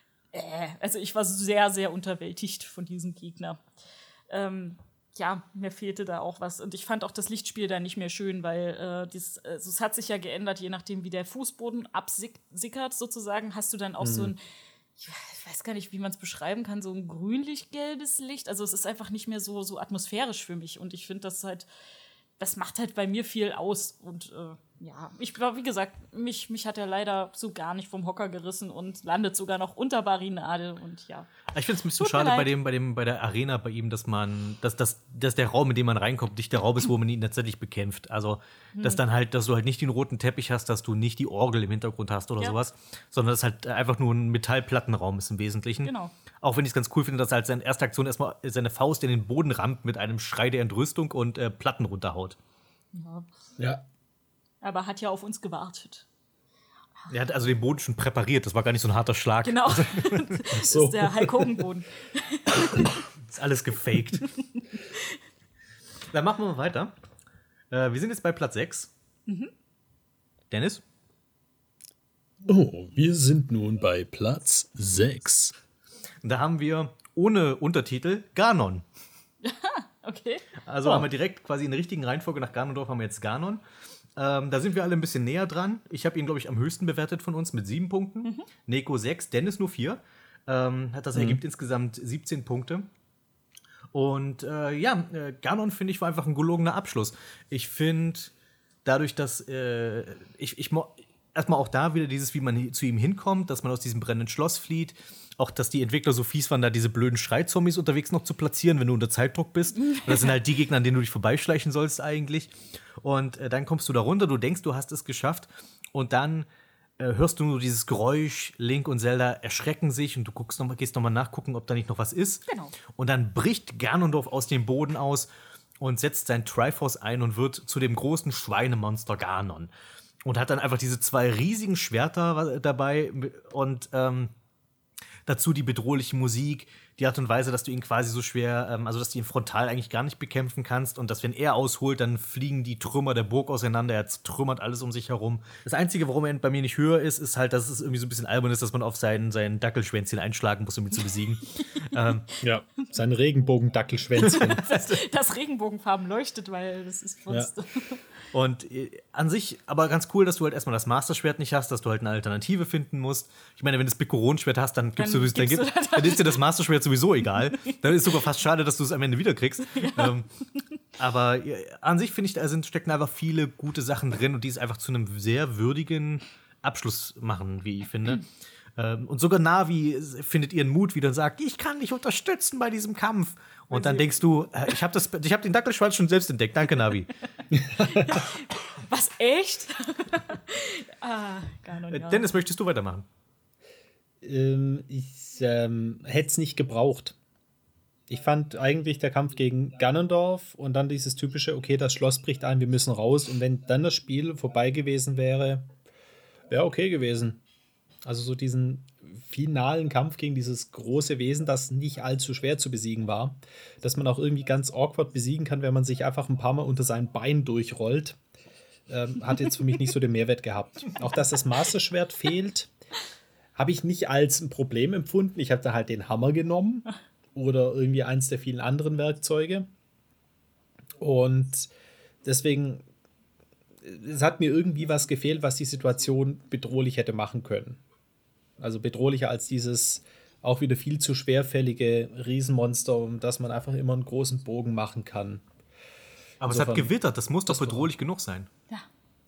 äh, also ich war sehr, sehr unterwältigt von diesem Gegner. Ähm, ja, mir fehlte da auch was. Und ich fand auch das Lichtspiel da nicht mehr schön, weil äh, dies, also es hat sich ja geändert, je nachdem, wie der Fußboden absickert sozusagen, hast du dann auch mhm. so ein ich weiß gar nicht, wie man es beschreiben kann, so ein grünlich-gelbes Licht. Also es ist einfach nicht mehr so, so atmosphärisch für mich. Und ich finde, das halt, das macht halt bei mir viel aus. Und äh, ja, ich glaube, wie gesagt, mich, mich hat er leider so gar nicht vom Hocker gerissen und landet sogar noch unter Barinade. Und ja. Ich finde es ein bisschen schade bei dem, bei dem, bei der Arena bei ihm, dass man, dass, dass, dass der Raum, in den man reinkommt, nicht der Raum ist, wo man ihn tatsächlich bekämpft. Also, dass dann halt, dass du halt nicht den roten Teppich hast, dass du nicht die Orgel im Hintergrund hast oder ja. sowas, sondern dass halt einfach nur ein Metallplattenraum ist im Wesentlichen. Genau. Auch wenn ich es ganz cool finde, dass er halt seine erste Aktion erstmal seine Faust in den Boden rammt mit einem Schrei der Entrüstung und äh, Platten runterhaut. Ja. Ja. Aber hat ja auf uns gewartet. Er hat also den Boden schon präpariert, das war gar nicht so ein harter Schlag. Genau, das So. ist der Hulk Hogan-Boden. Ist alles gefaked. Dann machen wir mal weiter. Äh, wir sind jetzt bei Platz sechs. Mhm. Dennis? Oh, wir sind nun bei Platz sechs. Da haben wir ohne Untertitel Ganon. Okay. Also Oh. haben wir direkt quasi in der richtigen Reihenfolge nach Ganondorf haben wir jetzt Ganon. Ähm, da sind wir alle ein bisschen näher dran. Ich habe ihn, glaube ich, am höchsten bewertet von uns mit sieben Punkten. Mhm. Neko sechs, Dennis nur vier. Ähm, das ergibt mhm. insgesamt siebzehn Punkte. Und äh, ja, äh, Ganon, finde ich, war einfach ein gelogener Abschluss. Ich finde, dadurch, dass äh, ich, ich erstmal auch da wieder dieses, wie man zu ihm hinkommt, dass man aus diesem brennenden Schloss flieht. Auch, dass die Entwickler so fies waren, da diese blöden Schreizombies unterwegs noch zu platzieren, wenn du unter Zeitdruck bist. Und das sind halt die Gegner, an denen du dich vorbeischleichen sollst eigentlich. Und äh, dann kommst du da runter, du denkst, du hast es geschafft. Und dann äh, hörst du nur dieses Geräusch, Link und Zelda erschrecken sich und du guckst noch mal, gehst nochmal nachgucken, ob da nicht noch was ist. Genau. Und dann bricht Ganondorf aus dem Boden aus und setzt sein Triforce ein und wird zu dem großen Schweinemonster Ganon. Und hat dann einfach diese zwei riesigen Schwerter dabei und ähm, dazu die bedrohliche Musik, die Art und Weise, dass du ihn quasi so schwer, ähm, also dass du ihn frontal eigentlich gar nicht bekämpfen kannst und dass, wenn er ausholt, dann fliegen die Trümmer der Burg auseinander, er zertrümmert alles um sich herum. Das Einzige, warum er bei mir nicht höher ist, ist halt, dass es irgendwie so ein bisschen albern ist, dass man auf sein, sein Dackelschwänzchen einschlagen muss, um ihn zu besiegen. ähm, Ja, sein Regenbogen-Dackelschwänzchen. Das, das Regenbogenfarben leuchtet, weil das ist Kunst. Ja. Und äh, an sich aber ganz cool, dass du halt erstmal das Master-Schwert nicht hast, dass du halt eine Alternative finden musst. Ich meine, wenn du das Bikoron-Schwert hast, dann gibst Dann du, dann, gibst gib, du das- dann ist dir das Master-Schwert sowieso egal. Dann ist es sogar fast schade, dass du es am Ende wiederkriegst. Ja. Ähm, aber äh, an sich finde ich, da sind, stecken einfach viele gute Sachen drin und die es einfach zu einem sehr würdigen Abschluss machen, wie ich finde. Ähm, und sogar Navi findet ihren Mut wieder und sagt, ich kann dich unterstützen bei diesem Kampf. Und dann denkst du, äh, ich habe hab den Dackelschwanz schon selbst entdeckt. Danke, Navi. Was, echt? ah, Ganon, Äh, ja. Dennis, möchtest du weitermachen? ähm, ich ähm, hätte es nicht gebraucht. Ich fand eigentlich der Kampf gegen Ganondorf und dann dieses typische, okay, das Schloss bricht ein, wir müssen raus. Und wenn dann das Spiel vorbei gewesen wäre, wäre okay gewesen. Also so diesen finalen Kampf gegen dieses große Wesen, das nicht allzu schwer zu besiegen war, dass man auch irgendwie ganz awkward besiegen kann, wenn man sich einfach ein paar Mal unter sein Bein durchrollt, ähm, hat jetzt für mich nicht so den Mehrwert gehabt. Auch dass das Master-Schwert fehlt, habe ich nicht als ein Problem empfunden. Ich habe da halt den Hammer genommen oder irgendwie eins der vielen anderen Werkzeuge. Und deswegen, es hat mir irgendwie was gefehlt, was die Situation bedrohlich hätte machen können. Also bedrohlicher als dieses auch wieder viel zu schwerfällige Riesenmonster, um das man einfach immer einen großen Bogen machen kann. Aber es Insofern- hat gewittert, das muss doch das war- bedrohlich genug sein. Ja.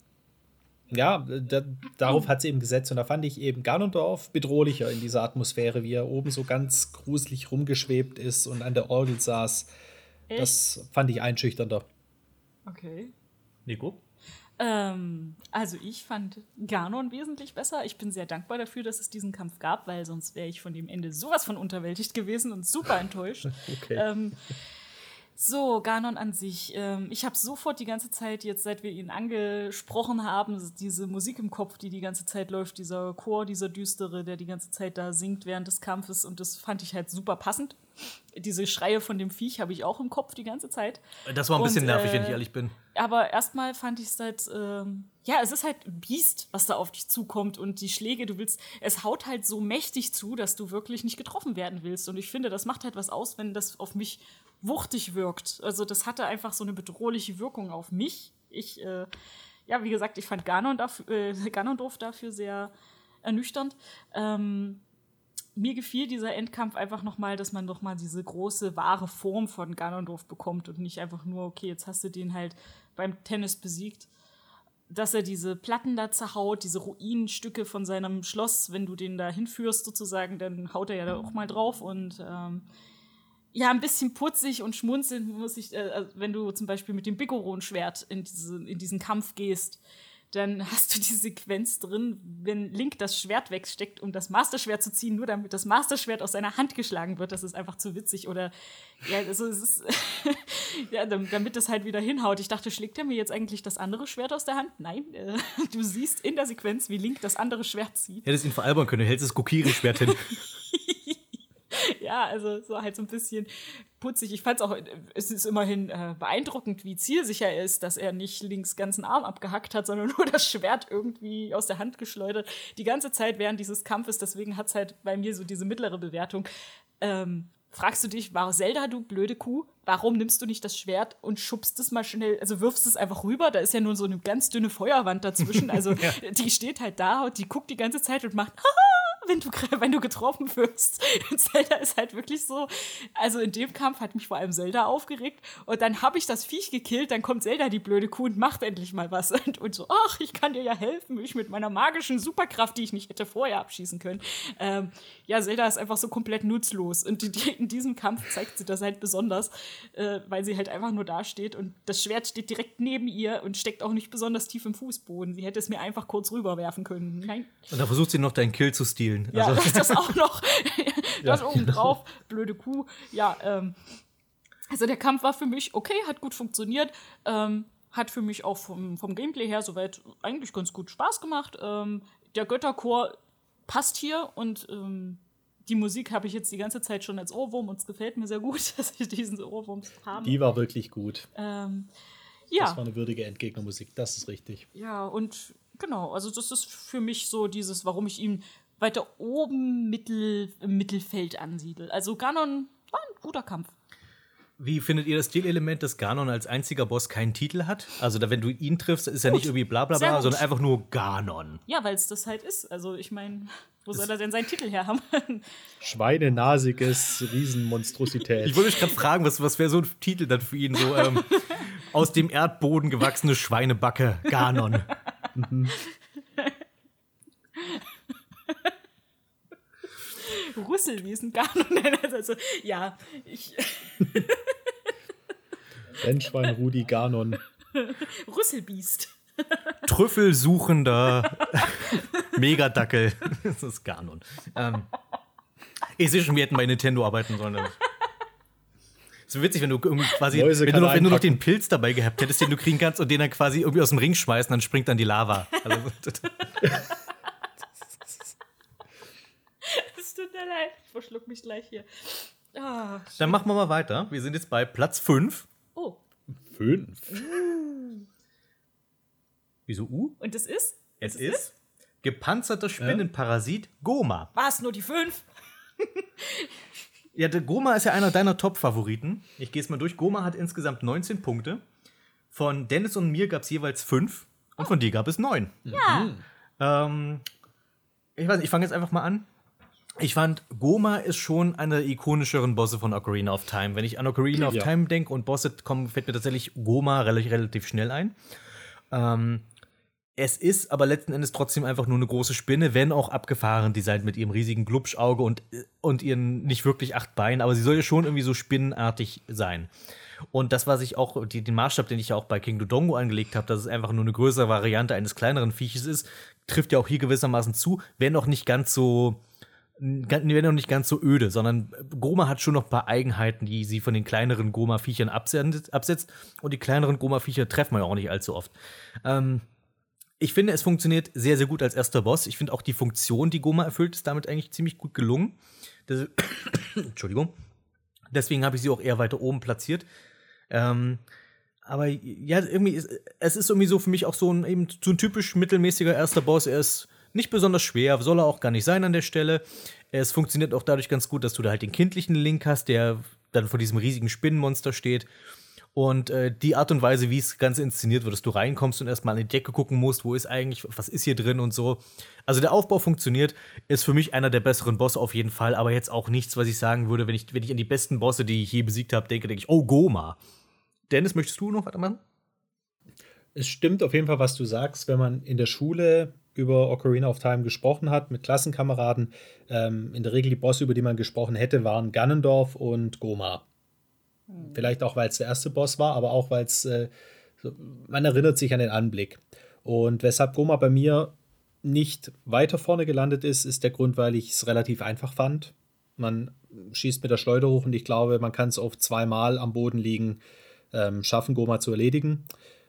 Ja, da, darauf hat sie eben gesetzt. Und da fand ich eben Ganondorf bedrohlicher in dieser Atmosphäre, wie er oben so ganz gruselig rumgeschwebt ist und an der Orgel saß. Echt? Das fand ich einschüchternder. Okay. Nico? Ähm, also ich fand Ganon wesentlich besser. Ich bin sehr dankbar dafür, dass es diesen Kampf gab, weil sonst wäre ich von dem Ende sowas von unterwältigt gewesen und super enttäuscht. Okay. Ähm, so, Ganon an sich. Ähm, ich habe sofort die ganze Zeit, jetzt seit wir ihn angesprochen haben, diese Musik im Kopf, die die ganze Zeit läuft, dieser Chor, dieser Düstere, der die ganze Zeit da singt während des Kampfes, und das fand ich halt super passend. Diese Schreie von dem Viech habe ich auch im Kopf die ganze Zeit. Das war ein bisschen Und, nervig, äh, wenn ich ehrlich bin. Aber erstmal fand ich es halt, ähm, ja, es ist halt ein Biest, was da auf dich zukommt, und die Schläge, du willst, es haut halt so mächtig zu, dass du wirklich nicht getroffen werden willst. Und ich finde, das macht halt was aus, wenn das auf mich wuchtig wirkt. Also das hatte einfach so eine bedrohliche Wirkung auf mich. Ich, äh, ja, wie gesagt, ich fand Ganon dafür, äh, Ganondorf dafür sehr ernüchternd. Ähm, Mir gefiel dieser Endkampf einfach nochmal, dass man nochmal diese große, wahre Form von Ganondorf bekommt und nicht einfach nur, okay, jetzt hast du den halt beim Tennis besiegt. Dass er diese Platten da zerhaut, diese Ruinenstücke von seinem Schloss, wenn du den da hinführst sozusagen, dann haut er ja da auch mal drauf. Und ähm, ja, ein bisschen putzig und schmunzelnd muss ich, äh, wenn du zum Beispiel mit dem Bikoron-Schwert in, diese, in diesen Kampf gehst, dann hast du die Sequenz drin, wenn Link das Schwert wegsteckt, um das Master-Schwert zu ziehen, nur damit das Master-Schwert aus seiner Hand geschlagen wird. Das ist einfach zu witzig. Oder, ja, also es ist, ja, damit das halt wieder hinhaut. Ich dachte, schlägt er mir jetzt eigentlich das andere Schwert aus der Hand? Nein, äh, du siehst in der Sequenz, wie Link das andere Schwert zieht. Hättest ihn veralbern können, du hältst das Kokiri-Schwert hin. Ja, also so halt so ein bisschen putzig. Ich fand es auch, es ist immerhin äh, beeindruckend, wie zielsicher er ist, dass er nicht Links ganzen Arm abgehackt hat, sondern nur das Schwert irgendwie aus der Hand geschleudert. Die ganze Zeit während dieses Kampfes, deswegen hat es halt bei mir so diese mittlere Bewertung. Ähm, fragst du dich, war Zelda, du blöde Kuh, warum nimmst du nicht das Schwert und schubst es mal schnell, also wirfst es einfach rüber, da ist ja nur so eine ganz dünne Feuerwand dazwischen, also ja. Die steht halt da und die guckt die ganze Zeit und macht wenn du, wenn du getroffen wirst. Zelda ist halt wirklich so, also in dem Kampf hat mich vor allem Zelda aufgeregt und dann habe ich das Viech gekillt, dann kommt Zelda, die blöde Kuh, und macht endlich mal was und, und so, ach, ich kann dir ja helfen, ich mit meiner magischen Superkraft, die ich nicht hätte vorher abschießen können. Ähm, ja, Zelda ist einfach so komplett nutzlos und die, die, in diesem Kampf zeigt sie das halt besonders, äh, weil sie halt einfach nur da steht und das Schwert steht direkt neben ihr und steckt auch nicht besonders tief im Fußboden. Sie hätte es mir einfach kurz rüberwerfen können. Nein. Und da versucht sie noch deinen Kill zu stehlen. Ja, also. das, das auch noch. Das ja, oben genau. drauf, blöde Kuh. Ja, ähm, also der Kampf war für mich okay, hat gut funktioniert. Ähm, hat für mich auch vom, vom Gameplay her soweit eigentlich ganz gut Spaß gemacht. Ähm, der Götterchor passt hier und ähm, die Musik habe ich jetzt die ganze Zeit schon als Ohrwurm und es gefällt mir sehr gut, dass ich diesen Ohrwurm habe. Die war wirklich gut. Ähm, ja. Das war eine würdige Endgegnermusik, das ist richtig. Ja, und genau, also das ist für mich so dieses, warum ich ihn weiter oben Mittel, im Mittelfeld ansiedel. Also Ganon war ein guter Kampf. Wie findet ihr das Stilelement, dass Ganon als einziger Boss keinen Titel hat? Also da, wenn du ihn triffst, ist er nicht irgendwie bla bla bla, sondern einfach nur Ganon. Ja, weil es das halt ist. Also ich meine, wo soll er denn seinen Titel her haben? Schweinenasiges Riesenmonstrosität. Ich wollte mich gerade fragen, was, was wäre so ein Titel dann für ihn? So ähm, aus dem Erdboden gewachsene Schweinebacke, Ganon. Mhm. Rüsselwiesen, Ganon. Also, ja, ich. Rennschwein, Rudi, Ganon. Rüsselbiest. Trüffelsuchender Megadackel. Das ist Ganon. Ähm, ich sehe schon, wir hätten bei Nintendo arbeiten sollen. Es ist witzig, wenn du irgendwie quasi, wenn du, noch, wenn du noch den Pilz dabei gehabt hättest, den du kriegen kannst und den dann quasi irgendwie aus dem Ring schmeißen, dann springt dann die Lava. Also, es tut mir leid, ich verschluck mich gleich hier. Oh, dann machen wir mal weiter. Wir sind jetzt bei Platz fünf. Oh. Fünf? Wieso U? Und es ist? Es ist, ist gepanzerter Spinnenparasit Goma. War es nur die fünf? Ja, der Goma ist ja einer deiner Top-Favoriten. Ich gehe es mal durch. Goma hat insgesamt neunzehn Punkte. Von Dennis und mir gab es jeweils fünf. Und oh. von dir gab es neun. Ja. Mhm. Ähm, ich weiß nicht, ich fange jetzt einfach mal an. Ich fand, Goma ist schon einer der ikonischeren Bosse von Ocarina of Time. Wenn ich an Ocarina of ja. Time denke und Bosse kommen, fällt mir tatsächlich Goma relativ, relativ schnell ein. Ähm, es ist aber letzten Endes trotzdem einfach nur eine große Spinne, wenn auch abgefahren designt mit ihrem riesigen Glubschauge und, und ihren nicht wirklich acht Beinen, aber sie soll ja schon irgendwie so spinnenartig sein. Und das, was ich auch, die, den Maßstab, den ich ja auch bei King Dodongo angelegt habe, dass es einfach nur eine größere Variante eines kleineren Vieches ist, trifft ja auch hier gewissermaßen zu, wenn auch nicht ganz so wenn auch nicht ganz so öde, sondern Goma hat schon noch ein paar Eigenheiten, die sie von den kleineren Goma-Viechern absetzt. Und die kleineren Goma-Viecher treffen wir ja auch nicht allzu oft. Ähm, ich finde, es funktioniert sehr, sehr gut als erster Boss. Ich finde auch die Funktion, die Goma erfüllt, ist damit eigentlich ziemlich gut gelungen. Das, Entschuldigung. Deswegen habe ich sie auch eher weiter oben platziert. Ähm, aber ja, irgendwie ist, es ist irgendwie so für mich auch so ein, eben so ein typisch mittelmäßiger erster Boss. Er ist nicht besonders schwer, soll er auch gar nicht sein an der Stelle. Es funktioniert auch dadurch ganz gut, dass du da halt den kindlichen Link hast, der dann vor diesem riesigen Spinnenmonster steht. Und äh, die Art und Weise, wie das Ganze inszeniert wird, dass du reinkommst und erstmal an die Decke gucken musst, wo ist eigentlich, was ist hier drin und so. Also der Aufbau funktioniert, ist für mich einer der besseren Bosse auf jeden Fall, aber jetzt auch nichts, was ich sagen würde, wenn ich, wenn ich an die besten Bosse, die ich je besiegt habe, denke, denke ich, oh, Goma. Dennis, möchtest du noch weitermachen? Es stimmt auf jeden Fall, was du sagst, wenn man in der Schule über Ocarina of Time gesprochen hat, mit Klassenkameraden. Ähm, in der Regel die Bosse, über die man gesprochen hätte, waren Ganondorf und Goma. Mhm. Vielleicht auch, weil es der erste Boss war, aber auch, weil es, äh, so, man erinnert sich an den Anblick. Und weshalb Goma bei mir nicht weiter vorne gelandet ist, ist der Grund, weil ich es relativ einfach fand. Man schießt mit der Schleuder hoch und ich glaube, man kann es auf zweimal am Boden liegen ähm, schaffen, Goma zu erledigen.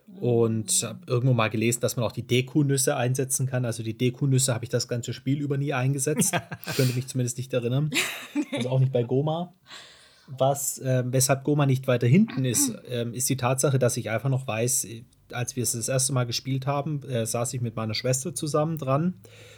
Und habe irgendwo mal gelesen, dass man auch die Deku-Nüsse einsetzen kann. Also die Deku-Nüsse habe ich das ganze Spiel über nie eingesetzt. Ich könnte mich zumindest nicht erinnern. Also auch nicht bei Goma. Was, äh, weshalb Goma nicht weiter hinten ist, äh, ist die Tatsache, dass ich einfach noch weiß, als wir es das erste Mal gespielt haben, äh, saß ich mit meiner Schwester zusammen dran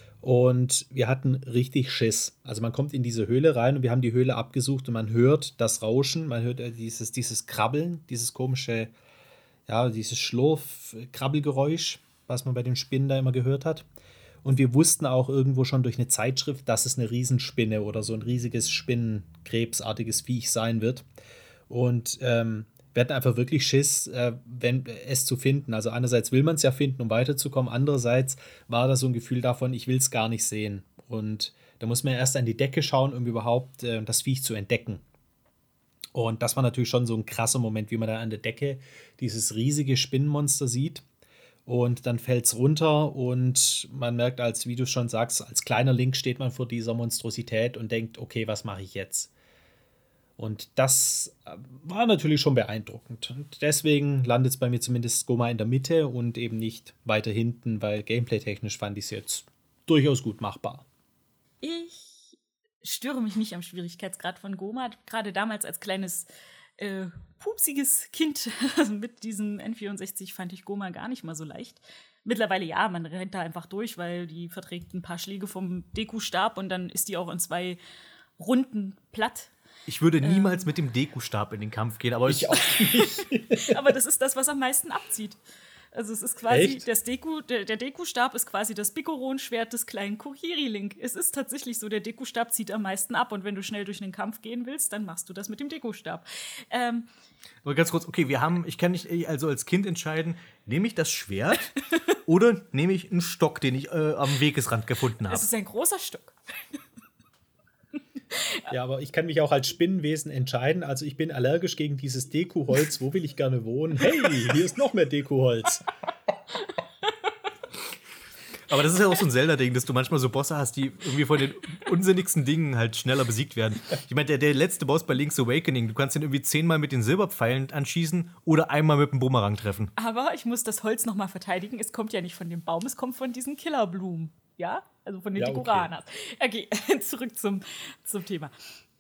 und wir hatten richtig Schiss. Also man kommt in diese Höhle rein und wir haben die Höhle abgesucht und man hört das Rauschen, man hört äh, dieses, dieses Krabbeln, dieses komische, ja, dieses Schlurf-Krabbelgeräusch, was man bei den Spinnen da immer gehört hat. Und wir wussten auch irgendwo schon durch eine Zeitschrift, dass es eine Riesenspinne oder so ein riesiges Spinnenkrebsartiges Viech sein wird. Und ähm, wir hatten einfach wirklich Schiss, äh, wenn, es zu finden. Also einerseits will man es ja finden, um weiterzukommen. Andererseits war da so ein Gefühl davon, ich will es gar nicht sehen. Und da muss man erst an die Decke schauen, um überhaupt äh, das Viech zu entdecken. Und das war natürlich schon so ein krasser Moment, wie man da an der Decke dieses riesige Spinnenmonster sieht. Und dann fällt es runter und man merkt, als, wie du schon sagst, als kleiner Link steht man vor dieser Monstrosität und denkt, okay, was mache ich jetzt? Und das war natürlich schon beeindruckend. Und deswegen landet es bei mir zumindest Goma in der Mitte und eben nicht weiter hinten, weil gameplay-technisch fand ich es jetzt durchaus gut machbar. Ich störe mich nicht am Schwierigkeitsgrad von Goma. Gerade damals als kleines äh, pupsiges Kind mit diesem N vierundsechzig fand ich Goma gar nicht mal so leicht. Mittlerweile ja, man rennt da einfach durch, weil die verträgt ein paar Schläge vom Deku-Stab und dann ist die auch in zwei Runden platt. Ich würde niemals ähm. mit dem Deku-Stab in den Kampf gehen, aber ich, ich auch nicht. Aber das ist das, was am meisten abzieht. Also es ist quasi, das Deku, der, der Deku-Stab ist quasi das Bikoron-Schwert des kleinen Kokiri-Link. Es ist tatsächlich so, der Deku-Stab zieht am meisten ab und wenn du schnell durch einen Kampf gehen willst, dann machst du das mit dem Deku-Stab. Ähm, Aber ganz kurz, okay, wir haben, ich kann nicht also als Kind entscheiden, nehme ich das Schwert oder nehme ich einen Stock, den ich äh, am Wegesrand gefunden habe? Es ist ein großer Stock. Ja, aber ich kann mich auch als Spinnenwesen entscheiden. Also ich bin allergisch gegen dieses Deku-Holz. Wo will ich gerne wohnen? Hey, hier ist noch mehr Deku-Holz. Aber das ist ja auch so ein Zelda-Ding, dass du manchmal so Bosse hast, die irgendwie von den unsinnigsten Dingen halt schneller besiegt werden. Ich meine, der, der letzte Boss bei Link's Awakening, du kannst den irgendwie zehnmal mit den Silberpfeilen anschießen oder einmal mit dem Bumerang treffen. Aber ich muss das Holz nochmal verteidigen. Es kommt ja nicht von dem Baum, es kommt von diesen Killerblumen. Ja? Also von den ja, Dekoranas. Okay, okay. Zurück zum, zum Thema.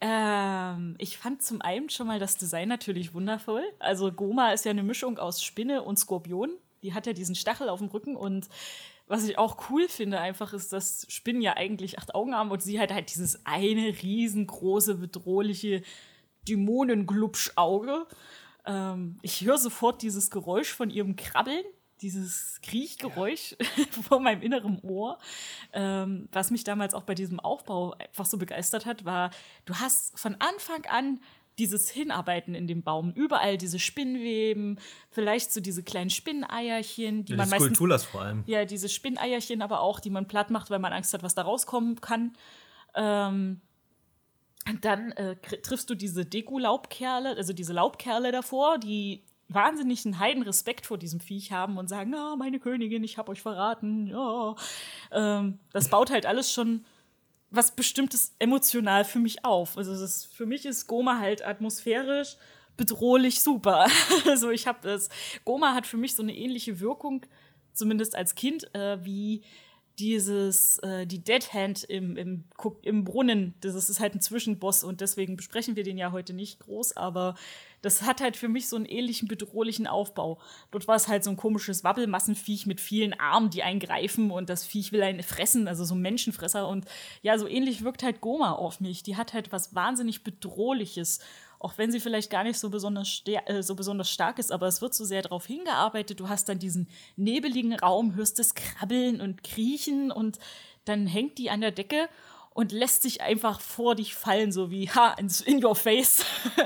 Ähm, ich fand zum einen schon mal das Design natürlich wundervoll. Also Goma ist ja eine Mischung aus Spinne und Skorpion. Die hat ja diesen Stachel auf dem Rücken und was ich auch cool finde einfach ist, dass Spinnen ja eigentlich acht Augen haben und sie hat halt dieses eine riesengroße, bedrohliche Dämonenglubschauge. Ähm, ich höre sofort dieses Geräusch von ihrem Krabbeln. Dieses Kriechgeräusch ja. vor meinem inneren Ohr. Ähm, was mich damals auch bei diesem Aufbau einfach so begeistert hat, war, du hast von Anfang an dieses Hinarbeiten in dem Baum. Überall diese Spinnweben, vielleicht so diese kleinen Spinneneierchen, die ja, man meistens... Kulturas vor allem. Ja, diese Spinneierchen aber auch, die man platt macht, weil man Angst hat, was da rauskommen kann. Ähm, und dann äh, triffst du diese Deku-Laubkerle, also diese Laubkerle davor, die wahnsinnigen Heidenrespekt vor diesem Viech haben und sagen, ah, meine Königin, ich hab euch verraten. Ja. Ähm, das baut halt alles schon was Bestimmtes emotional für mich auf. Also das, für mich ist Goma halt atmosphärisch, bedrohlich super. Also ich habe das, Goma hat für mich so eine ähnliche Wirkung, zumindest als Kind, äh, wie dieses, äh, die Dead Hand im, im, im Brunnen. Das ist halt ein Zwischenboss und deswegen besprechen wir den ja heute nicht groß, aber das hat halt für mich so einen ähnlichen bedrohlichen Aufbau. Dort war es halt so ein komisches Wabbelmassenviech mit vielen Armen, die einen greifen und das Viech will einen fressen, also so ein Menschenfresser. Und ja, so ähnlich wirkt halt Goma auf mich. Die hat halt was wahnsinnig Bedrohliches, auch wenn sie vielleicht gar nicht so besonders, ster- äh, so besonders stark ist, aber es wird so sehr darauf hingearbeitet. Du hast dann diesen nebeligen Raum, hörst es krabbeln und kriechen und dann hängt die an der Decke und lässt sich einfach vor dich fallen, so wie, ha, in your face.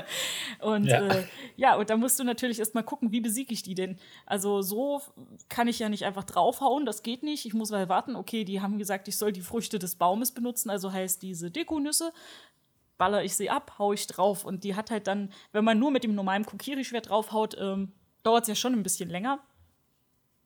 und ja. Äh, ja, und da musst du natürlich erst mal gucken, wie besiege ich die denn? Also so kann ich ja nicht einfach draufhauen, das geht nicht. Ich muss mal warten, okay, die haben gesagt, ich soll die Früchte des Baumes benutzen, also heißt diese Deku-Nüsse. Baller ich sie ab, hau ich drauf. Und die hat halt dann, wenn man nur mit dem normalen Kokiri-Schwert draufhaut, ähm, dauert es ja schon ein bisschen länger.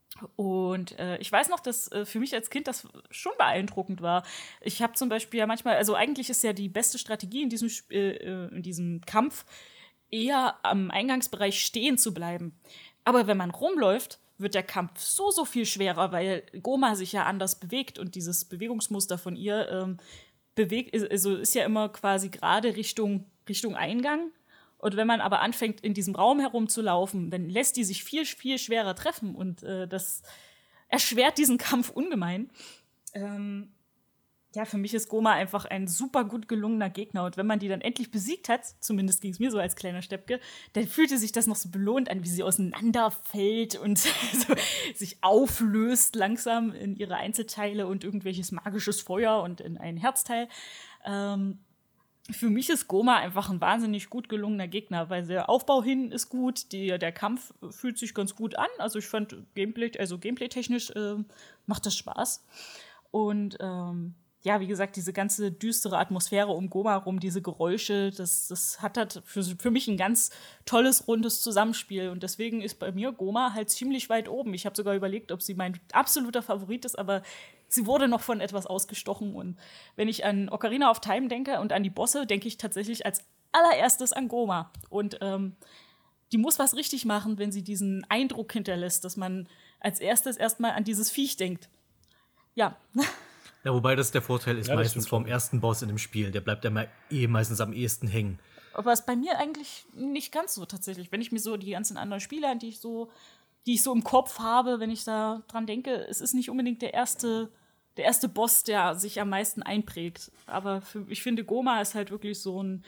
Und äh, ich weiß noch, dass äh, für mich als Kind das schon beeindruckend war. Ich habe zum Beispiel ja manchmal, also eigentlich ist ja die beste Strategie in diesem, Sp- äh, in diesem Kampf eher am Eingangsbereich stehen zu bleiben. Aber wenn man rumläuft, wird der Kampf so, so viel schwerer, weil Goma sich ja anders bewegt und dieses Bewegungsmuster von ihr ähm, bewegt, also ist ja immer quasi gerade Richtung, Richtung Eingang. Und wenn man aber anfängt, in diesem Raum herumzulaufen, dann lässt die sich viel, viel schwerer treffen. Und äh, das erschwert diesen Kampf ungemein. Ähm, ja, für mich ist Goma einfach ein super gut gelungener Gegner. Und wenn man die dann endlich besiegt hat, zumindest ging es mir so als kleiner Steppke, dann fühlte sich das noch so belohnt an, wie sie auseinanderfällt und so sich auflöst langsam in ihre Einzelteile und irgendwelches magisches Feuer und in ein Herzteil. Ähm, Für mich ist Goma einfach ein wahnsinnig gut gelungener Gegner, weil der Aufbau hin ist gut, die, der Kampf fühlt sich ganz gut an. Also ich fand Gameplay, also Gameplay-technisch äh, macht das Spaß. Und ähm, ja, wie gesagt, diese ganze düstere Atmosphäre um Goma rum, diese Geräusche, das, das hat halt für, für mich ein ganz tolles, rundes Zusammenspiel. Und deswegen ist bei mir Goma halt ziemlich weit oben. Ich habe sogar überlegt, ob sie mein absoluter Favorit ist, aber sie wurde noch von etwas ausgestochen. Und wenn ich an Ocarina of Time denke und an die Bosse, denke ich tatsächlich als allererstes an Goma. Und ähm, die muss was richtig machen, wenn sie diesen Eindruck hinterlässt, dass man als erstes erstmal an dieses Viech denkt. Ja. Ja, wobei das der Vorteil ist Ja, das meistens stimmt. vom ersten Boss in dem Spiel. Der bleibt ja mal eh meistens am ehesten hängen. Aber ist bei mir eigentlich nicht ganz so tatsächlich. Wenn ich mir so die ganzen anderen Spiele, an die ich so, die ich so im Kopf habe, wenn ich da dran denke, es ist nicht unbedingt der erste, der erste Boss, der sich am meisten einprägt. Aber für, ich finde, Goma ist halt wirklich so ein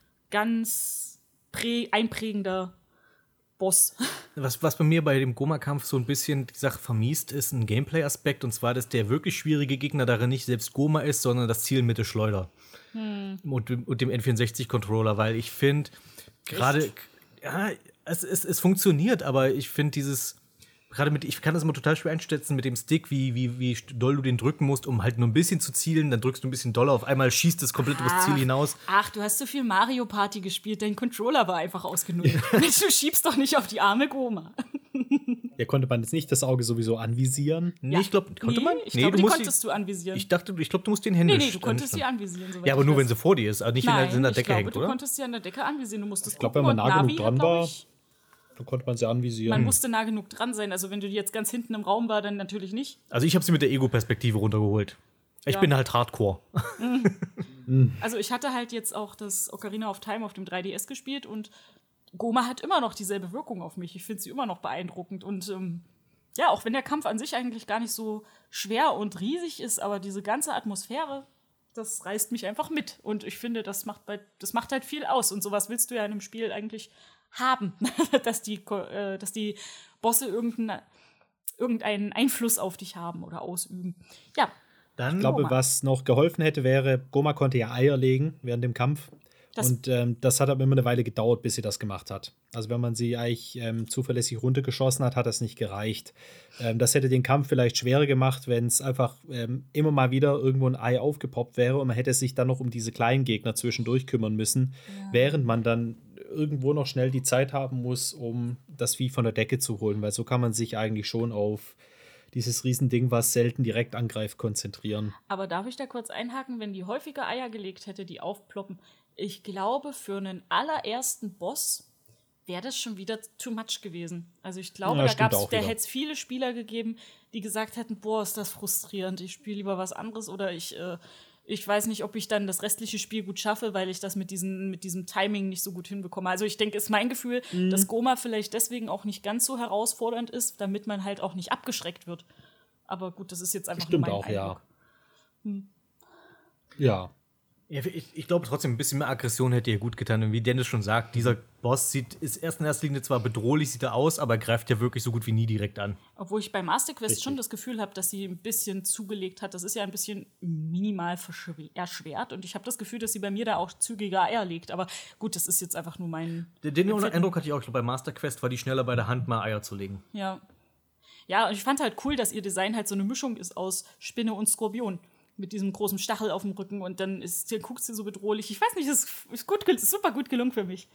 ganz prä- einprägender Boss. Was, was bei mir bei dem Goma-Kampf so ein bisschen die Sache vermiest, ist ein Gameplay-Aspekt. Und zwar, dass der wirklich schwierige Gegner darin nicht selbst Goma ist, sondern das Ziel mit der Schleuder. Hm. Und, dem- und dem N vierundsechzig-Controller. Weil ich finde, gerade, ja, es, es, es funktioniert, aber ich finde dieses, gerade mit, ich kann das immer total schwer einschätzen mit dem Stick, wie, wie, wie doll du den drücken musst, um halt nur ein bisschen zu zielen. Dann drückst du ein bisschen doller, auf einmal schießt es komplett übers Ziel hinaus. Ach, du hast so viel Mario Party gespielt, dein Controller war einfach ausgenutzt. Mensch, du schiebst doch nicht auf die arme Goma. Ja, konnte man jetzt nicht das Auge sowieso anvisieren? Nee, ich glaube, konnte nee, man? Ich Nee, glaube, du die musst konntest die, du anvisieren. Ich dachte, ich glaube, du musst den nee, händisch. nee, du konntest sie anvisieren. soweit Ja, aber ich nur, weiß. wenn sie vor dir ist, also nicht, wenn Nein, sie in der ich Decke glaube, hängt, du oder? konntest sie an der Decke anvisieren. Du musstest Ich glaube, wenn gucken man und nah Navi genug hat, dran glaub war, ich, dann konnte man sie anvisieren. man musste nah genug dran sein. Also wenn du jetzt ganz hinten im Raum war, dann natürlich nicht. Also ich habe sie mit der Ego-Perspektive runtergeholt. Ich Ja. bin halt Hardcore. Also ich hatte halt jetzt auch das Ocarina of Time auf dem drei D S gespielt und Goma hat immer noch dieselbe Wirkung auf mich. Ich finde sie immer noch beeindruckend. Und ähm, ja, auch wenn der Kampf an sich eigentlich gar nicht so schwer und riesig ist, aber diese ganze Atmosphäre, das reißt mich einfach mit. Und ich finde, das macht, bei, das macht halt viel aus. Und sowas willst du ja in einem Spiel eigentlich haben, dass, die, äh, dass die Bosse irgendeinen, irgendeinen Einfluss auf dich haben oder ausüben. Ja, Dann Ich glaube, Goma. was noch geholfen hätte, wäre, Goma konnte ja Eier legen während dem Kampf. Das- und ähm, das hat aber immer eine Weile gedauert, bis sie das gemacht hat. Also wenn man sie eigentlich ähm, zuverlässig runtergeschossen hat, hat das nicht gereicht. Ähm, das hätte den Kampf vielleicht schwerer gemacht, wenn es einfach ähm, immer mal wieder irgendwo ein Ei aufgepoppt wäre und man hätte sich dann noch um diese kleinen Gegner zwischendurch kümmern müssen, während man dann irgendwo noch schnell die Zeit haben muss, um das Vieh von der Decke zu holen, weil so kann man sich eigentlich schon auf dieses Riesending, was selten direkt angreift, konzentrieren. aber darf ich da kurz einhaken, wenn die häufiger Eier gelegt hätte, die aufploppen? Ich glaube, für einen allerersten Boss wäre das schon wieder too much gewesen. Also ich glaube, Ja, da stimmt gab's, auch da wieder. hätte es viele Spieler gegeben, die gesagt hätten, boah, ist das frustrierend, ich spiele lieber was anderes oder ich, äh, ich weiß nicht, ob ich dann das restliche Spiel gut schaffe, weil ich das mit, diesen, mit diesem Timing nicht so gut hinbekomme. Also ich denke, ist mein Gefühl, Mhm. dass Goma vielleicht deswegen auch nicht ganz so herausfordernd ist, damit man halt auch nicht abgeschreckt wird. Aber gut, das ist jetzt einfach Stimmt nur mein auch, ja. Eindruck. Hm. Ja. Ja, ich, ich glaube trotzdem, ein bisschen mehr Aggression hätte ihr gut getan. Und wie Dennis schon sagt, dieser Boss sieht, ist erst in erster Linie zwar bedrohlich, sieht er aus, aber greift ja wirklich so gut wie nie direkt an. Obwohl ich bei Master Quest Richtig. schon das Gefühl habe, dass sie ein bisschen zugelegt hat. Das ist ja ein bisschen minimal verschw- erschwert. Und ich habe das Gefühl, dass sie bei mir da auch zügiger Eier legt. Aber gut, das ist jetzt einfach nur mein. Den, den Empfinden. Eindruck hatte ich auch, ich glaube, bei Master Quest war die schneller bei der Hand, mal Eier zu legen. Ja. Ja, und ich fand halt cool, dass ihr Design halt so eine Mischung ist aus Spinne und Skorpion. Mit diesem großen Stachel auf dem Rücken und dann ist, dann guckt sie so bedrohlich. Ich weiß nicht, das ist gut, gel- super gut gelungen für mich.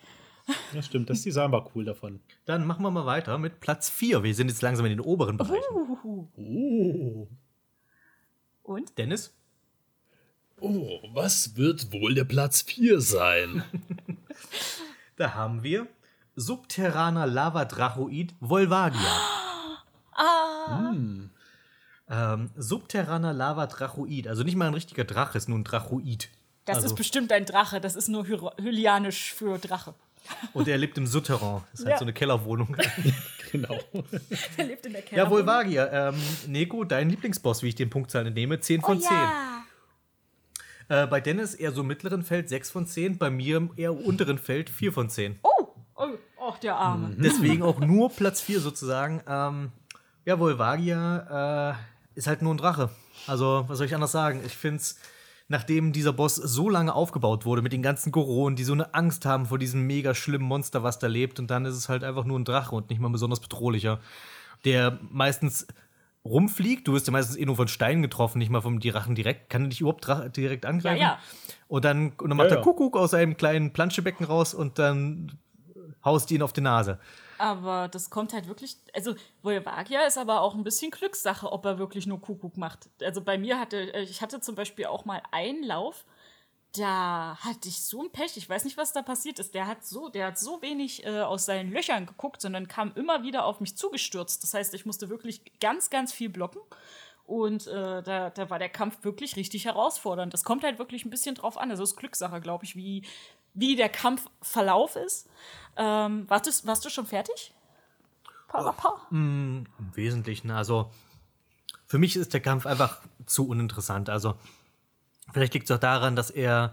Ja, stimmt. Das Design war cool davon. Dann machen wir mal weiter mit Platz vier. Wir sind jetzt langsam in den oberen Bereichen. Uhuhu. Oh. Und? Dennis? Oh, was wird wohl der Platz vier sein? Da haben wir Subterraner Lavadrachoid Volvagia. Ah. Hm. Ähm, Subterraner Lavadrachoid. Also nicht mal ein richtiger Drache, ist nur ein Drachoid. Das also, ist bestimmt ein Drache. Das ist nur Hy- hylianisch für Drache. Und er lebt im Souterrain. Das ist halt Ja. so eine Kellerwohnung. Genau. Der lebt in der Keller. Ja, Volvagia. Ähm, Neko, dein Lieblingsboss, wie ich den Punktzahl entnehme, zehn von Oh zehn. ja. Äh, bei Dennis eher so mittleren Feld sechs von zehn, bei mir eher unteren Feld vier von zehn. Oh, oh, oh, der Arme. Deswegen auch nur Platz vier sozusagen. Ähm, ja, Volvagia äh, ist halt nur ein Drache. Also, was soll ich anders sagen? Ich finde es, nachdem dieser Boss so lange aufgebaut wurde, mit den ganzen Goronen, die so eine Angst haben vor diesem mega schlimmen Monster, was da lebt, und dann ist es halt einfach nur ein Drache und nicht mal ein besonders bedrohlicher, der meistens rumfliegt. Du wirst ja meistens eh nur von Steinen getroffen, nicht mal vom Drachen direkt. Kann er dich überhaupt Dra- direkt angreifen? Ja, ja. Und dann, und dann macht Ja, er ja. Kuckuck aus einem kleinen Planschebecken raus und dann haust du ihn auf die Nase. Aber das kommt halt wirklich, also Volvagia ist aber auch ein bisschen Glückssache, ob er wirklich nur Kuckuck macht. Also bei mir hatte, ich hatte zum Beispiel auch mal einen Lauf, da hatte ich so ein Pech, ich weiß nicht, was da passiert ist. Der hat so, der hat so wenig äh, aus seinen Löchern geguckt, sondern kam immer wieder auf mich zugestürzt. Das heißt, ich musste wirklich ganz, ganz viel blocken. Und äh, da, da war der Kampf wirklich richtig herausfordernd. Das kommt halt wirklich ein bisschen drauf an. Also es ist Glückssache, glaube ich, wie, wie der Kampfverlauf ist. Ähm, warst, du, warst du schon fertig? Parapa. Im Wesentlichen, also für mich ist der Kampf einfach zu uninteressant. Also vielleicht liegt es auch daran, dass er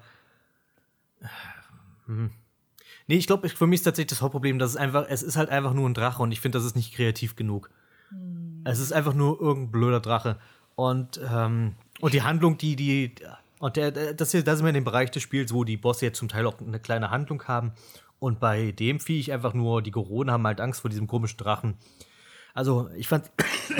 hm. Nee, ich glaube, für mich ist tatsächlich das Hauptproblem, dass es einfach, es ist halt einfach nur ein Drache und ich finde, das ist nicht kreativ genug. Hm. Es ist einfach nur irgendein blöder Drache. Und, ähm, und die Handlung, die, die, und der, der- das hier, da sind wir in dem Bereich des Spiels, wo die Bosse jetzt zum Teil auch eine kleine Handlung haben. Und bei dem Viech einfach nur, die Goronen haben halt Angst vor diesem komischen Drachen. Also, ich fand,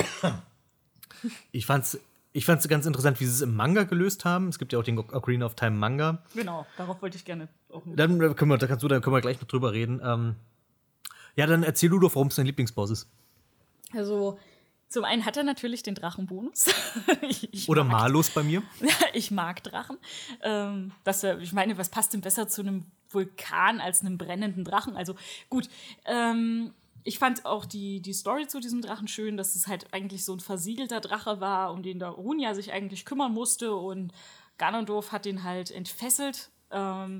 ich fand's, ich fand's ganz interessant, wie sie es im Manga gelöst haben. Es gibt ja auch den Ocarina of Time Manga. Genau, darauf wollte ich gerne auch noch. Dann äh, können wir, da kannst du, dann können wir gleich noch drüber reden. Ähm, ja, dann erzähl du doch, warum es dein Lieblingsboss ist. Also, zum einen hat er natürlich den Drachenbonus. ich, ich Oder mag, Malus bei mir. ich mag Drachen. Ähm, dass er, ich meine, was passt denn besser zu einem Vulkan als einem brennenden Drachen? Also gut, ähm, ich fand auch die, die Story zu diesem Drachen schön, dass es halt eigentlich so ein versiegelter Drache war, um den der Runia sich eigentlich kümmern musste. Und Ganondorf hat den halt entfesselt. Ähm,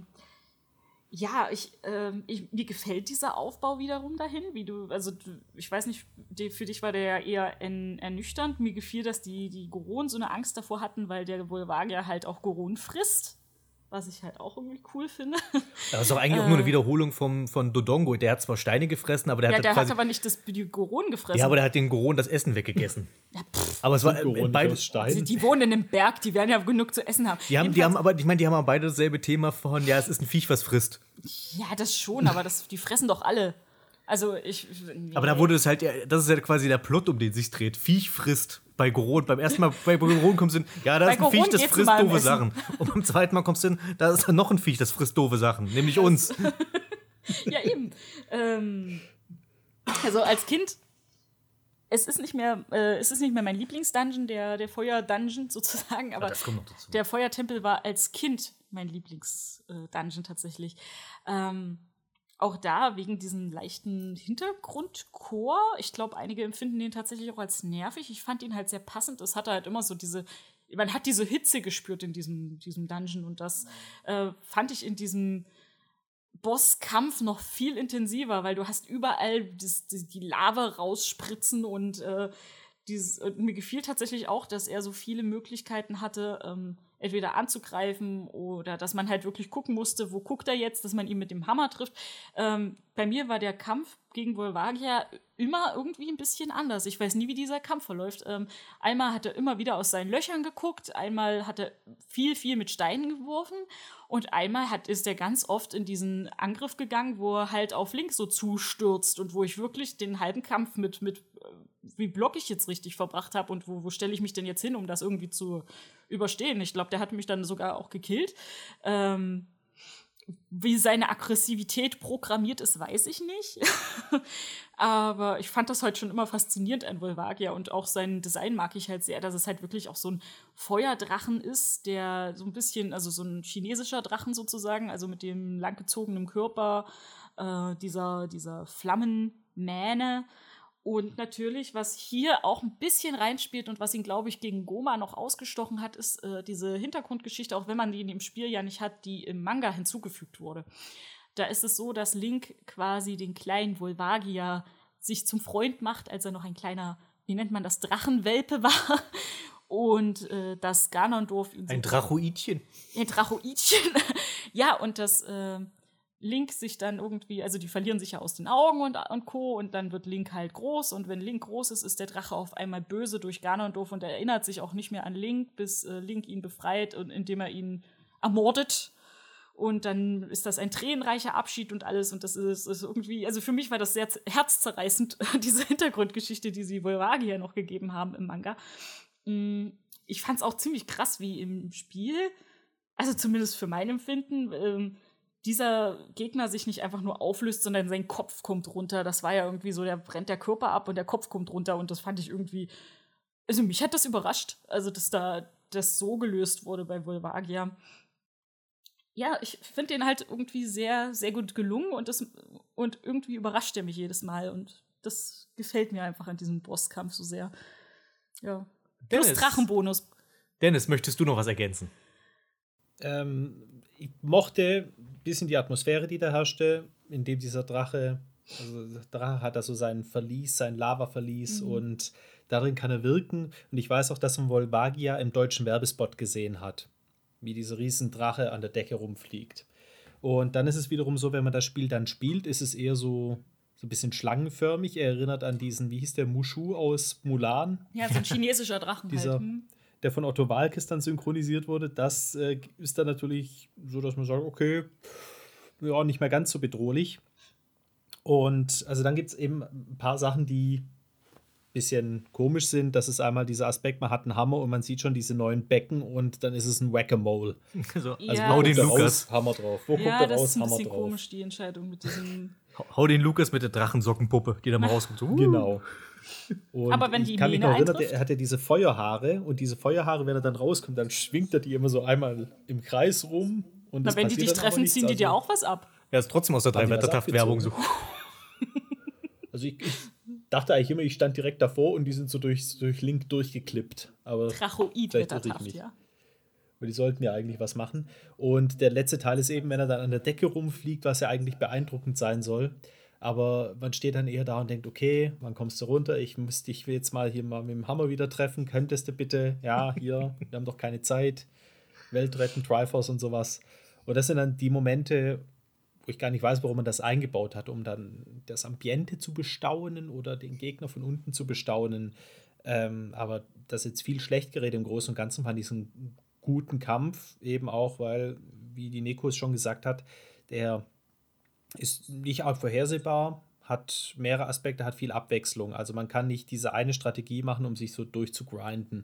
ja, ich, ähm, ich, mir gefällt dieser Aufbau wiederum dahin, wie du, also du, ich weiß nicht, die, für dich war der ja eher en, ernüchternd. Mir gefiel, dass die, die Goronen so eine Angst davor hatten, weil der Volvagia halt auch Goronen frisst, was ich halt auch irgendwie cool finde. Das ist doch eigentlich auch nur eine Wiederholung vom, von Dodongo. Der hat zwar Steine gefressen, aber der Ja, hat der quasi, hat aber nicht das, die Goronen gefressen. ja, aber der hat den Goronen das Essen weggegessen. aber es war Goronen äh, nicht beide, aus Stein. also, die wohnen in einem Berg, die werden ja genug zu essen haben. die haben, die Jedenfalls- haben aber, ich meine, die haben aber beide dasselbe Thema von, ja, es ist ein Viech, was frisst. Ja, das schon, aber das, die fressen doch alle. Also ich. Nee. Aber da wurde es halt, ja, das ist ja quasi der Plot, um den sich dreht. Viech frisst bei Goronen. Beim ersten Mal bei Goronen kommst du hin, ja, da Bei ist ein Viech, Goronen das geht's frisst mal um doofe Essen. Sachen. Und beim zweiten Mal kommst du hin, da ist dann noch ein Viech, das frisst doofe Sachen. Nämlich uns. Ja, eben. ähm, also als Kind, es ist nicht mehr, äh, es ist nicht mehr mein Lieblingsdungeon, der, der Feuer-Dungeon sozusagen, aber das kommt noch dazu. der Feuertempel war als Kind mein Lieblings-Dungeon tatsächlich. Ähm, auch da wegen diesem leichten Hintergrundchor. Ich glaube, einige empfinden den tatsächlich auch als nervig. Ich fand ihn halt sehr passend. Es hatte halt immer so diese, man hat diese Hitze gespürt in diesem, diesem Dungeon und das äh, fand ich in diesem Bosskampf noch viel intensiver, weil du hast überall das, die, die Lava rausspritzen und äh, dieses, und mir gefiel tatsächlich auch, dass er so viele Möglichkeiten hatte, ähm, entweder anzugreifen oder dass man halt wirklich gucken musste, wo guckt er jetzt, dass man ihn mit dem Hammer trifft. Ähm, bei mir war der Kampf gegen Volvagia immer irgendwie ein bisschen anders. Ich weiß nie, wie dieser Kampf verläuft. Ähm, einmal hat er immer wieder aus seinen Löchern geguckt, einmal hat er viel, viel mit Steinen geworfen und einmal hat, ist er ganz oft in diesen Angriff gegangen, wo er halt auf links so zustürzt und wo ich wirklich den halben Kampf mit, mit wie block ich jetzt richtig verbracht habe und wo, wo stelle ich mich denn jetzt hin, um das irgendwie zu überstehen. Ich glaube, der hat mich dann sogar auch gekillt. Ähm, Wie seine Aggressivität programmiert ist, weiß ich nicht. Aber ich fand das halt schon immer faszinierend an Volvagia und auch sein Design mag ich halt sehr, dass es halt wirklich auch so ein Feuerdrachen ist, der so ein bisschen, also so ein chinesischer Drachen sozusagen, also mit dem langgezogenen Körper, äh, dieser, dieser Flammenmähne. Und natürlich, was hier auch ein bisschen reinspielt und was ihn, glaube ich, gegen Goma noch ausgestochen hat, ist äh, diese Hintergrundgeschichte, auch wenn man die in dem Spiel ja nicht hat, die im Manga hinzugefügt wurde. Da ist es so, dass Link quasi den kleinen Volvagia sich zum Freund macht, als er noch ein kleiner, wie nennt man das, Drachenwelpe war. Und äh, das Ganondorf ihn so Ein Drachoidchen. Ein Drachoidchen. Ja, und das äh, Link sich dann irgendwie, also die verlieren sich ja aus den Augen und, und Co. Und dann wird Link halt groß. Und wenn Link groß ist, ist der Drache auf einmal böse durch Ganondorf und er erinnert sich auch nicht mehr an Link, bis äh, Link ihn befreit, und indem er ihn ermordet. Und dann ist das ein tränenreicher Abschied und alles. Und das ist, ist irgendwie, also für mich war das sehr herzzerreißend, diese Hintergrundgeschichte, die sie Volvagia noch gegeben haben im Manga. Ich fand es auch ziemlich krass, wie im Spiel, also zumindest für mein Empfinden, ähm, dieser Gegner sich nicht einfach nur auflöst, sondern sein Kopf kommt runter. Das war ja irgendwie so, der brennt der Körper ab und der Kopf kommt runter. Und das fand ich irgendwie, also mich hat das überrascht, also dass da das so gelöst wurde bei Volvagia. Ja, ich finde den halt irgendwie sehr, sehr gut gelungen und, das, und irgendwie überrascht er mich jedes Mal. Und das gefällt mir einfach an diesem Bosskampf so sehr. Ja. Plus Dennis. Drachenbonus. Dennis, möchtest du noch was ergänzen? Ähm, ich mochte ein bisschen die Atmosphäre, die da herrschte, indem dieser Drache, also der Drache hat da so sein Verlies, sein Lava-Verlies mhm. und darin kann er wirken. Und ich weiß auch, dass man Volvagia im deutschen Werbespot gesehen hat, wie dieser Riesendrache an der Decke rumfliegt. Und dann ist es wiederum so, wenn man das Spiel dann spielt, ist es eher so, so ein bisschen schlangenförmig. Er erinnert an diesen, wie hieß der, Mushu aus Mulan? Ja, so ein chinesischer Drachen Dieser, halt. Hm. Der von Otto Waalkes dann synchronisiert wurde. Das äh, ist dann natürlich so, dass man sagt, okay, ja, nicht mehr ganz so bedrohlich. Und also dann gibt es eben ein paar Sachen, die bisschen komisch sind. Das ist einmal dieser Aspekt, man hat einen Hammer und man sieht schon diese neuen Becken und dann ist es ein Whack-a-Mole. So, Ja. Also Hau wo den kommt er Lukas. raus? Hammer drauf. Wo Ja, kommt er das raus? ist ein Hammer bisschen drauf. komisch, die Entscheidung mit diesem. Hau den Lukas mit der Drachensockenpuppe, die da mal rauskommt. So, uh. Genau. Und Aber wenn die ich kann mich Mähne noch erinnern, eintrifft? er hat ja diese Feuerhaare und diese Feuerhaare, wenn er dann rauskommt, dann schwingt er die immer so einmal im Kreis rum. Und Na, es wenn die passiert dich dann aber treffen, nichts. ziehen die dir Also- auch was ab. Er ist trotzdem aus der Haben die was Drei-Wetterkraft-Werbung so. Also ich, ich dachte eigentlich immer, ich stand direkt davor und die sind so durch, durch Link durchgeklippt. Aber vielleicht irre ich Drachoid-Wetterkraft, mich. ja. Aber die sollten ja eigentlich was machen. Und der letzte Teil ist eben, wenn er dann an der Decke rumfliegt, was ja eigentlich beeindruckend sein soll. Aber man steht dann eher da und denkt, okay, wann kommst du runter? Ich muss dich jetzt mal hier mal mit dem Hammer wieder treffen. Könntest du bitte? Ja, hier, wir haben doch keine Zeit. Welt retten, Triforce und sowas. Und das sind dann die Momente, wo ich gar nicht weiß, warum man das eingebaut hat, um dann das Ambiente zu bestaunen oder den Gegner von unten zu bestaunen. Ähm, aber das ist jetzt viel schlecht geredet. Im Großen und Ganzen fand ich es einen guten Kampf, eben auch, weil, wie die Neko es schon gesagt hat, der ist nicht arg vorhersehbar, hat mehrere Aspekte, hat viel Abwechslung. Also man kann nicht diese eine Strategie machen, um sich so durchzugrinden.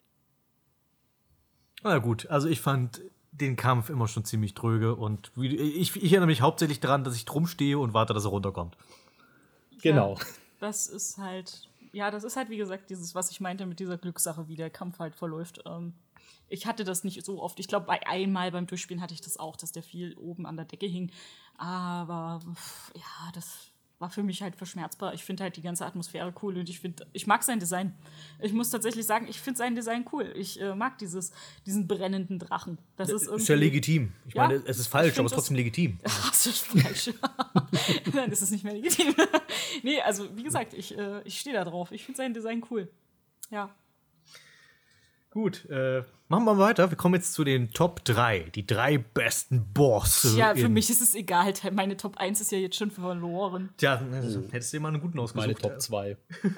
Na gut, also ich fand den Kampf immer schon ziemlich dröge und wie, ich, ich erinnere mich hauptsächlich daran, dass ich drum stehe und warte, dass er runterkommt. Genau. Ja, das ist halt, ja, das ist halt, wie gesagt, dieses, was ich meinte mit dieser Glückssache, wie der Kampf halt verläuft. Ähm, ich hatte das nicht so oft. Ich glaube, bei einmal beim Durchspielen hatte ich das auch, dass der viel oben an der Decke hing. Aber pff, ja, das war für mich halt verschmerzbar. Ich finde halt die ganze Atmosphäre cool und ich finde, ich mag sein Design. Ich muss tatsächlich sagen, ich finde sein Design cool. Ich äh, mag dieses, diesen brennenden Drachen. Das ist irgendwie. Ist ja legitim. Ich Ja, meine, es ist ich falsch, find aber es ist das- trotzdem legitim. Das ist falsch. Dann ist es nicht mehr legitim. Nee, also wie gesagt, ich, äh, ich stehe da drauf. Ich finde sein Design cool. Ja. Gut, äh, machen wir mal weiter. Wir kommen jetzt zu den Top drei. Die drei besten Bosse. Ja, für in- mich ist es egal. Meine Top eins ist ja jetzt schon verloren. Tja, also, hättest du dir mal einen guten ausgesucht. Meine Top zwei.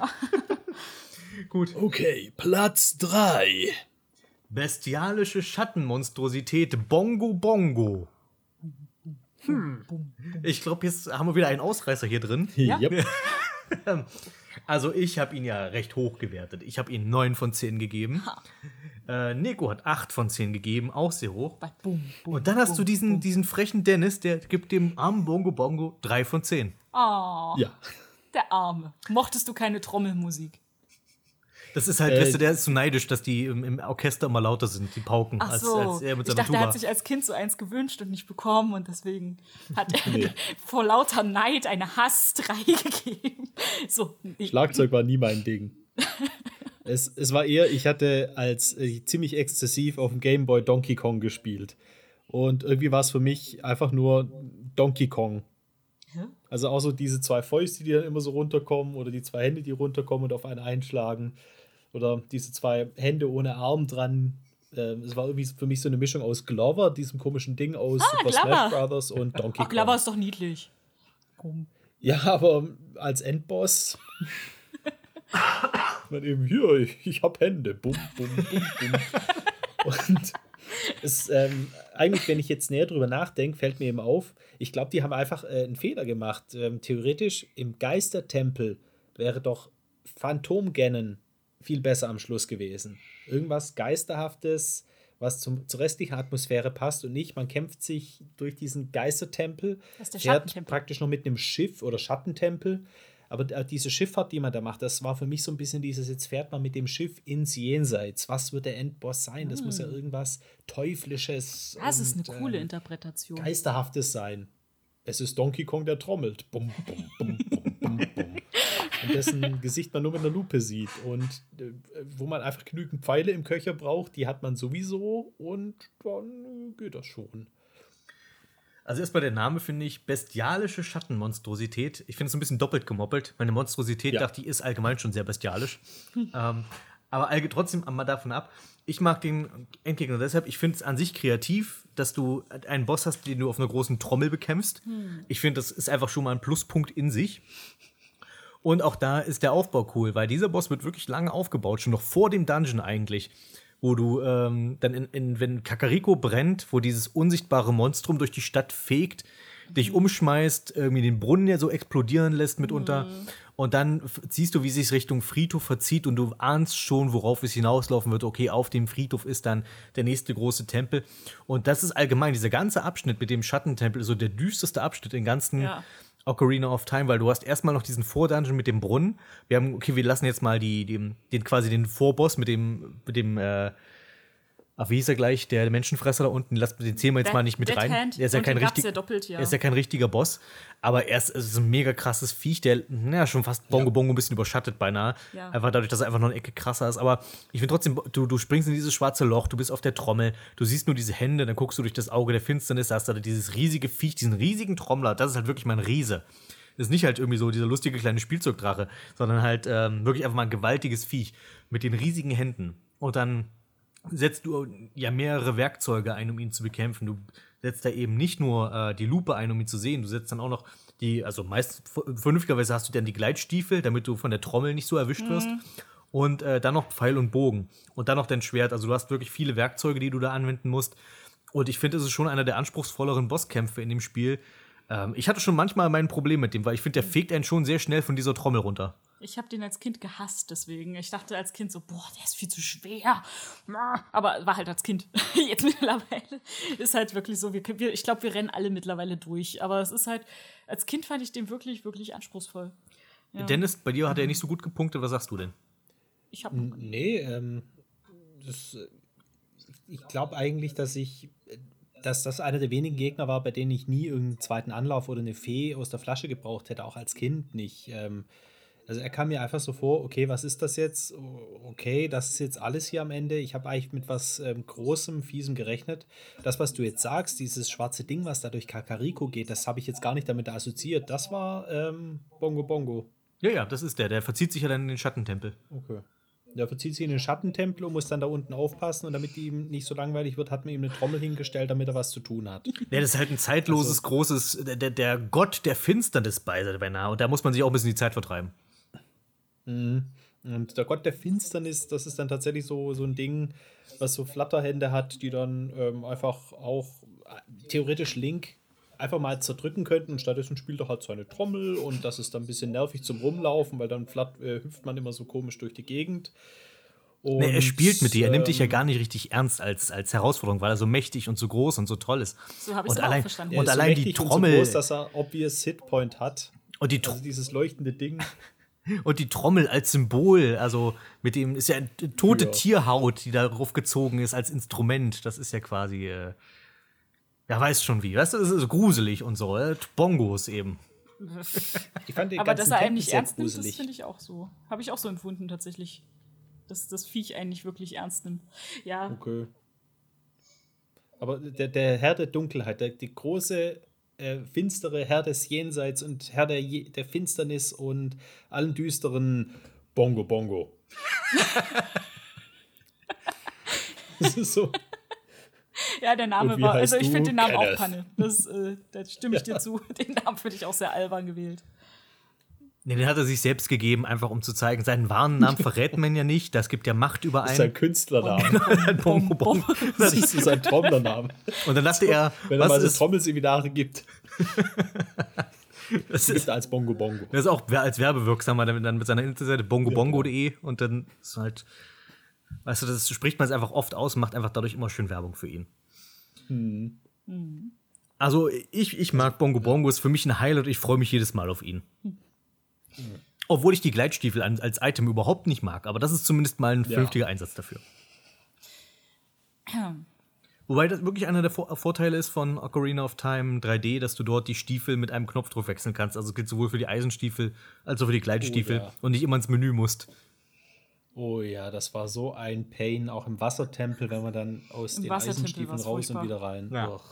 Gut. Okay, Platz drei. Bestialische Schattenmonstrosität Bongo Bongo. Hm. Ich glaube, jetzt haben wir wieder einen Ausreißer hier drin. Ja. Yep. Also ich habe ihn ja recht hoch gewertet. Ich habe ihm neun von zehn gegeben. Äh, Neko hat acht von zehn gegeben, auch sehr hoch. Boom, boom, Und dann hast boom, du diesen, boom. diesen frechen Dennis, der gibt dem armen Bongo Bongo drei von zehn. Oh, Ja. der Arme. Mochtest du keine Trommelmusik? Das ist halt, Äh, weißt du, der ist so neidisch, dass die im, im Orchester immer lauter sind, die Pauken, Ach als, so, als er mit ich seiner dachte, er Tuba. hat sich als Kind so eins gewünscht und nicht bekommen und deswegen hat er vor lauter Neid eine Hass drei gegeben. So, nee. Schlagzeug war nie mein Ding. es, es war eher, ich hatte als äh, ziemlich exzessiv auf dem Gameboy Donkey Kong gespielt. Und irgendwie war es für mich einfach nur Donkey Kong. Hä? Also auch so diese zwei Fäuste, die dann immer so runterkommen oder die zwei Hände, die runterkommen und auf einen einschlagen. Oder diese zwei Hände ohne Arm dran. Ähm, es war irgendwie für mich so eine Mischung aus Glover, diesem komischen Ding aus Ah, Super Glover. Smash Brothers und Donkey Ach, Kong. Glover ist doch niedlich. Boom. Ja, aber als Endboss man eben, hier, ich, ich hab Hände. Bum, bum, bum, bum. Und es, ähm, eigentlich, wenn ich jetzt näher drüber nachdenke, fällt mir eben auf, ich glaube, die haben einfach äh, einen Fehler gemacht. Ähm, theoretisch im Geistertempel wäre doch Phantom Ganon viel besser am Schluss gewesen. Irgendwas Geisterhaftes, was zum, zur restlichen Atmosphäre passt und nicht, man kämpft sich durch diesen Geistertempel, Das ist der fährt Schattentempel. praktisch noch mit einem Schiff oder Schattentempel. Aber äh, diese Schifffahrt, die man da macht, das war für mich so ein bisschen dieses, jetzt fährt man mit dem Schiff ins Jenseits. Was wird der Endboss sein? Das muss ja irgendwas Teuflisches Das ist eine und, coole ähm, Interpretation. Geisterhaftes sein. Es ist Donkey Kong, der trommelt. Bum, bum, bum, bum, bum, bum. Und dessen Gesicht man nur mit einer Lupe sieht. Und äh, wo man einfach genügend Pfeile im Köcher braucht, die hat man sowieso und dann äh, geht das schon. Also erstmal der Name, finde ich, bestialische Schattenmonstrosität. Ich finde es ein bisschen doppelt gemoppelt. Meine Monstrosität, Ja. dachte ich, ist allgemein schon sehr bestialisch. ähm, aber allge- trotzdem mal davon ab. Ich mag den Endgegner deshalb, ich finde es an sich kreativ, dass du einen Boss hast, den du auf einer großen Trommel bekämpfst. Ich finde, das ist einfach schon mal ein Pluspunkt in sich. Und auch da ist der Aufbau cool, weil dieser Boss wird wirklich lange aufgebaut, schon noch vor dem Dungeon eigentlich. Wo du ähm, dann, in, in, wenn Kakariko brennt, wo dieses unsichtbare Monstrum durch die Stadt fegt, dich umschmeißt, irgendwie den Brunnen ja so explodieren lässt mitunter. Und dann f- siehst du, wie sich Richtung Friedhof verzieht und du ahnst schon, worauf es hinauslaufen wird. Okay, auf dem Friedhof ist dann der nächste große Tempel. Und das ist allgemein, dieser ganze Abschnitt mit dem Schattentempel, ist so der düsterste Abschnitt im ganzen Ja. Ocarina of Time, weil du hast erstmal noch diesen Vordungeon mit dem Brunnen. Wir haben, okay, wir lassen jetzt mal die, den, den quasi den Vorboss mit dem, mit dem, äh, ach, wie hieß er gleich, der Menschenfresser da unten, lass, den zählen wir jetzt Dead- mal nicht mit Dead rein. Hand. Der ist ja Und kein den gab's richtig, ja doppelt, ja. Er ist ja kein richtiger Boss, aber er ist, es ist ein mega krasses Viech, der, naja, schon fast Bongo Bongo ein bisschen überschattet beinahe. Ja. Einfach dadurch, dass er einfach noch eine Ecke krasser ist. Aber ich finde trotzdem, du, du springst in dieses schwarze Loch, du bist auf der Trommel, du siehst nur diese Hände, dann guckst du durch das Auge der Finsternis, da hast du da dieses riesige Viech, diesen riesigen Trommler, das ist halt wirklich mein Riese. Das ist nicht halt irgendwie so dieser lustige kleine Spielzeugdrache, sondern halt ähm, wirklich einfach mal ein gewaltiges Viech mit den riesigen Händen. Und dann setzt du ja mehrere Werkzeuge ein, um ihn zu bekämpfen. Du setzt da eben nicht nur äh, die Lupe ein, um ihn zu sehen, du setzt dann auch noch die, also meist vernünftigerweise hast du dann die Gleitstiefel, damit du von der Trommel nicht so erwischt wirst. Und äh, dann noch Pfeil und Bogen. Und dann noch dein Schwert. Also du hast wirklich viele Werkzeuge, die du da anwenden musst. Und ich finde, es ist schon einer der anspruchsvolleren Bosskämpfe in dem Spiel. Ähm, ich hatte schon manchmal mein Problem mit dem, weil ich finde, der fegt einen schon sehr schnell von dieser Trommel runter. Ich habe den als Kind gehasst, deswegen. Ich dachte als Kind so, boah, der ist viel zu schwer. Aber war halt als Kind. Jetzt mittlerweile ist halt wirklich so, wir, wir, ich glaube, wir rennen alle mittlerweile durch. Aber es ist halt, als Kind fand ich den wirklich, wirklich anspruchsvoll. Ja. Dennis, bei dir hat er nicht so gut gepunktet. Was sagst du denn? Ich habe Nee, ähm, das, äh, ich glaube eigentlich, dass ich, äh, dass das einer der wenigen Gegner war, bei denen ich nie irgendeinen zweiten Anlauf oder eine Fee aus der Flasche gebraucht hätte, auch als Kind nicht. Ähm, also er kam mir einfach so vor, okay, was ist das jetzt? O- Okay, das ist jetzt alles hier am Ende. Ich habe eigentlich mit was ähm, Großem, Fiesem gerechnet. Das, was du jetzt sagst, dieses schwarze Ding, was da durch Kakariko geht, das habe ich jetzt gar nicht damit assoziiert. Das war ähm, Bongo Bongo. Ja, ja, das ist der. Der verzieht sich ja dann in den Schattentempel. Okay. Der verzieht sich in den Schattentempel und muss dann da unten aufpassen. Und damit ihm nicht so langweilig wird, hat man ihm eine Trommel hingestellt, damit er was zu tun hat. Ja, das ist halt ein zeitloses, großes, der, der- der Gott der Finsternis bei beinahe. Und da muss man sich auch ein bisschen die Zeit vertreiben. Und der Gott der Finsternis, das ist dann tatsächlich so, so ein Ding, was so Flatterhände hat, die dann ähm, einfach auch äh, theoretisch Link einfach mal zerdrücken könnten. Und stattdessen spielt er halt seine Trommel und das ist dann ein bisschen nervig zum Rumlaufen, weil dann flatt, äh, hüpft man immer so komisch durch die Gegend. Und, Nee, er spielt mit dir, er nimmt dich ja ähm, gar nicht richtig ernst als, als Herausforderung, weil er so mächtig und so groß und so toll ist. So habe ich Und es auch allein, verstanden. er und ist so allein die mächtig und Trommel so groß, dass er obvious Hitpoint hat. und die, Tro- Also dieses leuchtende Ding. und die Trommel als Symbol, also mit dem ist ja eine tote Ja. Tierhaut, die darauf gezogen ist als Instrument. Das ist ja quasi, äh, ja, weißt schon wie, weißt du, das ist so gruselig und so, äh, Bongos eben. Ich fand den Aber ganzen dass er einen Tempel nicht sehr ernst nimmt, das gruselig. finde ich auch so. Habe ich auch so empfunden tatsächlich. Dass das Viech einen nicht wirklich ernst nimmt. Ja, Okay. Aber der, der Herr der Dunkelheit, der, die große, äh, finstere Herr des Jenseits und Herr der, Je der Finsternis und allen düsteren Bongo Bongo. Das ist so. ja der Name Und wie war. heißt Also ich du? finde den Namen Kenneth. auch Panne. Das, äh, da stimme ich dir zu. Den Namen finde ich auch sehr albern gewählt. Nee, den hat er sich selbst gegeben, einfach um zu zeigen, seinen wahren Namen verrät man ja nicht, das gibt ja Macht über Das ist sein einen. Künstlername. Bongo Bongo. Das ist so sein Trommlername. Und dann dachte er, Wenn er mal was so ist, Trommelseminare gibt, das gibt ist, er als Bongo Bongo. das ist auch wer- als werbewirksamer dann dann mit seiner Internetseite bongo bongo punkt de und dann ist halt, weißt du, das spricht man es einfach oft aus und macht einfach dadurch immer schön Werbung für ihn. Also ich, ich mag Bongo Bongo, ist für mich ein Highlight und ich freue mich jedes Mal auf ihn. Obwohl ich die Gleitstiefel an, als Item überhaupt nicht mag, aber das ist zumindest mal ein Ja. vernünftiger Einsatz dafür. Wobei das wirklich einer der Vor Vorteile ist von Ocarina of Time drei D, dass du dort die Stiefel mit einem Knopfdruck wechseln kannst. Also es gilt sowohl für die Eisenstiefel als auch für die Gleitstiefel Oh, ja. und nicht immer ins Menü musst. Oh ja, das war so ein Pain, auch im Wassertempel, wenn man dann aus Im den Wassertempel Eisenstiefeln war's raus furchtbar. und wieder rein. Ja. Och.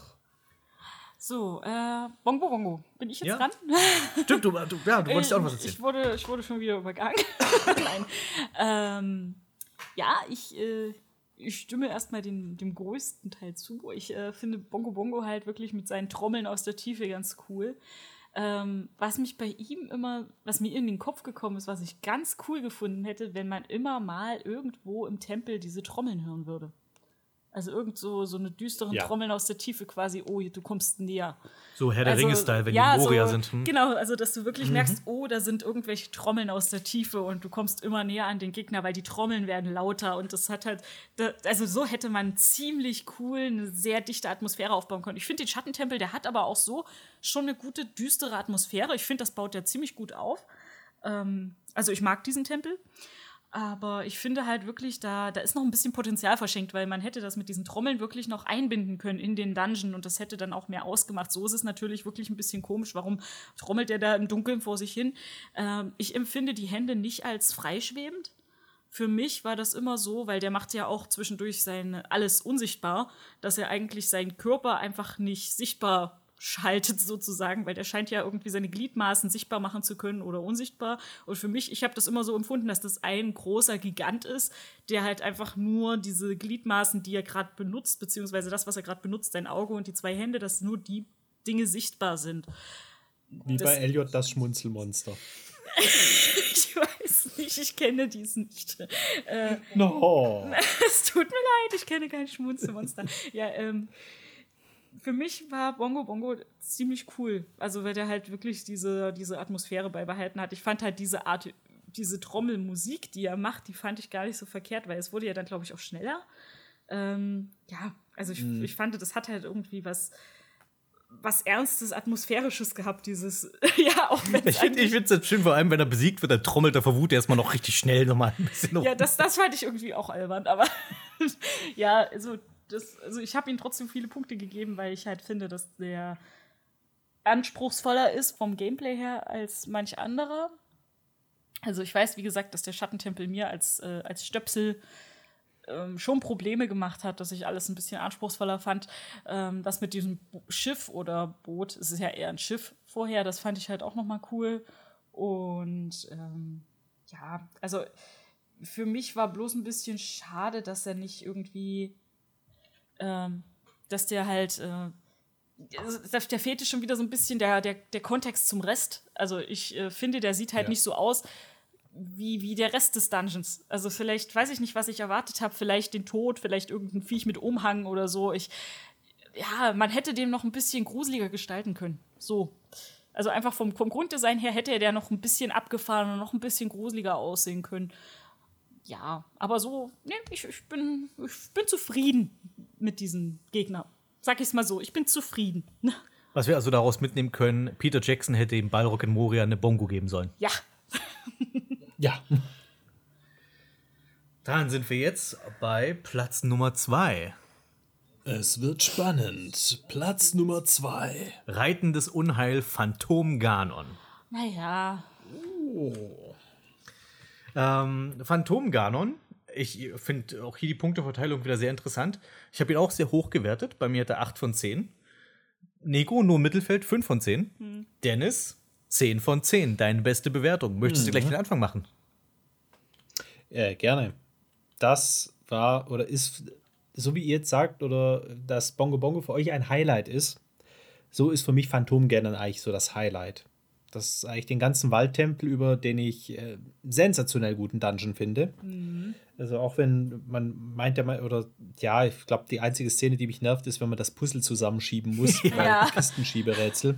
So, äh, Bongo Bongo. Bin ich jetzt Ja. dran? Stimmt, du, du, ja, du wolltest auch noch was ich, erzählen. ich, wurde, ich wurde schon wieder übergangen. Nein. Ähm, ja, ich, äh, ich stimme erstmal dem, dem größten Teil zu. Ich äh, finde Bongo Bongo halt wirklich mit seinen Trommeln aus der Tiefe ganz cool. Ähm, was mich bei ihm immer, was mir in den Kopf gekommen ist, was ich ganz cool gefunden hätte, wenn man immer mal irgendwo im Tempel diese Trommeln hören würde. Also irgend so, so eine düsteren Ja. Trommeln aus der Tiefe quasi, oh, du kommst näher. So Herr der Also, Ringe-Style, wenn ja, die Moria so, sind. Hm? Genau, also dass du wirklich merkst, oh, da sind irgendwelche Trommeln aus der Tiefe und du kommst immer näher an den Gegner, weil die Trommeln werden lauter und das hat halt, da, also so hätte man ziemlich cool eine sehr dichte Atmosphäre aufbauen können. Ich finde den Schattentempel, der hat aber auch so schon eine gute, düstere Atmosphäre. Ich finde, das baut der ziemlich gut auf. Ähm, also ich mag diesen Tempel. Aber ich finde halt wirklich, da, da ist noch ein bisschen Potenzial verschenkt, weil man hätte das mit diesen Trommeln wirklich noch einbinden können in den Dungeon und das hätte dann auch mehr ausgemacht. So ist es natürlich wirklich ein bisschen komisch. Warum trommelt der da im Dunkeln vor sich hin? Ähm, ich empfinde die Hände nicht als freischwebend. Für mich war das immer so, weil der macht ja auch zwischendurch sein alles unsichtbar, dass er eigentlich seinen Körper einfach nicht sichtbar schaltet sozusagen, weil der scheint ja irgendwie seine Gliedmaßen sichtbar machen zu können oder unsichtbar. Und für mich, ich habe das immer so empfunden, dass das ein großer Gigant ist, der halt einfach nur diese Gliedmaßen, die er gerade benutzt, beziehungsweise das, was er gerade benutzt, sein Auge und die zwei Hände, dass nur die Dinge sichtbar sind. Wie Das- bei Elliot das Schmunzelmonster. Ich weiß nicht, ich kenne dies nicht. Äh, No. es tut mir leid, ich kenne kein Schmunzelmonster. Ja, ähm, für mich war Bongo Bongo ziemlich cool. Also, weil der halt wirklich diese, diese Atmosphäre beibehalten hat. Ich fand halt diese Art, diese Trommelmusik, die er macht, die fand ich gar nicht so verkehrt, weil es wurde ja dann, glaube ich, auch schneller. Ähm, ja, also ich, ich fand, das hat halt irgendwie was, was Ernstes, Atmosphärisches gehabt, dieses, ja, auch wenn Ich finde es jetzt schön, vor allem, wenn er besiegt wird, dann trommelt er vor Wut erstmal noch richtig schnell nochmal ein bisschen rum. Ja, das, das fand ich irgendwie auch albern, aber ja, also, das, also ich habe ihm trotzdem viele Punkte gegeben, weil ich halt finde, dass der anspruchsvoller ist vom Gameplay her als manch anderer. Also ich weiß, wie gesagt, dass der Schattentempel mir als, äh, als Stöpsel ähm, schon Probleme gemacht hat, dass ich alles ein bisschen anspruchsvoller fand. Ähm, das mit diesem Bo- Schiff oder Boot, es ist ja eher ein Schiff vorher, das fand ich halt auch noch mal cool. Und ähm, ja, also für mich war bloß ein bisschen schade, dass er nicht irgendwie, ähm, dass der halt, äh, der, der fehlte schon wieder so ein bisschen der, der, der Kontext zum Rest. Also ich äh, finde, der sieht halt Ja. nicht so aus wie, wie der Rest des Dungeons. Also vielleicht, weiß ich nicht, was ich erwartet habe, vielleicht den Tod, vielleicht irgendein Viech mit Umhang oder so. Ich, ja, man hätte den noch ein bisschen gruseliger gestalten können. So. Also einfach vom, vom Grunddesign her hätte er der noch ein bisschen abgefahren und noch ein bisschen gruseliger aussehen können. ja, aber so, nee, ich, ich, bin, ich bin zufrieden mit diesem Gegner. Sag ich's mal so, ich bin zufrieden. Was wir also daraus mitnehmen können, Peter Jackson hätte dem Balrog in Moria eine Bongo geben sollen. Ja. Ja. Dann sind wir jetzt bei Platz Nummer zwei. Es wird spannend. Platz Nummer zwei. Reitendes Unheil Phantom Ganon. Naja. Ähm, Phantom Ganon, ich finde auch hier die Punkteverteilung wieder sehr interessant. Ich habe ihn auch sehr hoch gewertet. Bei mir hat er acht von zehn. Nico, nur Mittelfeld, fünf von zehn. Hm. Dennis, zehn von zehn. Deine beste Bewertung. Möchtest mhm. du gleich den Anfang machen? Äh, gerne. Das war oder ist, so wie ihr jetzt sagt, oder dass Bongo Bongo für euch ein Highlight ist, so ist für mich Phantom Ganon eigentlich so das Highlight. Das ist eigentlich den ganzen Waldtempel über, den ich äh, sensationell guten Dungeon finde. Mhm. Also auch wenn man meint, ja, oder ja, ich glaube, die einzige Szene, die mich nervt, ist, wenn man das Puzzle zusammenschieben muss, ja. bei Kistenschieberätsel.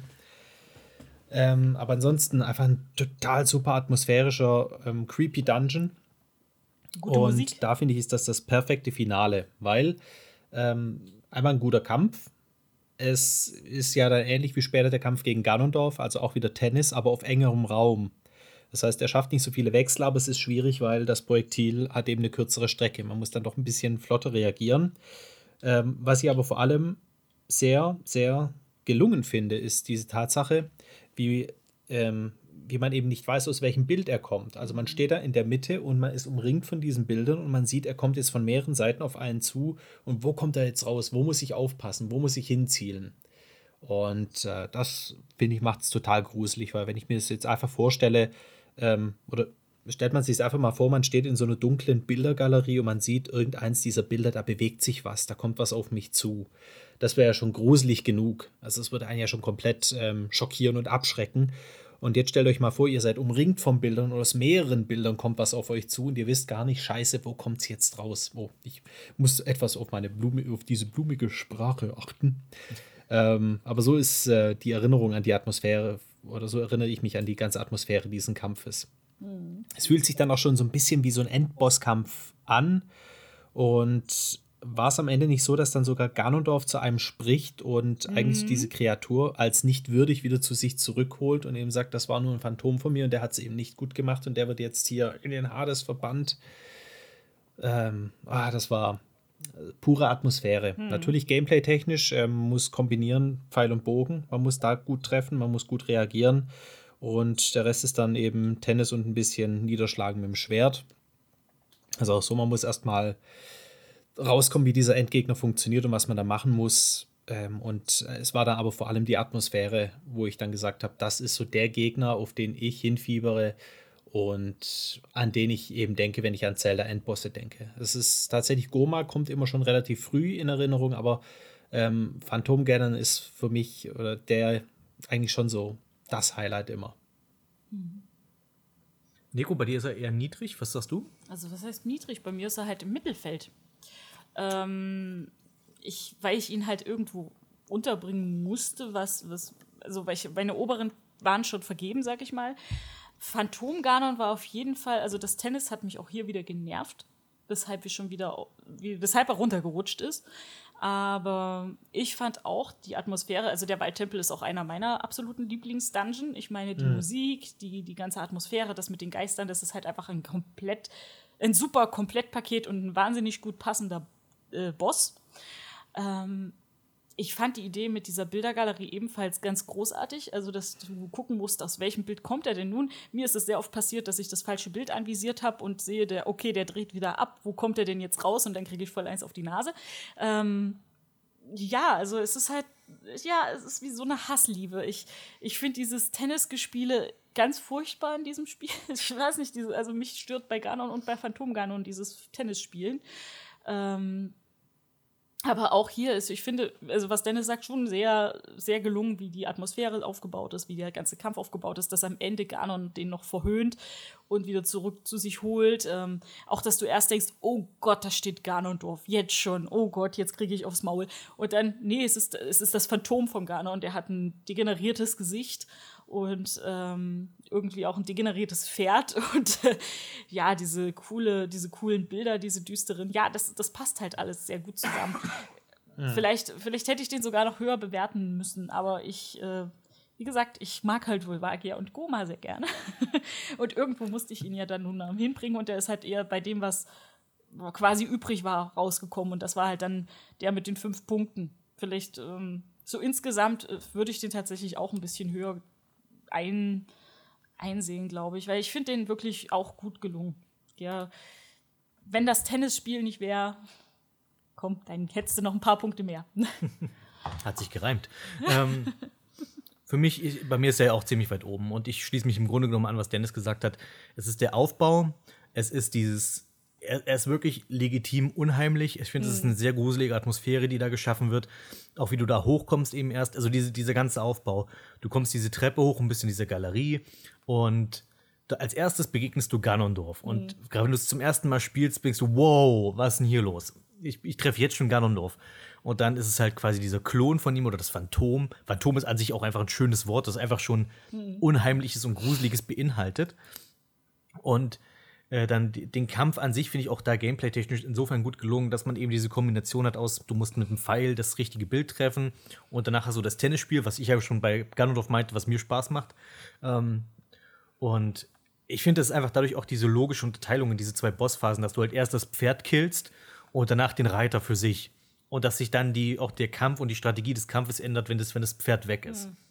Ähm, aber ansonsten einfach ein total super atmosphärischer, ähm, creepy Dungeon. Gute Und Musik. da finde ich, ist das das perfekte Finale, weil ähm, einmal ein guter Kampf. Es ist ja dann ähnlich wie später der Kampf gegen Ganondorf, also auch wieder Tennis, aber auf engerem Raum. Das heißt, er schafft nicht so viele Wechsel, aber es ist schwierig, weil das Projektil hat eben eine kürzere Strecke. Man muss dann doch ein bisschen flotter reagieren. Ähm, was ich aber vor allem sehr, sehr gelungen finde, ist diese Tatsache, wie, ähm, wie man eben nicht weiß, aus welchem Bild er kommt. Also man steht da in der Mitte und man ist umringt von diesen Bildern und man sieht, er kommt jetzt von mehreren Seiten auf einen zu. Und wo kommt er jetzt raus? Wo muss ich aufpassen? Wo muss ich hinzielen? Und äh, das, finde ich, macht es total gruselig, weil wenn ich mir das jetzt einfach vorstelle, ähm, oder stellt man sich es einfach mal vor, man steht in so einer dunklen Bildergalerie und man sieht irgendeins dieser Bilder, da bewegt sich was, da kommt was auf mich zu. Das wäre ja schon gruselig genug. Also es würde einen ja schon komplett ähm, schockieren und abschrecken. Und jetzt stellt euch mal vor, ihr seid umringt von Bildern oder aus mehreren Bildern kommt was auf euch zu und ihr wisst gar nicht, scheiße, wo kommt es jetzt raus? Oh, ich muss etwas auf meine Blume, auf diese blumige Sprache achten. Ähm, aber so ist äh, die Erinnerung an die Atmosphäre, oder so erinnere ich mich an die ganze Atmosphäre dieses Kampfes. Mhm. Es fühlt sich dann auch schon so ein bisschen wie so ein Endbosskampf an. Und war es am Ende nicht so, dass dann sogar Ganondorf zu einem spricht und mhm. eigentlich diese Kreatur als nicht würdig wieder zu sich zurückholt und eben sagt, das war nur ein Phantom von mir und der hat es eben nicht gut gemacht und der wird jetzt hier in den Hades verbannt. Ähm, ah, das war pure Atmosphäre. Mhm. Natürlich gameplay-technisch, ähm, muss kombinieren Pfeil und Bogen. Man muss da gut treffen, man muss gut reagieren und der Rest ist dann eben Tennis und ein bisschen Niederschlagen mit dem Schwert. Also auch so, man muss erstmal rauskommen, wie dieser Endgegner funktioniert und was man da machen muss. Ähm, und es war dann aber vor allem die Atmosphäre, wo ich dann gesagt habe, das ist so der Gegner, auf den ich hinfiebere und an den ich eben denke, wenn ich an Zelda-Endbosse denke. Es ist tatsächlich, Goma kommt immer schon relativ früh in Erinnerung, aber ähm, Phantom Ganon ist für mich oder der eigentlich schon so das Highlight immer. Nico, bei dir ist er eher niedrig. Was sagst du? Also was heißt niedrig? Bei mir ist er halt im Mittelfeld. Ähm, ich, weil ich ihn halt irgendwo unterbringen musste, was, was, also weil ich, meine oberen waren schon vergeben, sag ich mal. Phantom Ganon war auf jeden Fall, also das Tennis hat mich auch hier wieder genervt, weshalb wir schon wieder, weshalb er runtergerutscht ist. Aber ich fand auch die Atmosphäre, also der Waldtempel ist auch einer meiner absoluten Lieblings-Dungeon. Ich meine, die mhm. Musik, die, die ganze Atmosphäre, das mit den Geistern, das ist halt einfach ein komplett, ein super Komplettpaket und ein wahnsinnig gut passender äh, Boss. Ähm, ich fand die Idee mit dieser Bildergalerie ebenfalls ganz großartig. Also, dass du gucken musst, aus welchem Bild kommt er denn nun. Mir ist es sehr oft passiert, dass ich das falsche Bild anvisiert habe und sehe, der, okay, der dreht wieder ab. Wo kommt er denn jetzt raus? Und dann kriege ich voll eins auf die Nase. Ähm, ja, also es ist halt, ja, es ist wie so eine Hassliebe. Ich, ich finde dieses Tennisgespiele ganz furchtbar in diesem Spiel. Ich weiß nicht, diese, also mich stört bei Ganon und bei Phantom Ganon dieses Tennisspielen. Ähm, Aber auch hier ist, ich finde, also was Dennis sagt, schon sehr, sehr gelungen, wie die Atmosphäre aufgebaut ist, wie der ganze Kampf aufgebaut ist, dass am Ende Ganon den noch verhöhnt und wieder zurück zu sich holt. Ähm, auch, dass du erst denkst, oh Gott, da steht Ganondorf, jetzt schon, oh Gott, jetzt kriege ich aufs Maul. Und dann, nee, es ist, es ist das Phantom von Ganon, der hat ein degeneriertes Gesicht und ähm, irgendwie auch ein degeneriertes Pferd und äh, ja, diese coole, diese coolen Bilder, diese düsteren, ja, das, das passt halt alles sehr gut zusammen. Ja. Vielleicht, vielleicht hätte ich den sogar noch höher bewerten müssen, aber ich, äh, wie gesagt, ich mag halt Volvagia und Goma sehr gerne. Und irgendwo musste ich ihn ja dann nun hinbringen und der ist halt eher bei dem, was quasi übrig war, rausgekommen und das war halt dann der mit den fünf Punkten. Vielleicht ähm, so insgesamt äh, würde ich den tatsächlich auch ein bisschen höher ein, einsehen, glaube ich, weil ich finde den wirklich auch gut gelungen. Ja, wenn das Tennisspiel nicht wäre, komm, dann hättest du noch ein paar Punkte mehr. Hat sich gereimt. ähm, für mich, ich, bei mir ist er ja auch ziemlich weit oben und ich schließe mich im Grunde genommen an, was Dennis gesagt hat. Es ist der Aufbau, es ist dieses Er, er ist wirklich legitim unheimlich. Ich finde, es ist eine sehr gruselige Atmosphäre, die da geschaffen wird. Auch wie du da hochkommst eben erst. Also diese, dieser ganze Aufbau. Du kommst diese Treppe hoch, ein bisschen in diese Galerie. Und da, als erstes begegnest du Ganondorf. Mhm. Und gerade wenn du es zum ersten Mal spielst, denkst du, wow, was ist denn hier los? Ich, ich treffe jetzt schon Ganondorf. Und dann ist es halt quasi dieser Klon von ihm oder das Phantom. Phantom ist an sich auch einfach ein schönes Wort, das einfach schon mhm. Unheimliches und Gruseliges beinhaltet. Und Äh, dann den Kampf an sich finde ich auch da gameplay-technisch insofern gut gelungen, dass man eben diese Kombination hat aus, du musst mit dem Pfeil das richtige Bild treffen und danach hast du das Tennisspiel, was ich ja schon bei Ganondorf meinte, was mir Spaß macht. Ähm, und ich finde, das ist einfach dadurch auch diese logische Unterteilung in diese zwei Bossphasen, dass du halt erst das Pferd killst und danach den Reiter für sich. Und dass sich dann die, auch der Kampf und die Strategie des Kampfes ändert, wenn das, wenn das Pferd weg ist. Mhm.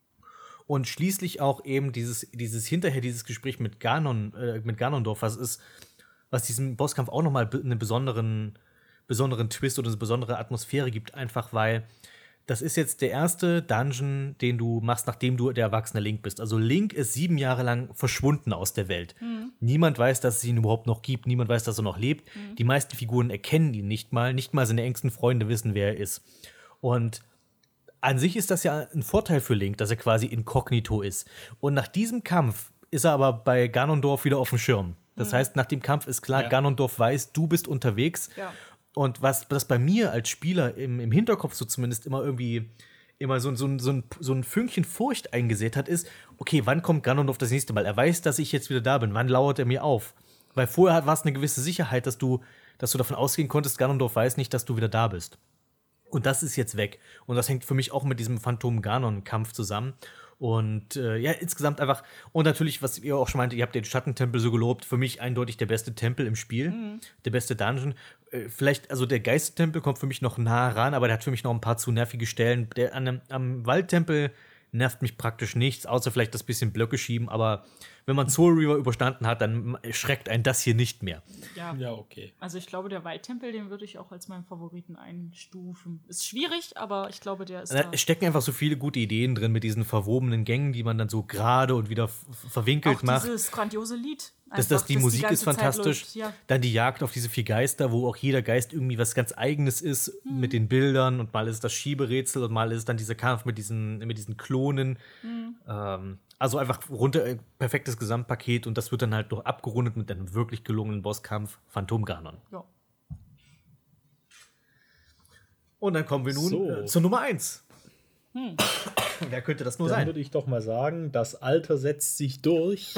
Und schließlich auch eben dieses, dieses hinterher, dieses Gespräch mit Ganon, äh, mit Ganondorf, was ist, was diesem Bosskampf auch nochmal einen besonderen, besonderen Twist oder eine besondere Atmosphäre gibt, einfach weil das ist jetzt der erste Dungeon, den du machst, nachdem du der erwachsene Link bist. Also Link ist sieben Jahre lang verschwunden aus der Welt. Mhm. Niemand weiß, dass es ihn überhaupt noch gibt, niemand weiß, dass er noch lebt. Mhm. Die meisten Figuren erkennen ihn nicht mal, nicht mal seine engsten Freunde wissen, wer er ist. Und an sich ist das ja ein Vorteil für Link, dass er quasi inkognito ist. Und nach diesem Kampf ist er aber bei Ganondorf wieder auf dem Schirm. Das mhm. heißt, nach dem Kampf ist klar, ja. Ganondorf weiß, du bist unterwegs. Ja. Und was das bei mir als Spieler im, im Hinterkopf so zumindest immer irgendwie immer so, so, so, ein, so ein Fünkchen Furcht eingesät hat, ist, okay, wann kommt Ganondorf das nächste Mal? Er weiß, dass ich jetzt wieder da bin. Wann lauert er mir auf? Weil vorher war es eine gewisse Sicherheit, dass du, dass du davon ausgehen konntest, Ganondorf weiß nicht, dass du wieder da bist. Und das ist jetzt weg. Und das hängt für mich auch mit diesem Phantom-Ganon-Kampf zusammen. Und äh, ja, insgesamt einfach. Und natürlich, was ihr auch schon meinte, ihr habt den Schattentempel so gelobt. Für mich eindeutig der beste Tempel im Spiel. Mhm. Der beste Dungeon. Äh, vielleicht, also der Geisttempel kommt für mich noch nah ran, aber der hat für mich noch ein paar zu nervige Stellen. Der, an, am Waldtempel nervt mich praktisch nichts, außer vielleicht das bisschen Blöcke schieben. Aber wenn man Soul Reaver überstanden hat, dann schreckt einen das hier nicht mehr. Ja, ja, okay. Also ich glaube, der Waldtempel, den würde ich auch als meinen Favoriten einstufen. Ist schwierig, aber ich glaube, der ist da. Es stecken einfach so viele gute Ideen drin mit diesen verwobenen Gängen, die man dann so gerade und wieder verwinkelt auch macht. Dieses grandiose Lied. Das, das, die Musik die ist fantastisch. Ja. Dann die Jagd auf diese vier Geister, wo auch jeder Geist irgendwie was ganz Eigenes ist mhm. mit den Bildern. Und mal ist es das Schieberätsel und mal ist es dann dieser Kampf mit diesen, mit diesen Klonen. Mhm. Ähm, also einfach runter, äh, perfektes Gesamtpaket. Und das wird dann halt noch abgerundet mit einem wirklich gelungenen Bosskampf, Phantom Ganon. Ja. Und dann kommen wir nun so. äh, zur Nummer eins. Hm. Wer könnte das nur dann sein? Dann würde ich doch mal sagen, das Alter setzt sich durch.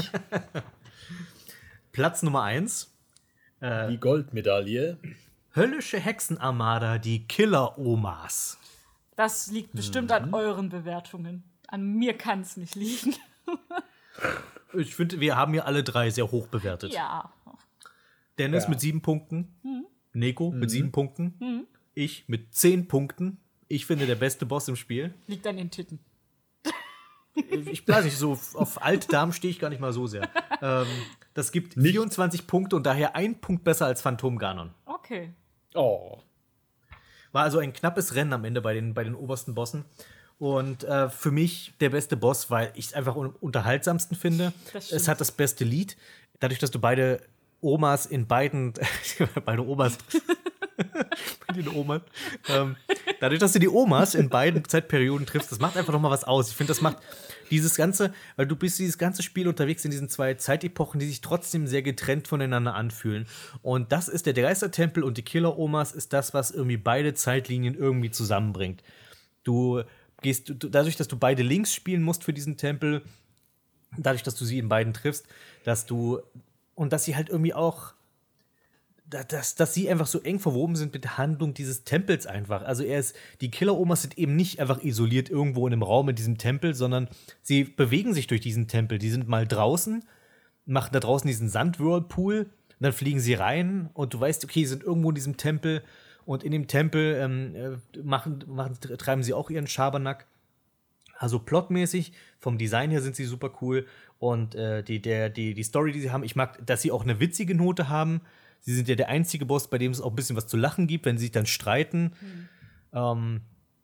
Platz Nummer eins. Äh, die Goldmedaille. Höllische Hexenarmada, die Killer-Omas. Das liegt bestimmt mhm. an euren Bewertungen. An mir kann es nicht liegen. Ich finde, wir haben hier alle drei sehr hoch bewertet. Ja. Dennis ja. mit sieben Punkten. Mhm. Neko mhm. mit sieben Punkten. Mhm. Ich mit zehn Punkten. Ich finde, der beste Boss im Spiel. Liegt an den Titten. Ich weiß nicht, so auf Altdarm stehe ich gar nicht mal so sehr. ähm, das gibt nicht. vierundzwanzig Punkte und daher ein Punkt besser als Phantom Ganon. Okay. Oh. War also ein knappes Rennen am Ende bei den, bei den obersten Bossen. Und äh, für mich der beste Boss, weil ich es einfach am unterhaltsamsten finde. Es hat das beste Lied. Dadurch, dass du beide Omas in beiden, beide Omas bei den Omas. Ähm, dadurch, dass du die Omas in beiden Zeitperioden triffst, das macht einfach noch mal was aus. Ich finde, das macht dieses ganze, weil du bist dieses ganze Spiel unterwegs in diesen zwei Zeitepochen, die sich trotzdem sehr getrennt voneinander anfühlen. Und das ist der Geistertempel und die Killer-Omas ist das, was irgendwie beide Zeitlinien irgendwie zusammenbringt. Du gehst du, dadurch, dass du beide links spielen musst für diesen Tempel, dadurch, dass du sie in beiden triffst, dass du, und dass sie halt irgendwie auch, dass, dass sie einfach so eng verwoben sind mit der Handlung dieses Tempels einfach. Also er ist, die Killer-Omas sind eben nicht einfach isoliert irgendwo in einem Raum in diesem Tempel, sondern sie bewegen sich durch diesen Tempel. Die sind mal draußen, machen da draußen diesen Sand-Whirlpool, dann fliegen sie rein und du weißt, okay, sie sind irgendwo in diesem Tempel und in dem Tempel ähm, machen, machen, treiben sie auch ihren Schabernack. Also plotmäßig, vom Design her sind sie super cool und äh, die, der, die, die Story, die sie haben, ich mag, dass sie auch eine witzige Note haben. Sie sind ja der einzige Boss, bei dem es auch ein bisschen was zu lachen gibt, wenn sie sich dann streiten. Mhm. Ähm,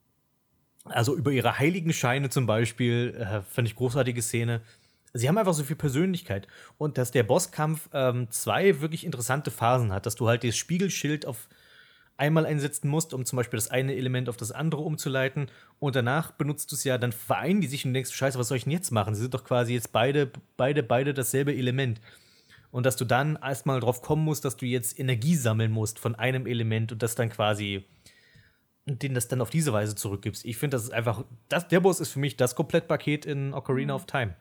also über ihre Heiligenscheine zum Beispiel, äh, fand ich großartige Szene. Sie haben einfach so viel Persönlichkeit. Und dass der Bosskampf ähm, zwei wirklich interessante Phasen hat, dass du halt das Spiegelschild auf einmal einsetzen musst, um zum Beispiel das eine Element auf das andere umzuleiten. Und danach benutzt du es ja, dann vereinen die sich und denkst, scheiße, was soll ich denn jetzt machen? Sie sind doch quasi jetzt beide, beide, beide dasselbe Element. Und dass du dann erstmal drauf kommen musst, dass du jetzt Energie sammeln musst von einem Element und das dann quasi, den das dann auf diese Weise zurückgibst. Ich finde, das ist einfach, das, der Boss ist für mich das Komplettpaket in Ocarina of Time.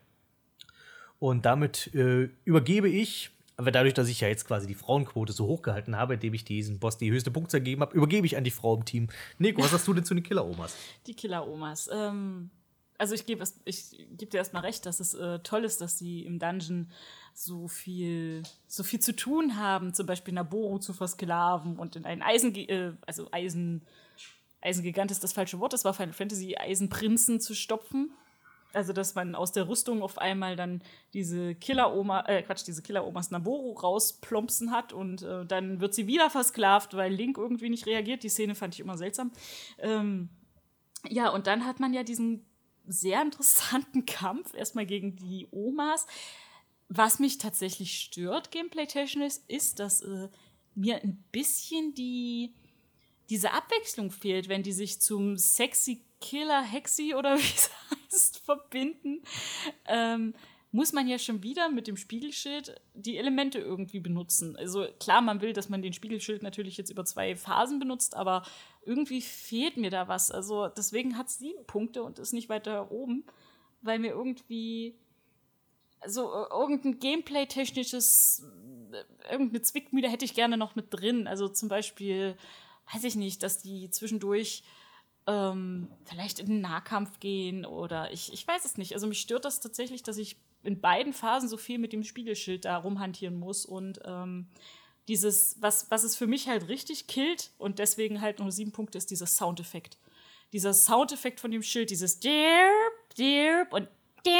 Und damit äh, übergebe ich, aber dadurch, dass ich ja jetzt quasi die Frauenquote so hochgehalten habe, indem ich diesem Boss die höchste Punktzahl gegeben habe, übergebe ich an die Frau im Team. Nico, was hast du denn zu den Killer-Omas? Die Killer-Omas. Ähm, also ich gebe ich geb dir erstmal recht, dass es äh, toll ist, dass sie im Dungeon so viel, so viel zu tun haben, zum Beispiel Naboru zu versklaven und in einen Eisen, äh, also Eisen, Eisengigant ist das falsche Wort, das war Final Fantasy, Eisenprinzen zu stopfen. Also, dass man aus der Rüstung auf einmal dann diese Killer-Oma, äh, Quatsch, diese Killer-Omas Naboru rausplompsen hat und äh, dann wird sie wieder versklavt, weil Link irgendwie nicht reagiert. Die Szene fand ich immer seltsam. Ähm, ja, und dann hat man ja diesen sehr interessanten Kampf erstmal gegen die Omas. Was mich tatsächlich stört, gameplay-technisch, ist, dass äh, mir ein bisschen die, diese Abwechslung fehlt, wenn die sich zum sexy Killer Hexi oder wie es heißt, verbinden. Ähm, muss man ja schon wieder mit dem Spiegelschild die Elemente irgendwie benutzen. Also klar, man will, dass man den Spiegelschild natürlich jetzt über zwei Phasen benutzt, aber irgendwie fehlt mir da was. Also deswegen hat es sieben Punkte und ist nicht weiter oben, weil mir irgendwie so irgendein Gameplay-technisches, irgendeine Zwickmühle hätte ich gerne noch mit drin. Also zum Beispiel, weiß ich nicht, dass die zwischendurch ähm, vielleicht in den Nahkampf gehen oder ich, ich weiß es nicht. Also mich stört das tatsächlich, dass ich in beiden Phasen so viel mit dem Spiegelschild da rumhantieren muss und ähm, dieses, was, was es für mich halt richtig killt und deswegen halt nur sieben Punkte ist, dieser Soundeffekt. Dieser Soundeffekt von dem Schild, dieses Dirp, Dirp und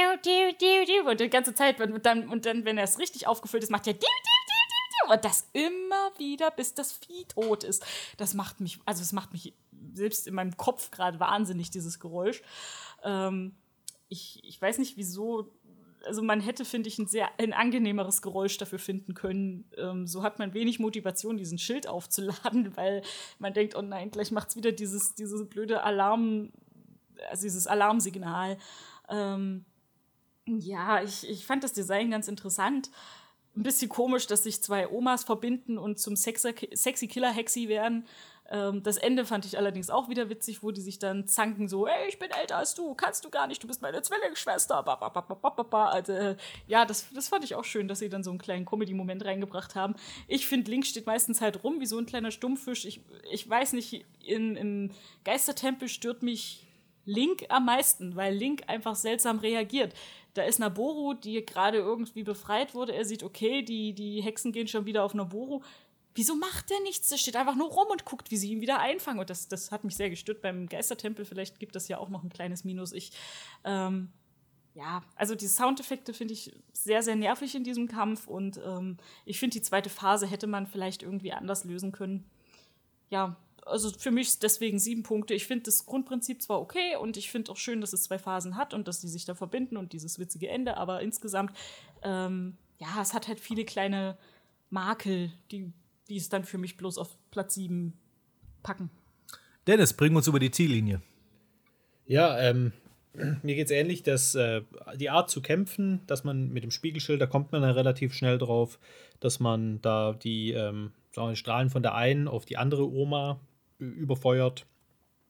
und die ganze Zeit, und dann, und dann wenn er es richtig aufgefüllt ist, macht er und das immer wieder, bis das Vieh tot ist. Das macht mich, also es macht mich selbst in meinem Kopf gerade wahnsinnig, dieses Geräusch. Ähm, ich, ich weiß nicht, wieso, also man hätte, finde ich, ein sehr ein angenehmeres Geräusch dafür finden können. Ähm, so hat man wenig Motivation, diesen Schild aufzuladen, weil man denkt, oh nein, gleich macht's wieder dieses, dieses blöde Alarm, also dieses Alarmsignal. Ähm, ja, ich, ich fand das Design ganz interessant. Ein bisschen komisch, dass sich zwei Omas verbinden und zum Sexer, sexy Killer-Hexi werden. Ähm, das Ende fand ich allerdings auch wieder witzig, wo die sich dann zanken, so, ey, ich bin älter als du, kannst du gar nicht, du bist meine Zwillingsschwester. Ba, ba, ba, ba, ba, ba. Also, äh, ja, das, das fand ich auch schön, dass sie dann so einen kleinen Comedy-Moment reingebracht haben. Ich finde, Link steht meistens halt rum wie so ein kleiner Stummfisch. Ich, ich weiß nicht, in, im Geistertempel stört mich Link am meisten, weil Link einfach seltsam reagiert. Da ist Naboru, die gerade irgendwie befreit wurde. Er sieht, okay, die, die Hexen gehen schon wieder auf Naboru. Wieso macht der nichts? Der steht einfach nur rum und guckt, wie sie ihn wieder einfangen. Und das, das hat mich sehr gestört beim Geistertempel. Vielleicht gibt das ja auch noch ein kleines Minus. Ich, ähm, ja, also die Soundeffekte finde ich sehr, sehr nervig in diesem Kampf. Und ähm, ich finde, die zweite Phase hätte man vielleicht irgendwie anders lösen können. Ja, also für mich deswegen sieben Punkte. Ich finde das Grundprinzip zwar okay und ich finde auch schön, dass es zwei Phasen hat und dass die sich da verbinden und dieses witzige Ende, aber insgesamt, ähm, ja, es hat halt viele kleine Makel, die, die es dann für mich bloß auf Platz sieben packen. Dennis, bring uns über die Ziellinie. Ja, ähm, mir geht's ähnlich, dass äh, die Art zu kämpfen, dass man mit dem Spiegelschild, da kommt man dann relativ schnell drauf, dass man da die ähm, sagen wir, Strahlen von der einen auf die andere Oma überfeuert.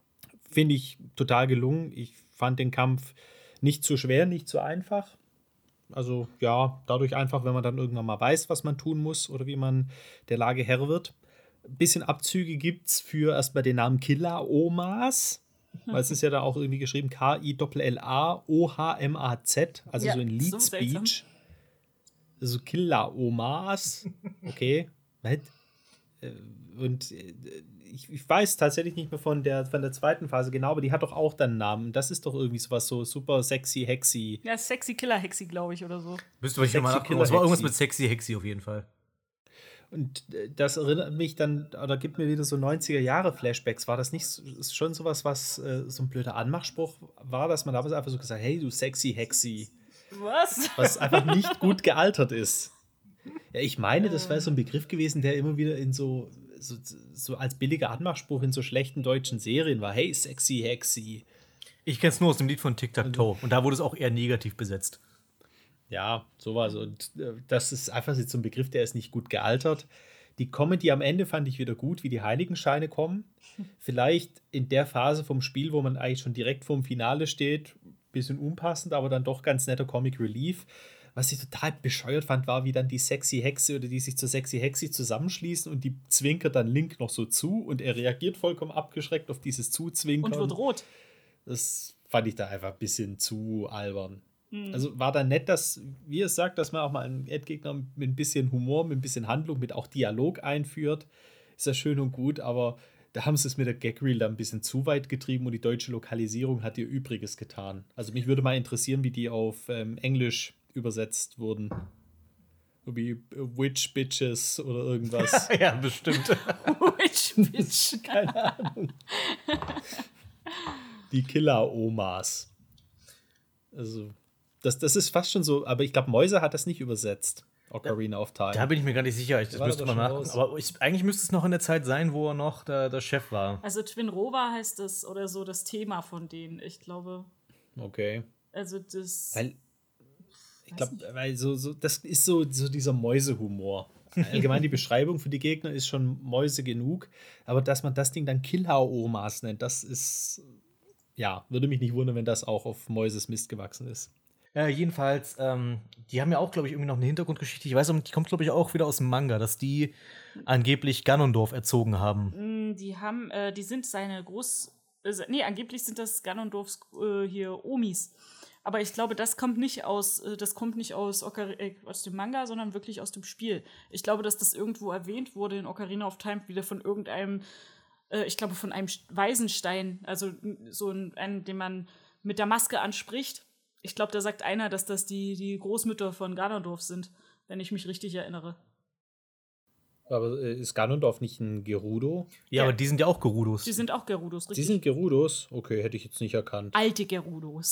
finde ich total gelungen. Ich fand den Kampf nicht zu schwer, nicht zu einfach. Also ja, dadurch einfach, wenn man dann irgendwann mal weiß, was man tun muss oder wie man der Lage Herr wird. Ein bisschen Abzüge gibt es für erstmal den Namen Killa-O-Mas, weil es ist ja da auch irgendwie geschrieben K I L L A O H M A Z, also Ja, so ein Lead so seltsam. Speech. Also Killa-O-Mas, okay. Äh, Und äh, ich, ich weiß tatsächlich nicht mehr von der, von der zweiten Phase genau, aber die hat doch auch dann einen Namen. Das ist doch irgendwie sowas so super sexy, hexy. Ja, Sexy Killer Hexi, glaube ich, oder so. Müsste ich nochmal Sexy nachgucken. Es war Killer irgendwas Hexi. mit Sexy Hexi auf jeden Fall. Und äh, das erinnert mich dann, oder gibt mir wieder so neunziger-Jahre-Flashbacks. War das nicht so, ist schon sowas, was äh, so ein blöder Anmachspruch war, dass man da einfach so gesagt hat, hey, du sexy Hexi. Was? Was einfach nicht gut gealtert ist. Ja, ich meine, das wäre so ein Begriff gewesen, der immer wieder in so, so, so als billiger Anmachspruch in so schlechten deutschen Serien war. Hey, sexy Hexi. Ich kenne es nur aus dem Lied von Tic Tac Toe. Und da wurde es auch eher negativ besetzt. Ja, sowas. Und äh, das ist einfach jetzt so ein Begriff, der ist nicht gut gealtert. Die Comedy am Ende fand ich wieder gut, wie die Heiligenscheine kommen. Vielleicht in der Phase vom Spiel, wo man eigentlich schon direkt vorm Finale steht, bisschen unpassend, aber dann doch ganz netter Comic Relief. Was ich total bescheuert fand, war, wie dann die sexy Hexe oder die sich zur sexy Hexi zusammenschließen und die zwinkert dann Link noch so zu und er reagiert vollkommen abgeschreckt auf dieses Zuzwinkern. Und wird rot. Das fand ich da einfach ein bisschen zu albern. Also war da nett, dass, wie es sagt, dass man auch mal einen Endgegner mit ein bisschen Humor, mit ein bisschen Handlung, mit auch Dialog einführt. Ist ja schön und gut, aber da haben sie es mit der Gag-Reel dann ein bisschen zu weit getrieben und die deutsche Lokalisierung hat ihr Übriges getan. Also mich würde mal interessieren, wie die auf ähm, Englisch übersetzt wurden. Wie Witch Bitches oder irgendwas. Ja, bestimmt. Witch Bitch. Keine Ahnung. Die Killer-Omas. Also, das, das ist fast schon so, aber ich glaube, Mäuse hat das nicht übersetzt. Ocarina of Time. Da bin ich mir gar nicht sicher. Ich, das War müsste aber man schon nachgucken. raus. Aber ich, eigentlich müsste es noch in der Zeit sein, wo er noch der, der Chef war. Also Twin Rova heißt das oder so das Thema von denen. Ich glaube, Okay. also das. Weil, ich glaube, weil so, so, das ist so, so dieser Mäusehumor. Allgemein die Beschreibung für die Gegner ist schon Mäuse genug, aber dass man das Ding dann Killer-Omas nennt, das ist, ja, würde mich nicht wundern, wenn das auch auf Mäuses Mist gewachsen ist. Äh, jedenfalls, ähm, die haben ja auch, glaube ich, irgendwie noch eine Hintergrundgeschichte. Ich weiß, die kommt, glaube ich, auch wieder aus dem Manga, dass die angeblich Ganondorf erzogen haben. Mm, Die haben, äh, die sind seine Groß. Äh, nee, angeblich sind das Ganondorfs äh, hier Omis. Aber ich glaube, das kommt nicht aus, äh, das kommt nicht aus, Ocar äh, aus dem Manga, sondern wirklich aus dem Spiel. Ich glaube, dass das irgendwo erwähnt wurde in Ocarina of Time, wieder von irgendeinem, äh, ich glaube, von einem St- Weisenstein, also n- so ein, einen, den man mit der Maske anspricht. Ich glaube, da sagt einer, dass das die, die Großmütter von Ganondorf sind, wenn ich mich richtig erinnere. Aber äh, ist Ganondorf nicht ein Gerudo? Ja, Ja. aber die sind ja auch Gerudos. Die sind auch Gerudos, Sie richtig? sind Gerudos? Okay, hätte ich jetzt nicht erkannt. alte Gerudos.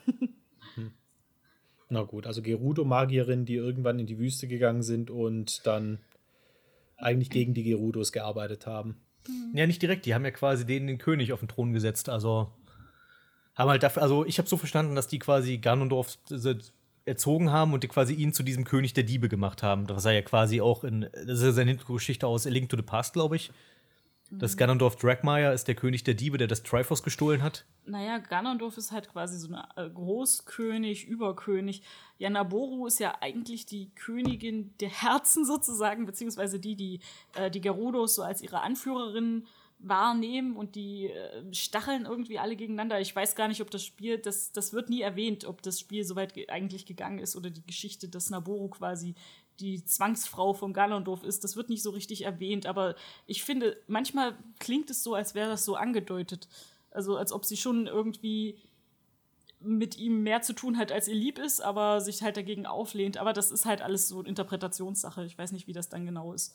Na gut, also Gerudo-Magierinnen, die irgendwann in die Wüste gegangen sind und dann eigentlich gegen die Gerudos gearbeitet haben. Ja, nicht direkt. Die haben ja quasi denen den König auf den Thron gesetzt. Also haben halt dafür, also ich habe so verstanden, dass die quasi Ganondorf erzogen haben und die quasi ihn zu diesem König der Diebe gemacht haben. Das war ja quasi auch in, das ist ja seine Hintergrundgeschichte aus A Link to the Past, glaube ich. Das Ganondorf Dragmire ist der König der Diebe, der das Triforce gestohlen hat. Naja, Ganondorf ist halt quasi so ein äh, Großkönig, Überkönig. Ja, Naboru ist ja eigentlich die Königin der Herzen sozusagen, beziehungsweise die, die äh, die Gerudos so als ihre Anführerin wahrnehmen und die äh, stacheln irgendwie alle gegeneinander. Ich weiß gar nicht, ob das Spiel, das, das wird nie erwähnt, ob das Spiel so weit ge- eigentlich gegangen ist oder die Geschichte, dass Naboru quasi die Zwangsfrau von Ganondorf ist. Das wird nicht so richtig erwähnt, aber ich finde, manchmal klingt es so, als wäre das so angedeutet. Also als ob sie schon irgendwie mit ihm mehr zu tun hat, als ihr lieb ist, aber sich halt dagegen auflehnt. Aber das ist halt alles so Interpretationssache. Ich weiß nicht, wie das dann genau ist.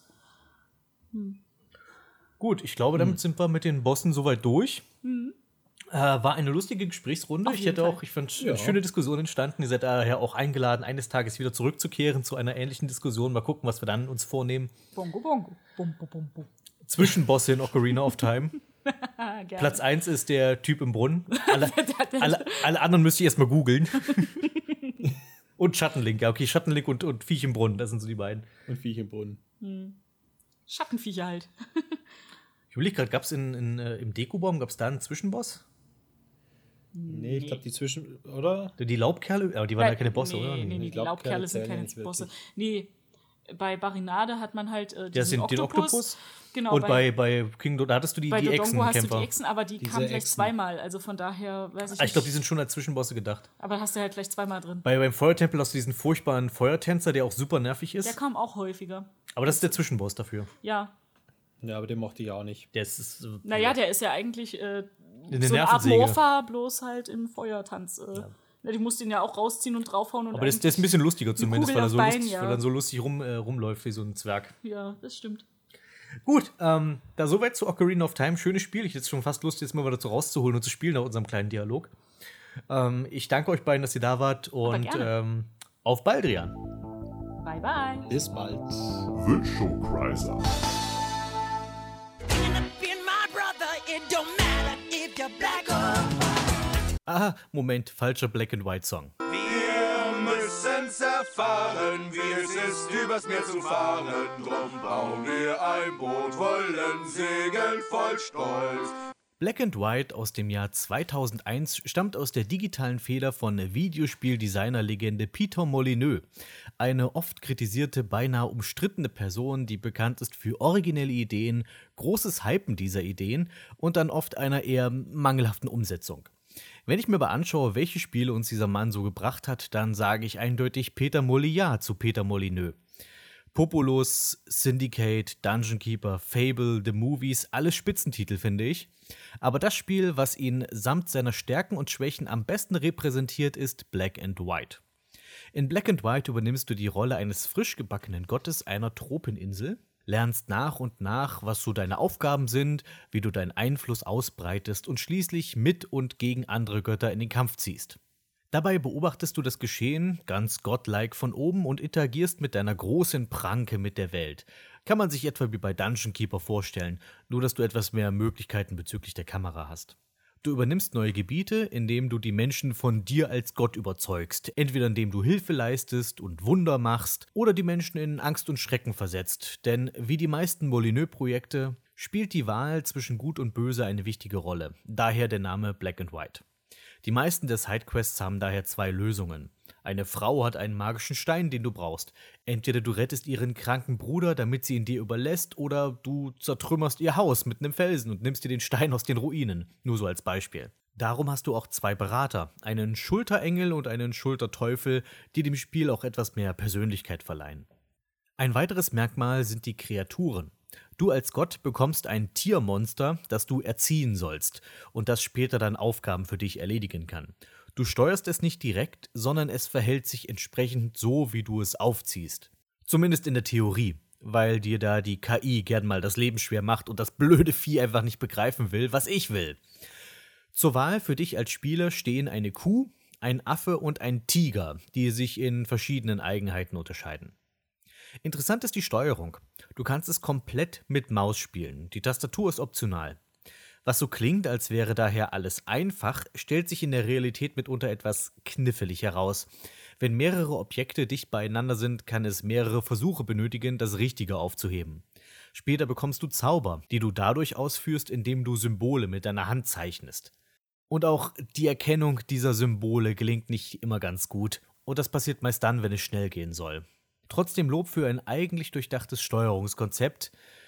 Gut, ich glaube, damit sind wir mit den Bossen soweit durch. Äh, war eine lustige Gesprächsrunde. Auf Ich jeden hätte Fall. auch, ich fand, Ja. schöne Diskussion entstanden. Ihr seid daher auch eingeladen, eines Tages wieder zurückzukehren zu einer ähnlichen Diskussion. Mal gucken, was wir dann uns vornehmen. Bongo, bongo. Bum, bum, bum, bum. Zwischenbosse in Ocarina of Time. Ah, gerne. Platz eins ist der Typ im Brunnen. Alle, alle, alle anderen müsst ihr erstmal googeln. Und Schattenlink. Ja, okay, Schattenlink und, und Viech im Brunnen, das sind so die beiden. Und Viech im Boden. Schattenviecher halt. Ich überlege gerade, gab es in, in, äh, im Deku-Baum, gab es da einen Zwischenboss? Nee, ich glaube, die Zwischen... Oder? Die Laubkerle? Aber die waren ja keine Bosse, nee, oder? Nee, nee, die Laubkerle Laubkerle sind zählen keine nicht Bosse. wirklich. Nee, bei Barinade hat man halt äh, diesen Ja, sind Oktopus. den Oktopus. Genau, Und bei, bei King Do, da hattest du die, bei die Dodongo hast du Echsenkämpfer. die Echsen, aber die Diese kamen gleich Echsen. zweimal. Also von daher weiß ich Ah, ich glaube, die nicht. sind schon als Zwischenbosse gedacht. Aber hast du halt gleich zweimal drin. Bei, beim Feuertempel hast du diesen furchtbaren Feuertänzer, der auch super nervig ist. Der kam auch häufiger. Aber das ist der Zwischenboss dafür. Ja. Ja, aber den mochte ich auch nicht. Der ist, ist äh, Naja, der ist ja eigentlich äh, eine so eine Art Nervensäge. Morpha, bloß halt im Feuertanz. Äh. Ja. Die musst ihn ja auch rausziehen und draufhauen. Und Aber der ist, der ist ein bisschen lustiger zumindest, Kugel weil er, auf so Bein, lustig, ja. weil er so lustig rum, äh, rumläuft wie so ein Zwerg. Ja, das stimmt. Gut, ähm, da soweit zu Ocarina of Time. Schönes Spiel. Ich hätte jetzt schon fast Lust, jetzt mal dazu rauszuholen und zu spielen nach unserem kleinen Dialog. Ähm, ich danke euch beiden, dass ihr da wart und gerne. ähm, auf Baldrian. Bye, bye. Bis bald. Virtual Chrysler. Aha, Moment, falscher Black and White Song. Wir müssen's erfahren, wie es ist, übers Meer zu fahren. Drum bauen wir ein Boot, wollen segeln voll Stolz. Black and White aus dem Jahr zweitausendeins stammt aus der digitalen Feder von Videospieldesigner-Legende Peter Molyneux. Eine oft kritisierte, beinahe umstrittene Person, die bekannt ist für originelle Ideen, großes Hypen dieser Ideen und dann oft einer eher mangelhaften Umsetzung. Wenn ich mir aber anschaue, welche Spiele uns dieser Mann so gebracht hat, dann sage ich eindeutig Peter Molyneux zu Peter Molyneux. Populous, Syndicate, Dungeon Keeper, Fable, The Movies, alles Spitzentitel, finde ich. Aber das Spiel, was ihn samt seiner Stärken und Schwächen am besten repräsentiert, ist Black and White. In Black and White übernimmst du die Rolle eines frisch gebackenen Gottes einer Tropeninsel, lernst nach und nach, was so deine Aufgaben sind, wie du deinen Einfluss ausbreitest und schließlich mit und gegen andere Götter in den Kampf ziehst. Dabei beobachtest du das Geschehen ganz godlike von oben und interagierst mit deiner großen Pranke mit der Welt. Kann man sich etwa wie bei Dungeon Keeper vorstellen, nur dass du etwas mehr Möglichkeiten bezüglich der Kamera hast. Du übernimmst neue Gebiete, indem du die Menschen von dir als Gott überzeugst, entweder indem du Hilfe leistest und Wunder machst oder die Menschen in Angst und Schrecken versetzt, denn wie die meisten Molyneux-Projekte spielt die Wahl zwischen Gut und Böse eine wichtige Rolle, daher der Name Black and White. Die meisten der Sidequests haben daher zwei Lösungen. Eine Frau hat einen magischen Stein, den du brauchst. Entweder du rettest ihren kranken Bruder, damit sie ihn dir überlässt, oder du zertrümmerst ihr Haus mit einem Felsen und nimmst dir den Stein aus den Ruinen. Nur so als Beispiel. Darum hast du auch zwei Berater, einen Schulterengel und einen Schulterteufel, die dem Spiel auch etwas mehr Persönlichkeit verleihen. Ein weiteres Merkmal sind die Kreaturen. Du als Gott bekommst ein Tiermonster, das du erziehen sollst und das später dann Aufgaben für dich erledigen kann. Du steuerst es nicht direkt, sondern es verhält sich entsprechend so, wie du es aufziehst. Zumindest in der Theorie, weil dir da die K I gern mal das Leben schwer macht und das blöde Vieh einfach nicht begreifen will, was ich will. Zur Wahl für dich als Spieler stehen eine Kuh, ein Affe und ein Tiger, die sich in verschiedenen Eigenheiten unterscheiden. Interessant ist die Steuerung. Du kannst es komplett mit Maus spielen. Die Tastatur ist optional. Was so klingt, als wäre daher alles einfach, stellt sich in der Realität mitunter etwas knifflig heraus. Wenn mehrere Objekte dicht beieinander sind, kann es mehrere Versuche benötigen, das Richtige aufzuheben. Später bekommst du Zauber, die du dadurch ausführst, indem du Symbole mit deiner Hand zeichnest. Und auch die Erkennung dieser Symbole gelingt nicht immer ganz gut. Und das passiert meist dann, wenn es schnell gehen soll. Trotzdem Lob für ein eigentlich durchdachtes Steuerungskonzept.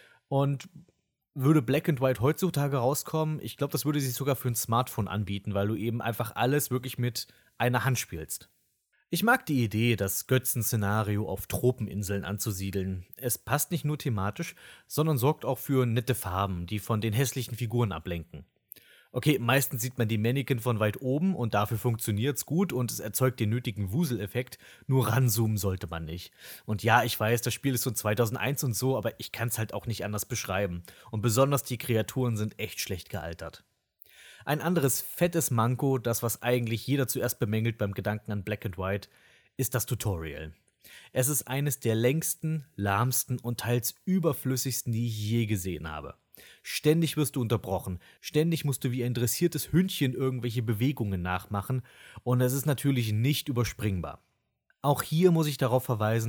Und würde Black and White heutzutage rauskommen, ich glaube, das würde sich sogar für ein Smartphone anbieten, weil du eben einfach alles wirklich mit einer Hand spielst. Ich mag die Idee, das Götzen-Szenario auf Tropeninseln anzusiedeln. Es passt nicht nur thematisch, sondern sorgt auch für nette Farben, die von den hässlichen Figuren ablenken. Okay, meistens sieht man die Mannequin von weit oben und dafür funktioniert's gut und es erzeugt den nötigen Wuseleffekt, nur ranzoomen sollte man nicht. Und ja, ich weiß, das Spiel ist von zweitausendeins und so, aber ich kann's halt auch nicht anders beschreiben. Und besonders die Kreaturen sind echt schlecht gealtert. Ein anderes fettes Manko, das was eigentlich jeder zuerst bemängelt beim Gedanken an Black and White, ist das Tutorial. Es ist eines der längsten, lahmsten und teils überflüssigsten, die ich je gesehen habe. Ständig wirst du unterbrochen, ständig musst du wie ein dressiertes Hündchen irgendwelche Bewegungen nachmachen und es ist natürlich nicht überspringbar. Auch hier muss ich darauf verweisen,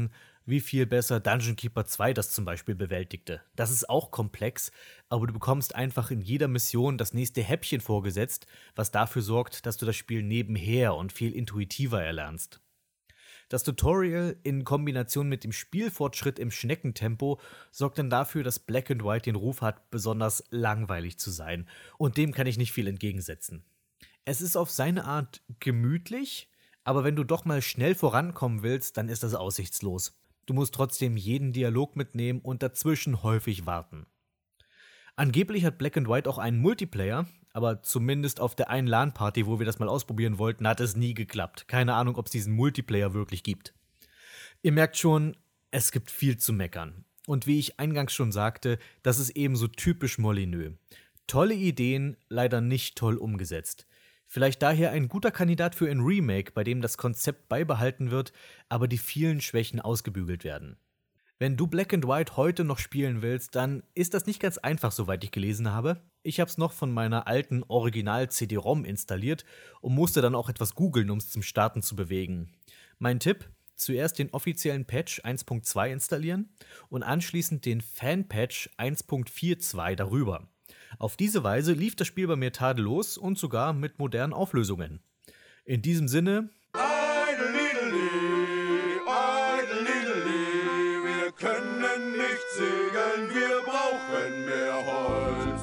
wie viel besser Dungeon Keeper zwei das zum Beispiel bewältigte. Das ist auch komplex, aber du bekommst einfach in jeder Mission das nächste Häppchen vorgesetzt, was dafür sorgt, dass du das Spiel nebenher und viel intuitiver erlernst. Das Tutorial in Kombination mit dem Spielfortschritt im Schneckentempo sorgt dann dafür, dass Black and White den Ruf hat, besonders langweilig zu sein. Und dem kann ich nicht viel entgegensetzen. Es ist auf seine Art gemütlich, aber wenn du doch mal schnell vorankommen willst, dann ist das aussichtslos. Du musst trotzdem jeden Dialog mitnehmen und dazwischen häufig warten. Angeblich hat Black and White auch einen Multiplayer, aber zumindest auf der einen LAN-Party, wo wir das mal ausprobieren wollten, hat es nie geklappt. Keine Ahnung, ob es diesen Multiplayer wirklich gibt. Ihr merkt schon, es gibt viel zu meckern. Und wie ich eingangs schon sagte, das ist eben so typisch Molyneux. Tolle Ideen, leider nicht toll umgesetzt. Vielleicht daher ein guter Kandidat für ein Remake, bei dem das Konzept beibehalten wird, aber die vielen Schwächen ausgebügelt werden. Wenn du Black and White heute noch spielen willst, dann ist das nicht ganz einfach, soweit ich gelesen habe. Ich habe es noch von meiner alten Original-C D-ROM installiert und musste dann auch etwas googeln, um es zum Starten zu bewegen. Mein Tipp: Zuerst den offiziellen Patch eins Punkt zwei installieren und anschließend den Fan-Patch eins Punkt vier Punkt zwei darüber. Auf diese Weise lief das Spiel bei mir tadellos und sogar mit modernen Auflösungen. In diesem Sinne: Wir können nicht segeln, wir brauchen mehr Holz.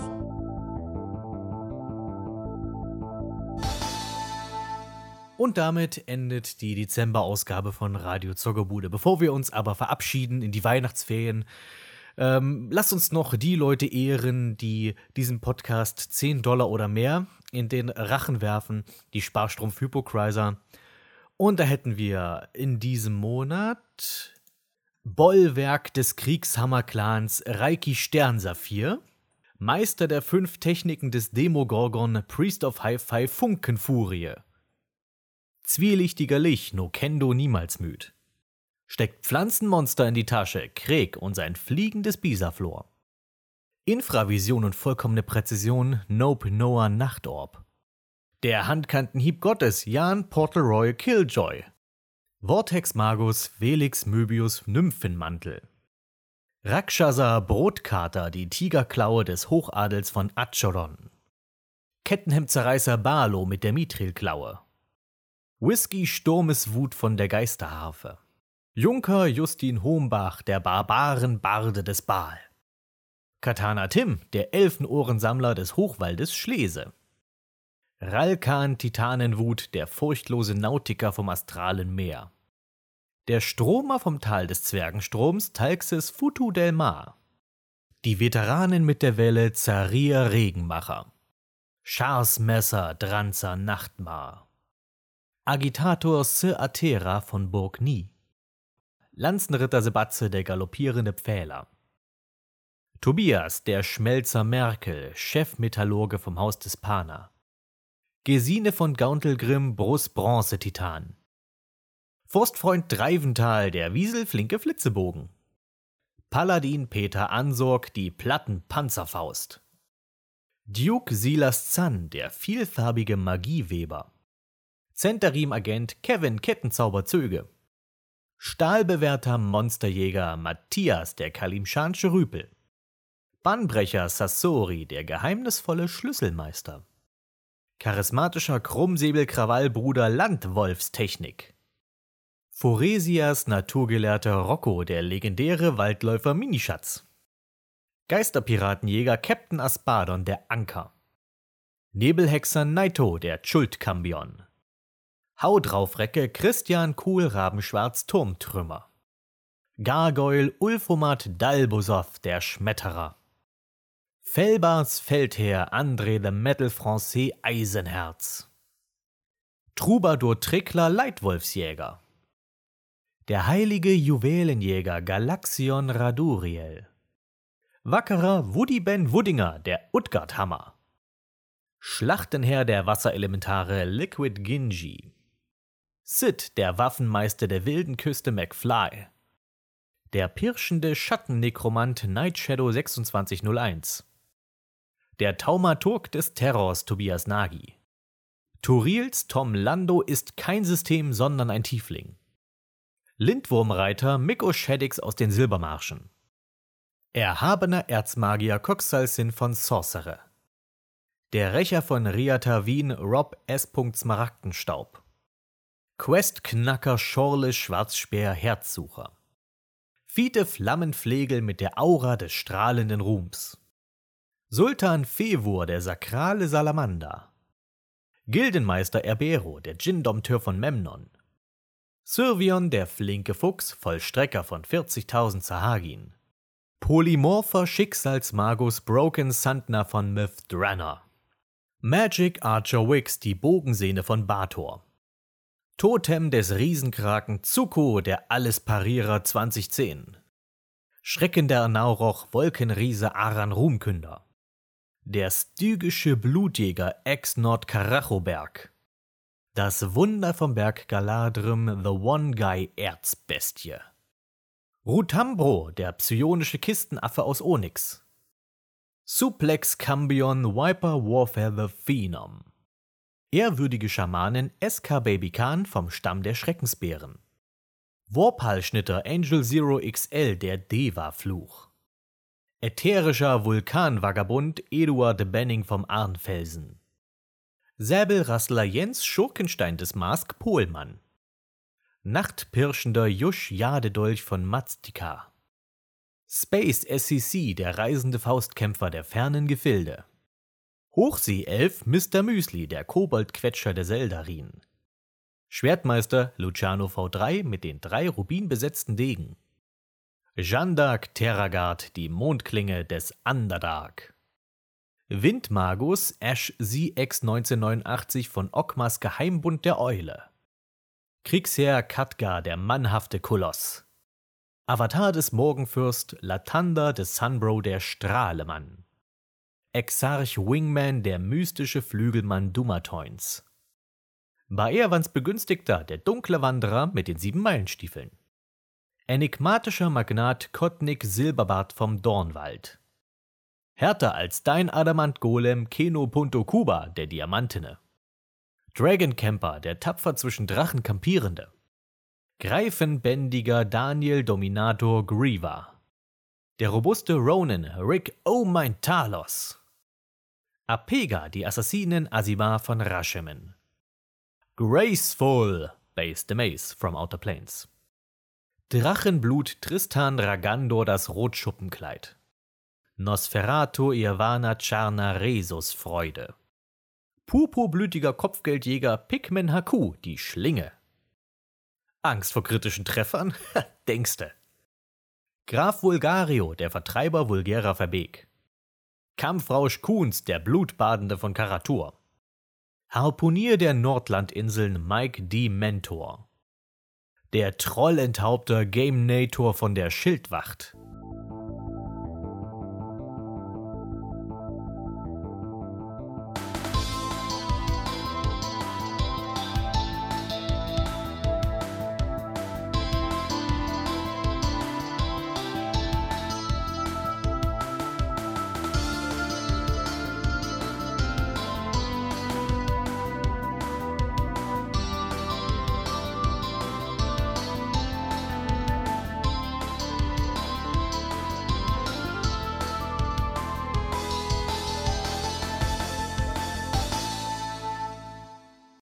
Und damit endet die Dezemberausgabe von Radio Zockerbude. Bevor wir uns aber verabschieden in die Weihnachtsferien, ähm, lasst uns noch die Leute ehren, die diesen Podcast zehn Dollar oder mehr in den Rachen werfen, die Sparstrumpf-Hypochrysler. Und da hätten wir in diesem Monat Bollwerk des Kriegshammer-Clans Reiki Sternsaphir, Meister der fünf Techniken des Demogorgon Priest of Hi-Fi Funkenfurie, Zwielichtiger Lich no Kendo niemals müd, steckt Pflanzenmonster in die Tasche Kreg und sein fliegendes Bisaflor, Infravision und vollkommene Präzision Nope Noah Nachtorb, der Handkantenhieb Gottes Jan Portleroy Killjoy, Vortex Magus Velix Möbius Nymphenmantel, Rakshasa Brotkater, die Tigerklaue des Hochadels von Acheron, Kettenhemdzerreißer Barlo mit der Mithrilklaue, Whisky Sturmeswut von der Geisterharfe, Junker Justin Hombach, der Barbaren-Barde des Baal, Katana Tim, der Elfenohrensammler des Hochwaldes Schlese, Ralkan Titanenwut, der furchtlose Nautiker vom astralen Meer, der Stromer vom Tal des Zwergenstroms Talxes Futu del Mar, die Veteranen mit der Welle Zaria Regenmacher, Scharsmesser Dranzer Nachtmar, Agitator Se Atera von Burg Nie, Lanzenritter Sebatze, der galoppierende Pfähler, Tobias, der Schmelzer Merkel, Chefmetallurge vom Haus des Pana, Gesine von Gauntelgrimm, Brust-Bronze-Titan, Forstfreund Dreiventhal, der Wieselflinke Flitzebogen, Paladin Peter Ansorg, die Plattenpanzerfaust, Duke Silas Zahn, der vielfarbige Magieweber, Zentarim-Agent Kevin Kettenzauber Zöge, Stahlbewährter Monsterjäger Matthias, der Kalimschansche Rüpel, Bannbrecher Sassori, der geheimnisvolle Schlüsselmeister, charismatischer Krummsäbelkrawallbruder Landwolfstechnik, Foresias naturgelehrter Rocco, der legendäre Waldläufer Minischatz, Geisterpiratenjäger Captain Aspadon, der Anker, Nebelhexer Naito, der Schuldkambion, Haudraufrecke Christian Kohlrabenschwarz Turmtrümmer, Gargoyle Ulfomat Dalbosov, der Schmetterer, Felbars Feldherr André le Metal Français Eisenherz, Troubadour Trickler Leitwolfsjäger, der heilige Juwelenjäger Galaxion Raduriel, wackerer Woody Ben Wuddinger, der Utgardhammer, Schlachtenherr der Wasserelementare Liquid Ginji, Sid, der Waffenmeister der wilden Küste McFly, der pirschende Schattennekromant Nightshadow sechsundzwanzig null eins, der Taumaturg des Terrors Tobias Nagy, Turils Tom Lando ist kein System, sondern ein Tiefling, Lindwurmreiter Mikko Shaddix aus den Silbermarschen. Erhabener Erzmagier Coxalsin von Sorcerer. Der Rächer von Riata Wien Rob S. Smaragdenstaub. Questknacker Schorle Schwarzspeer Herzsucher. Fiete Flammenflegel mit der Aura des strahlenden Ruhms. Sultan Fewur, der sakrale Salamander. Gildenmeister Erbero, der Djinn-Dompteur von Memnon. Syrvion, der flinke Fuchs, Vollstrecker von vierzigtausend Sahagin. Polymorpher Schicksalsmagus Broken Sandner von Myth-Dranor. Magic Archer Wix, die Bogensehne von Bator. Totem des Riesenkraken Zuko, der Allesparierer zwanzig zehn. Schreckender Nauroch Wolkenriese Aran Ruhmkünder. Der stygische Blutjäger Ex-Nord Karachoberg. Das Wunder vom Berg Galadrim The One Guy Erzbestie. Rutambro, der psionische Kistenaffe aus Onyx. Suplex Cambion Viper Warfare The Phenom. Ehrwürdige Schamanin S K Baby Khan vom Stamm der Schreckensbären. Warpal-Schnitter Angel Zero X L, der Deva-Fluch. Ätherischer Vulkanvagabund Eduard Benning vom Arnfelsen. Säbelrassler Jens Schurkenstein des Mask Pohlmann. Nachtpirschender Jusch Jadedolch von Maztika. Space S C C, der reisende Faustkämpfer der fernen Gefilde. Hochseeelf Mister Müsli, der Koboldquetscher der Seldarin. Schwertmeister Luciano V drei mit den drei rubinbesetzten Degen. Jeanne d'Arc Terragard, die Mondklinge des Underdark. Windmagus Ash Z X neunzehnhundertneunundachtzig von Okmas Geheimbund der Eule. Kriegsherr Khadgar, der mannhafte Koloss. Avatar des Morgenfürst Latanda des Sunbro, der Strahlemann. Exarch Wingman, der mystische Flügelmann Dumatoins. Baerwans Begünstigter, der dunkle Wanderer mit den sieben Meilenstiefeln. Enigmatischer Magnat Kotnik Silberbart vom Dornwald. Härter als dein Adamant-Golem Keno Punto Kuba, der Diamantene. Dragoncamper, der tapfer zwischen Drachen kampierende. Greifenbändiger Daniel Dominator Griever. Der robuste Ronin Rick Oh mein Talos. Apega, die Assassinen Azimar von Rashemen. Graceful, Base the Mace from Outer Planes. Drachenblut Tristan Ragandor, das Rotschuppenkleid. Nosferatu Irvana Charna Resus Freude. Purpurblütiger Kopfgeldjäger Pikmin Haku, die Schlinge. Angst vor kritischen Treffern? Denkste. Graf Vulgario, der Vertreiber vulgärer Verbeek. Kampfrausch Kuhns, der Blutbadende von Karatur. Harpunier der Nordlandinseln Mike D. Mentor. Der Trollenthaupter Game Nator von der Schildwacht.